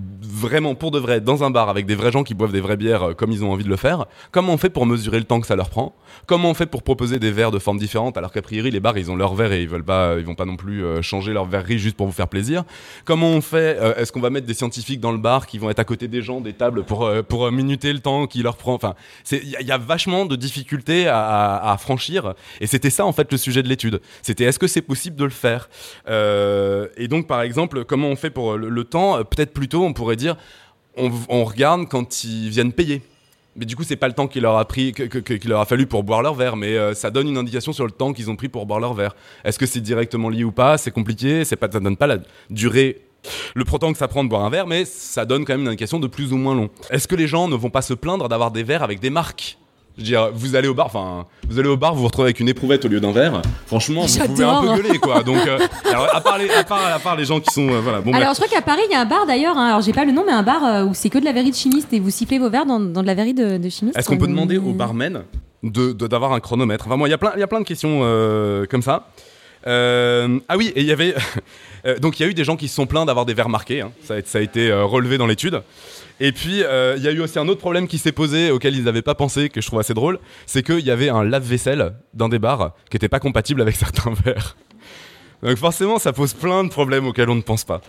vraiment, pour de vrai, dans un bar avec des vrais gens qui boivent des vraies bières euh, comme ils ont envie de le faire, comment on fait pour mesurer le temps que ça leur prend? Comment on fait pour proposer des verres de formes différentes alors qu'a priori les bars ils ont leur verre et ils veulent pas, ils vont pas non plus euh, changer leur verrerie juste pour vous faire plaisir? Comment on fait? euh, Est-ce qu'on va mettre des scientifiques dans le bar qui vont être à côté des gens, des tables pour euh, pour euh, minuter le temps qui leur prend? Enfin, c'est il y, y a vachement de difficultés à, à, à franchir et c'était ça en fait le sujet de l'étude. C'était est-ce que c'est possible de le faire? euh, Et donc par exemple, comment on fait pour le, le temps? Peut-être plutôt on pourrait dire on, on regarde quand ils viennent payer. Mais du coup, c'est pas le temps qu'il leur a pris, que, que, qu'il leur a fallu pour boire leur verre, mais euh, ça donne une indication sur le temps qu'ils ont pris pour boire leur verre. Est-ce que c'est directement lié ou pas? C'est compliqué, c'est pas, ça donne pas la durée, le temps que ça prend de boire un verre, mais ça donne quand même une indication de plus ou moins long. Est-ce que les gens ne vont pas se plaindre d'avoir des verres avec des marques? Je veux dire, vous allez au bar, enfin, vous allez au bar, vous vous retrouvez avec une éprouvette au lieu d'un verre. Franchement, vous J'adore. pouvez un peu gueuler, quoi. Donc, euh, alors, à part les, à part, à part les gens qui sont, euh, voilà. Bon, Alors, bref. je crois qu'à Paris, il y a un bar d'ailleurs, hein, alors j'ai pas le nom, mais un bar euh, où c'est que de la verrie de chimiste et vous sifflez vos verres dans, dans de la verrie de, de chimiste. Est-ce qu'on peut Euh, demander au barman de, de- d'avoir un chronomètre? Enfin, moi, il y a plein, il y a plein de questions euh, comme ça. Euh, ah oui, et il y avait, euh, donc il y a eu des gens qui se sont plaints d'avoir des verres marqués. Hein. Ça, a, ça a été euh, relevé dans l'étude. Et puis, euh, il y a eu aussi un autre problème qui s'est posé, auquel ils n'avaient pas pensé, que je trouve assez drôle, c'est qu'il y avait un lave-vaisselle dans des bars qui n'était pas compatible avec certains verres. Donc forcément, ça pose plein de problèmes auxquels on ne pense pas.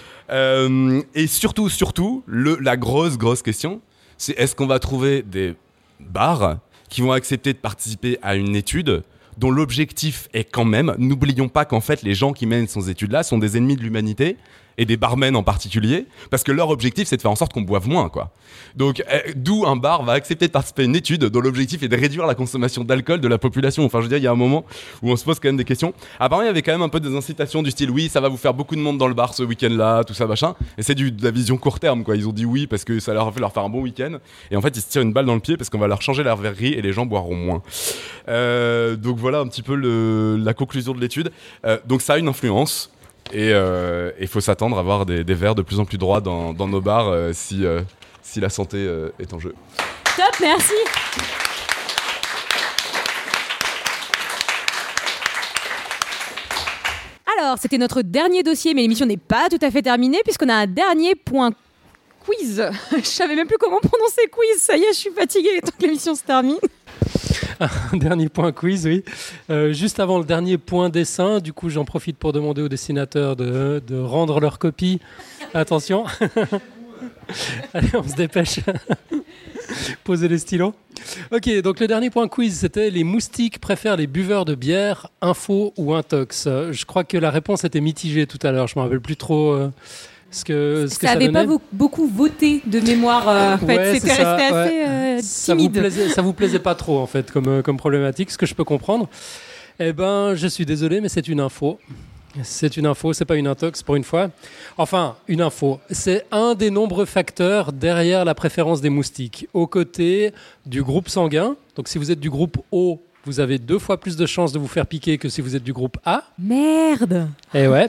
Euh, et surtout, surtout, le, la grosse, grosse question, c'est est-ce qu'on va trouver des bars qui vont accepter de participer à une étude dont l'objectif est quand même, n'oublions pas qu'en fait, les gens qui mènent ces études-là sont des ennemis de l'humanité, et des barmen en particulier, parce que leur objectif c'est de faire en sorte qu'on boive moins, quoi. Donc eh, d'où un bar va accepter de participer à une étude dont l'objectif est de réduire la consommation d'alcool de la population. Enfin je veux dire, il y a un moment où on se pose quand même des questions. Apparemment il y avait quand même un peu des incitations du style oui ça va vous faire beaucoup de monde dans le bar ce week-end-là, tout ça machin, et c'est du, de la vision court terme, quoi. Ils ont dit oui parce que ça leur a fait leur faire un bon week-end, et en fait ils se tirent une balle dans le pied parce qu'on va leur changer leur verrerie et les gens boiront moins. Euh, donc voilà un petit peu le, la conclusion de l'étude. Euh, donc ça a une influence. Et il euh, faut s'attendre à avoir des, des verres de plus en plus droits dans, dans nos bars euh, si, euh, si la santé euh, est en jeu. Top, merci. Alors, c'était notre dernier dossier, mais l'émission n'est pas tout à fait terminée puisqu'on a un dernier point quiz. Je savais même plus comment prononcer quiz. Ça y est, je suis fatiguée tant que l'émission se termine. Un dernier point quiz, oui. Euh, juste avant le dernier point dessin, du coup, j'en profite pour demander aux dessinateurs de, de rendre leur copie. Attention. Allez, on se dépêche. Posez les stylos. Ok, donc le dernier point quiz, c'était les moustiques préfèrent les buveurs de bière, info ou intox. Je crois que la réponse était mitigée tout à l'heure. Je ne me rappelle plus trop... Euh, Ce que, ce que ça ça n'avait pas donnait. vo- beaucoup voté de mémoire. Euh, en fait. Ouais, C'était c'est ça, resté assez ouais. euh, Ça vous timide. plaisait, ça vous plaisait pas trop en fait comme, euh, comme problématique, ce que je peux comprendre. Eh ben, je suis désolé, mais c'est une info. C'est une info, c'est pas une intox pour une fois. Enfin, une info. C'est un des nombreux facteurs derrière la préférence des moustiques, aux côtés du groupe sanguin. Donc, si vous êtes du groupe O, vous avez deux fois plus de chances de vous faire piquer que si vous êtes du groupe A. Merde. Eh ouais.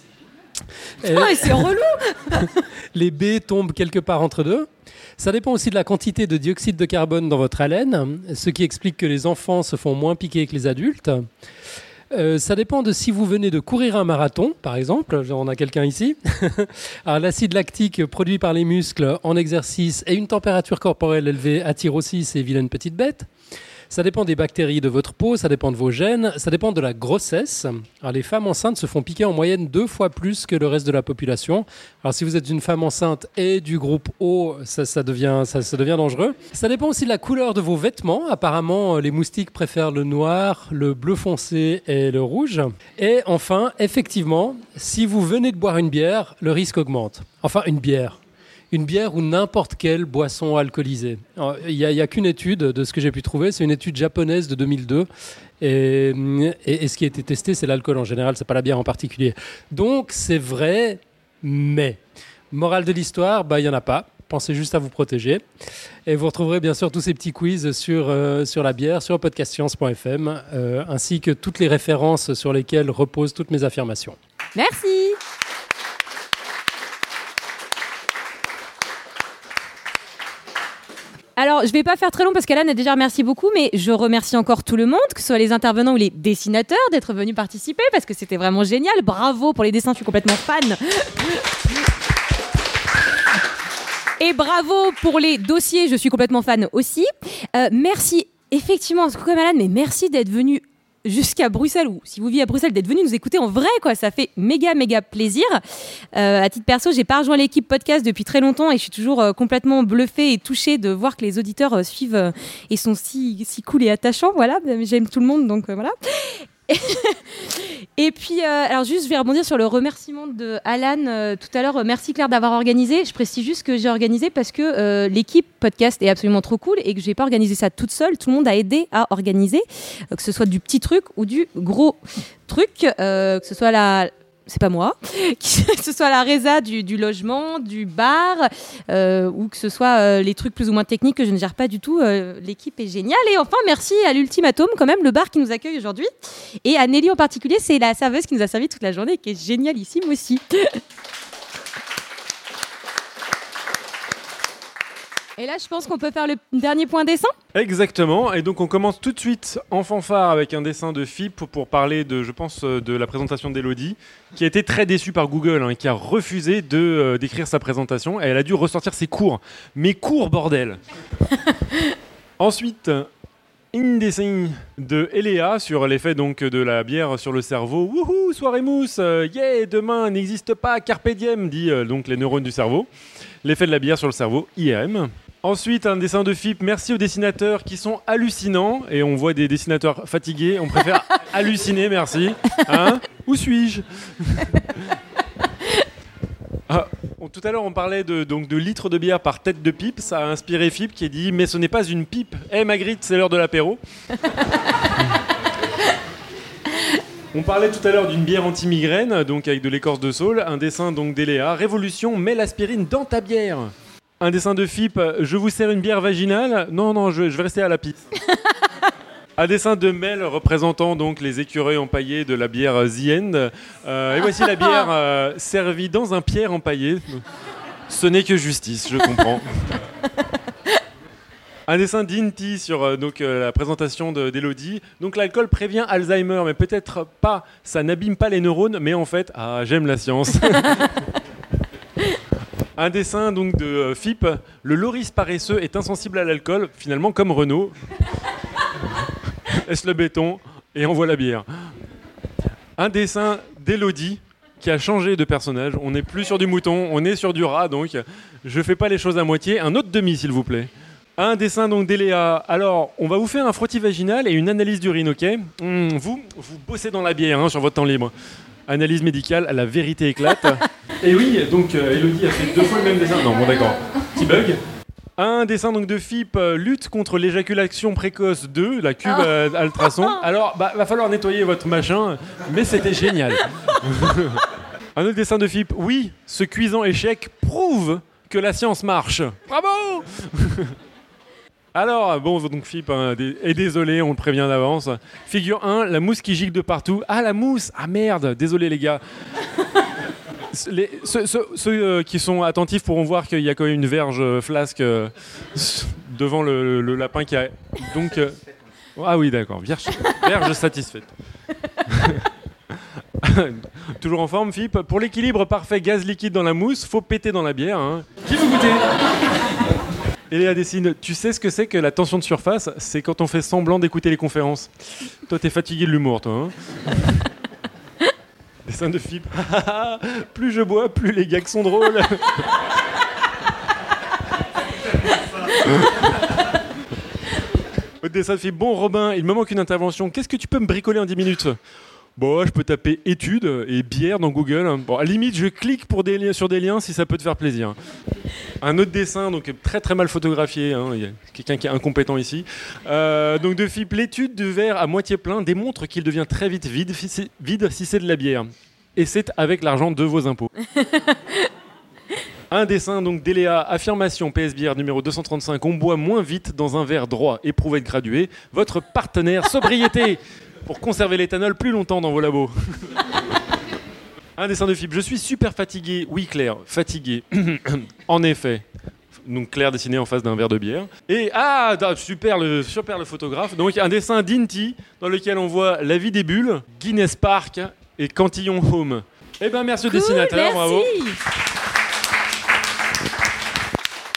Et Ah, c'est relou. les B tombent quelque part entre deux. Ça dépend aussi de la quantité de dioxyde de carbone dans votre haleine, ce qui explique que les enfants se font moins piquer que les adultes. Euh, ça dépend de si vous venez de courir un marathon, par exemple. On a quelqu'un ici. Alors, l'acide lactique produit par les muscles en exercice et une température corporelle élevée attirent aussi ces vilaines petites bêtes. Ça dépend des bactéries de votre peau, ça dépend de vos gènes, ça dépend de la grossesse. Alors, les femmes enceintes se font piquer en moyenne deux fois plus que le reste de la population. Alors si vous êtes une femme enceinte et du groupe O, ça, ça, devient, ça, ça devient dangereux. Ça dépend aussi de la couleur de vos vêtements. Apparemment, les moustiques préfèrent le noir, le bleu foncé et le rouge. Et enfin, effectivement, si vous venez de boire une bière, le risque augmente. Enfin, une bière. Une bière ou n'importe quelle boisson alcoolisée. Il n'y a, a qu'une étude de ce que j'ai pu trouver, c'est une étude japonaise de deux mille deux. Et, et, et ce qui a été testé, c'est l'alcool en général, c'est pas la bière en particulier. Donc c'est vrai, mais morale de l'histoire, bah, il n'y en a pas. Pensez juste à vous protéger. Et vous retrouverez bien sûr tous ces petits quiz sur, euh, sur la bière, sur podcast science point f m, euh, ainsi que toutes les références sur lesquelles reposent toutes mes affirmations. Merci. Alors, je ne vais pas faire très long parce qu'Alan a déjà remercié beaucoup, mais je remercie encore tout le monde, que ce soit les intervenants ou les dessinateurs, d'être venus participer parce que c'était vraiment génial. Bravo pour les dessins, je suis complètement fan. Et bravo pour les dossiers, je suis complètement fan aussi. Euh, merci, effectivement, Coucou Malade, mais merci d'être venu jusqu'à Bruxelles, ou si vous vivez à Bruxelles, d'être venu nous écouter en vrai, quoi. Ça fait méga, méga plaisir. Euh, à titre perso, j'ai pas rejoint l'équipe podcast depuis très longtemps et je suis toujours euh, complètement bluffée et touchée de voir que les auditeurs euh, suivent euh, et sont si, si cool et attachants. Voilà, j'aime tout le monde, donc euh, voilà. Et puis, euh, alors juste, je vais rebondir sur le remerciement de Alan euh, tout à l'heure. Euh, merci Claire d'avoir organisé. Je précise juste que j'ai organisé parce que euh, l'équipe podcast est absolument trop cool et que j'ai pas organisé ça toute seule. Tout le monde a aidé à organiser, euh, que ce soit du petit truc ou du gros truc, euh, que ce soit la c'est pas moi, que ce soit la résa du, du logement, du bar, euh, ou que ce soit euh, les trucs plus ou moins techniques que je ne gère pas du tout. Euh, l'équipe est géniale. Et enfin, merci à l'Ultimatum, quand même, le bar qui nous accueille aujourd'hui. Et à Nelly en particulier, c'est la serveuse qui nous a servi toute la journée, qui est génialissime aussi. Et là, je pense qu'on peut faire le dernier point dessin. Exactement. Et donc, on commence tout de suite en fanfare avec un dessin de F I P pour parler de, je pense, de la présentation d'Elodie, qui a été très déçue par Google, hein, qui a refusé de, euh, d'écrire sa présentation. Et elle a dû ressortir ses cours. Mes cours, bordel. Ensuite, un dessin de Eléa sur l'effet donc de la bière sur le cerveau. Wouhou, soirée mousse. Euh, yeah, demain n'existe pas. Carpe diem, dit euh, donc les neurones du cerveau. L'effet de la bière sur le cerveau, I R M. Ensuite, un dessin de F I P. Merci aux dessinateurs qui sont hallucinants. Et on voit des dessinateurs fatigués. On préfère halluciner, merci. Hein ? Où suis-je ? ah, on, Tout à l'heure, on parlait de, donc, de litres de bière par tête de pipe. Ça a inspiré F I P qui a dit « Mais ce n'est pas une pipe. Eh hey, Magritte, c'est l'heure de l'apéro. » On parlait tout à l'heure d'une bière anti-migraine, donc avec de l'écorce de saule. Un dessin donc d'Eléa. Révolution, mets l'aspirine dans ta bière. Un dessin de F I P, je vous sers une bière vaginale. Non, non, je, je vais rester à la piste. Un dessin de Mel représentant donc les écureuils empaillés de la bière The End. Euh, et voici la bière euh, servie dans un pierre empaillé. Ce n'est que justice, je comprends. Un dessin d'Inti sur euh, donc, euh, la présentation de, d'Elodie. Donc l'alcool prévient Alzheimer, mais peut-être pas, ça n'abîme pas les neurones, mais en fait, ah, j'aime la science. Un dessin donc de euh, F I P. Le Loris paresseux est insensible à l'alcool, finalement comme Renault. Est-ce le béton et envoie la bière. Un dessin d'Elodie qui a changé de personnage. On n'est plus sur du mouton, on est sur du rat, donc je fais pas les choses à moitié. Un autre demi, s'il vous plaît. Un dessin donc d'Eléa. Alors, on va vous faire un frottis vaginal et une analyse d'urine, ok ? mmh, Vous, vous bossez dans la bière hein, sur votre temps libre. Analyse médicale, la vérité éclate. Et oui, donc euh, Elodie a fait deux fois le même dessin. Non, bon d'accord. Petit bug. Un dessin donc de F I P, euh, lutte contre l'éjaculation précoce deux, la cube euh, ultrason. Alors, bah, va falloir nettoyer votre machin, mais c'était génial. Un autre dessin de F I P. Oui, ce cuisant échec prouve que la science marche. Bravo. Alors, bon, donc F I P hein, est désolé, on le prévient d'avance. Figure un, la mousse qui gicle de partout. Ah, la mousse. Ah merde, désolé les gars. Les, ceux ceux, ceux euh, qui sont attentifs pourront voir qu'il y a quand même une verge euh, flasque euh, devant le, le, le lapin qui a... Donc, euh, ah oui, d'accord, verge, verge satisfaite. Toujours en forme, F I P. Pour l'équilibre parfait gaz liquide dans la mousse, faut péter dans la bière. Hein. Qui veut goûter ? Eléa dessine, tu sais ce que c'est que la tension de surface ? C'est quand on fait semblant d'écouter les conférences. Toi, t'es fatigué de l'humour, toi. Hein. Dessin de F I P. Plus je bois, plus les gags sont drôles. Autre dessin de F I P. Bon, Robin, il me manque une intervention. Qu'est-ce que tu peux me bricoler en dix minutes ? Bon, je peux taper études et bière dans Google. Bon, à la limite, je clique pour des li- sur des liens si ça peut te faire plaisir. Un autre dessin, donc très très mal photographié. Hein. Il y a quelqu'un qui est incompétent ici. Euh, donc de F I P, l'étude du verre à moitié plein démontre qu'il devient très vite vide, fi- vide si c'est de la bière. Et c'est avec l'argent de vos impôts. Un dessin donc d'Eléa, affirmation P S Bière numéro deux cent trente-cinq. On boit moins vite dans un verre droit. Éprouvette graduée. Votre partenaire sobriété. Pour conserver l'éthanol plus longtemps dans vos labos. Un dessin de F I P. Je suis super fatigué. Oui, Claire, fatigué. En effet. Donc Claire dessinée en face d'un verre de bière. Et ah, super le, super le photographe. Donc un dessin d'Inti dans lequel on voit la vie des bulles, Guinness Park et Cantillon Home. Eh ben merci cool, au dessinateur, merci. Bravo.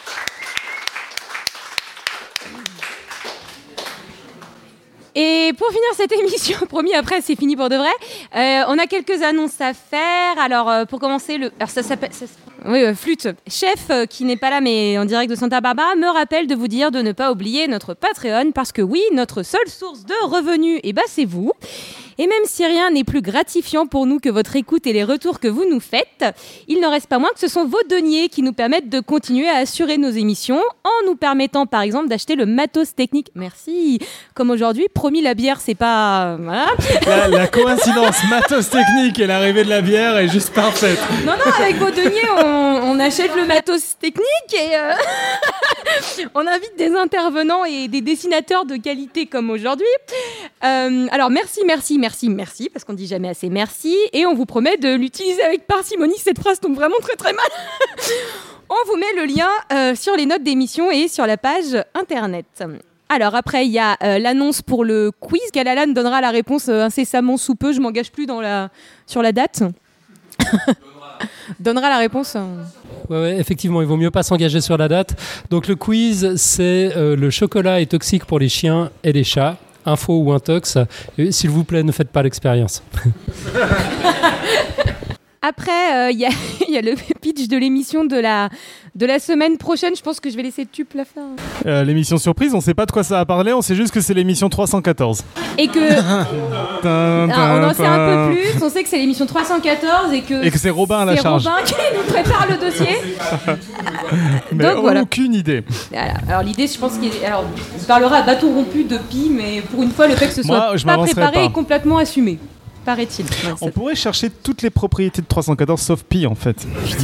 Et pour finir cette émission, promis, après c'est fini pour de vrai, euh, on a quelques annonces à faire. Alors euh, pour commencer, le... Alors, ça s'appelle... Ça... Oui, euh, Flûte. Chef, euh, qui n'est pas là mais en direct de Santa Barbara, me rappelle de vous dire de ne pas oublier notre Patreon parce que oui, notre seule source de revenus, eh ben, c'est vous. Et même si rien n'est plus gratifiant pour nous que votre écoute et les retours que vous nous faites, il n'en reste pas moins que ce sont vos deniers qui nous permettent de continuer à assurer nos émissions en nous permettant par exemple d'acheter le matos technique. Merci. Comme aujourd'hui, promis, la bière, c'est pas... Voilà. La, la coïncidence matos technique et l'arrivée de la bière est juste parfaite. Non, non, avec vos deniers, on, on achète le matos technique et euh, on invite des intervenants et des dessinateurs de qualité comme aujourd'hui. Euh, alors merci, merci, merci. Merci, merci, parce qu'on dit jamais assez merci, et on vous promet de l'utiliser avec parcimonie. Cette phrase tombe vraiment très très mal. On vous met le lien euh, sur les notes d'émission et sur la page internet. Alors après, il y a euh, l'annonce pour le quiz. Galalan donnera la réponse euh, incessamment sous peu. Je m'engage plus dans la... sur la date. Donnera la réponse. Euh... Ouais, ouais, effectivement, il vaut mieux pas s'engager sur la date. Donc le quiz, c'est euh, le chocolat est toxique pour les chiens et les chats. Info ou intox, et s'il vous plaît, ne faites pas l'expérience. Après, il euh, y, y a le pitch de l'émission de la, de la semaine prochaine. Je pense que je vais laisser Tup la faire. Euh, l'émission surprise, on ne sait pas de quoi ça va parler, on sait juste que c'est l'émission trois cent quatorze. Et que... Alors, on en sait un peu plus, on sait que c'est l'émission trois cent quatorze et que... Et que c'est Robin à la charge. C'est Robin qui nous prépare le dossier. Mais donc, voilà. Aucune idée. Voilà. Alors l'idée, je pense qu'il alors, on parlera à bâton rompu de Pi, mais pour une fois, le fait que ce soit Moi, je pas préparé pas. est complètement assumé. Paraît-il. Ouais, on ça... pourrait chercher toutes les propriétés de trois cent quatorze sauf Pi en fait.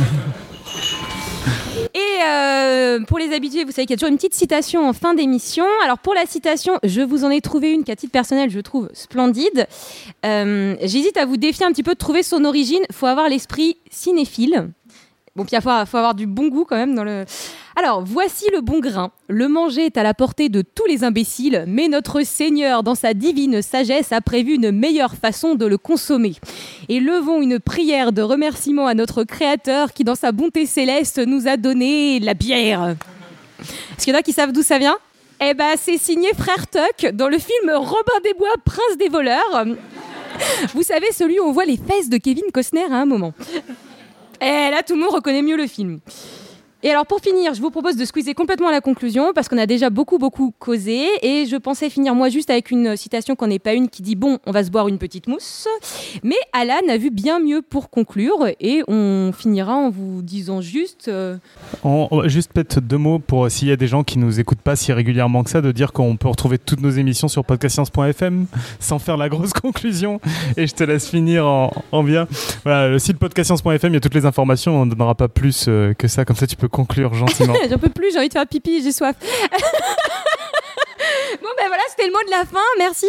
Et euh, pour les habitués, vous savez qu'il y a toujours une petite citation en fin d'émission. Alors pour la citation, je vous en ai trouvé une qu'à titre personnel, je trouve splendide. Euh, j'hésite à vous défier un petit peu de trouver son origine. Il faut avoir l'esprit cinéphile. Bon, puis il faut, faut avoir du bon goût quand même dans le... Alors, voici le bon grain. Le manger est à la portée de tous les imbéciles, mais notre Seigneur, dans sa divine sagesse, a prévu une meilleure façon de le consommer. Et levons une prière de remerciement à notre Créateur qui, dans sa bonté céleste, nous a donné la bière. Est-ce qu'il y en a qui savent d'où ça vient ? Eh ben, c'est signé Frère Tuck dans le film Robin des Bois, Prince des voleurs. Vous savez, celui où on voit les fesses de Kevin Costner à un moment. Et là, tout le monde reconnaît mieux le film. Et alors, pour finir, je vous propose de squeezer complètement à la conclusion, parce qu'on a déjà beaucoup, beaucoup causé, et je pensais finir, moi, juste avec une citation qu'on n'est pas une, qui dit « Bon, on va se boire une petite mousse ». Mais Alan a vu bien mieux pour conclure, et on finira en vous disant juste... Euh... On, on, juste peut-être deux mots pour, s'il y a des gens qui nous écoutent pas si régulièrement que ça, de dire qu'on peut retrouver toutes nos émissions sur podcast science point f m, sans faire la grosse conclusion, et je te laisse finir en, en bien. Voilà, le site podcast science point f m, il y a toutes les informations, on ne donnera pas plus euh, que ça, comme ça tu peux conclure gentiment. J'en peux plus, j'ai envie de faire pipi, j'ai soif. Bon ben voilà, c'était le mot de la fin, merci.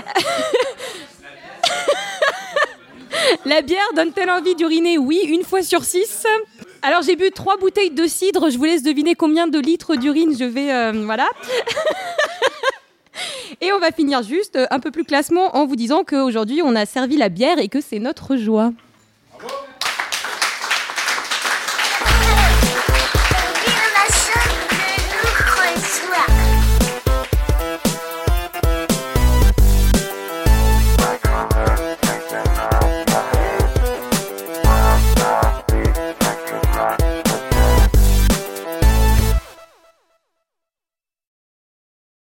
La bière donne-t-elle envie d'uriner ? Oui, une fois sur six. Alors j'ai bu trois bouteilles de cidre, je vous laisse deviner combien de litres d'urine je vais... Euh, voilà. Et on va finir juste un peu plus classement en vous disant qu'aujourd'hui on a servi la bière et que c'est notre joie.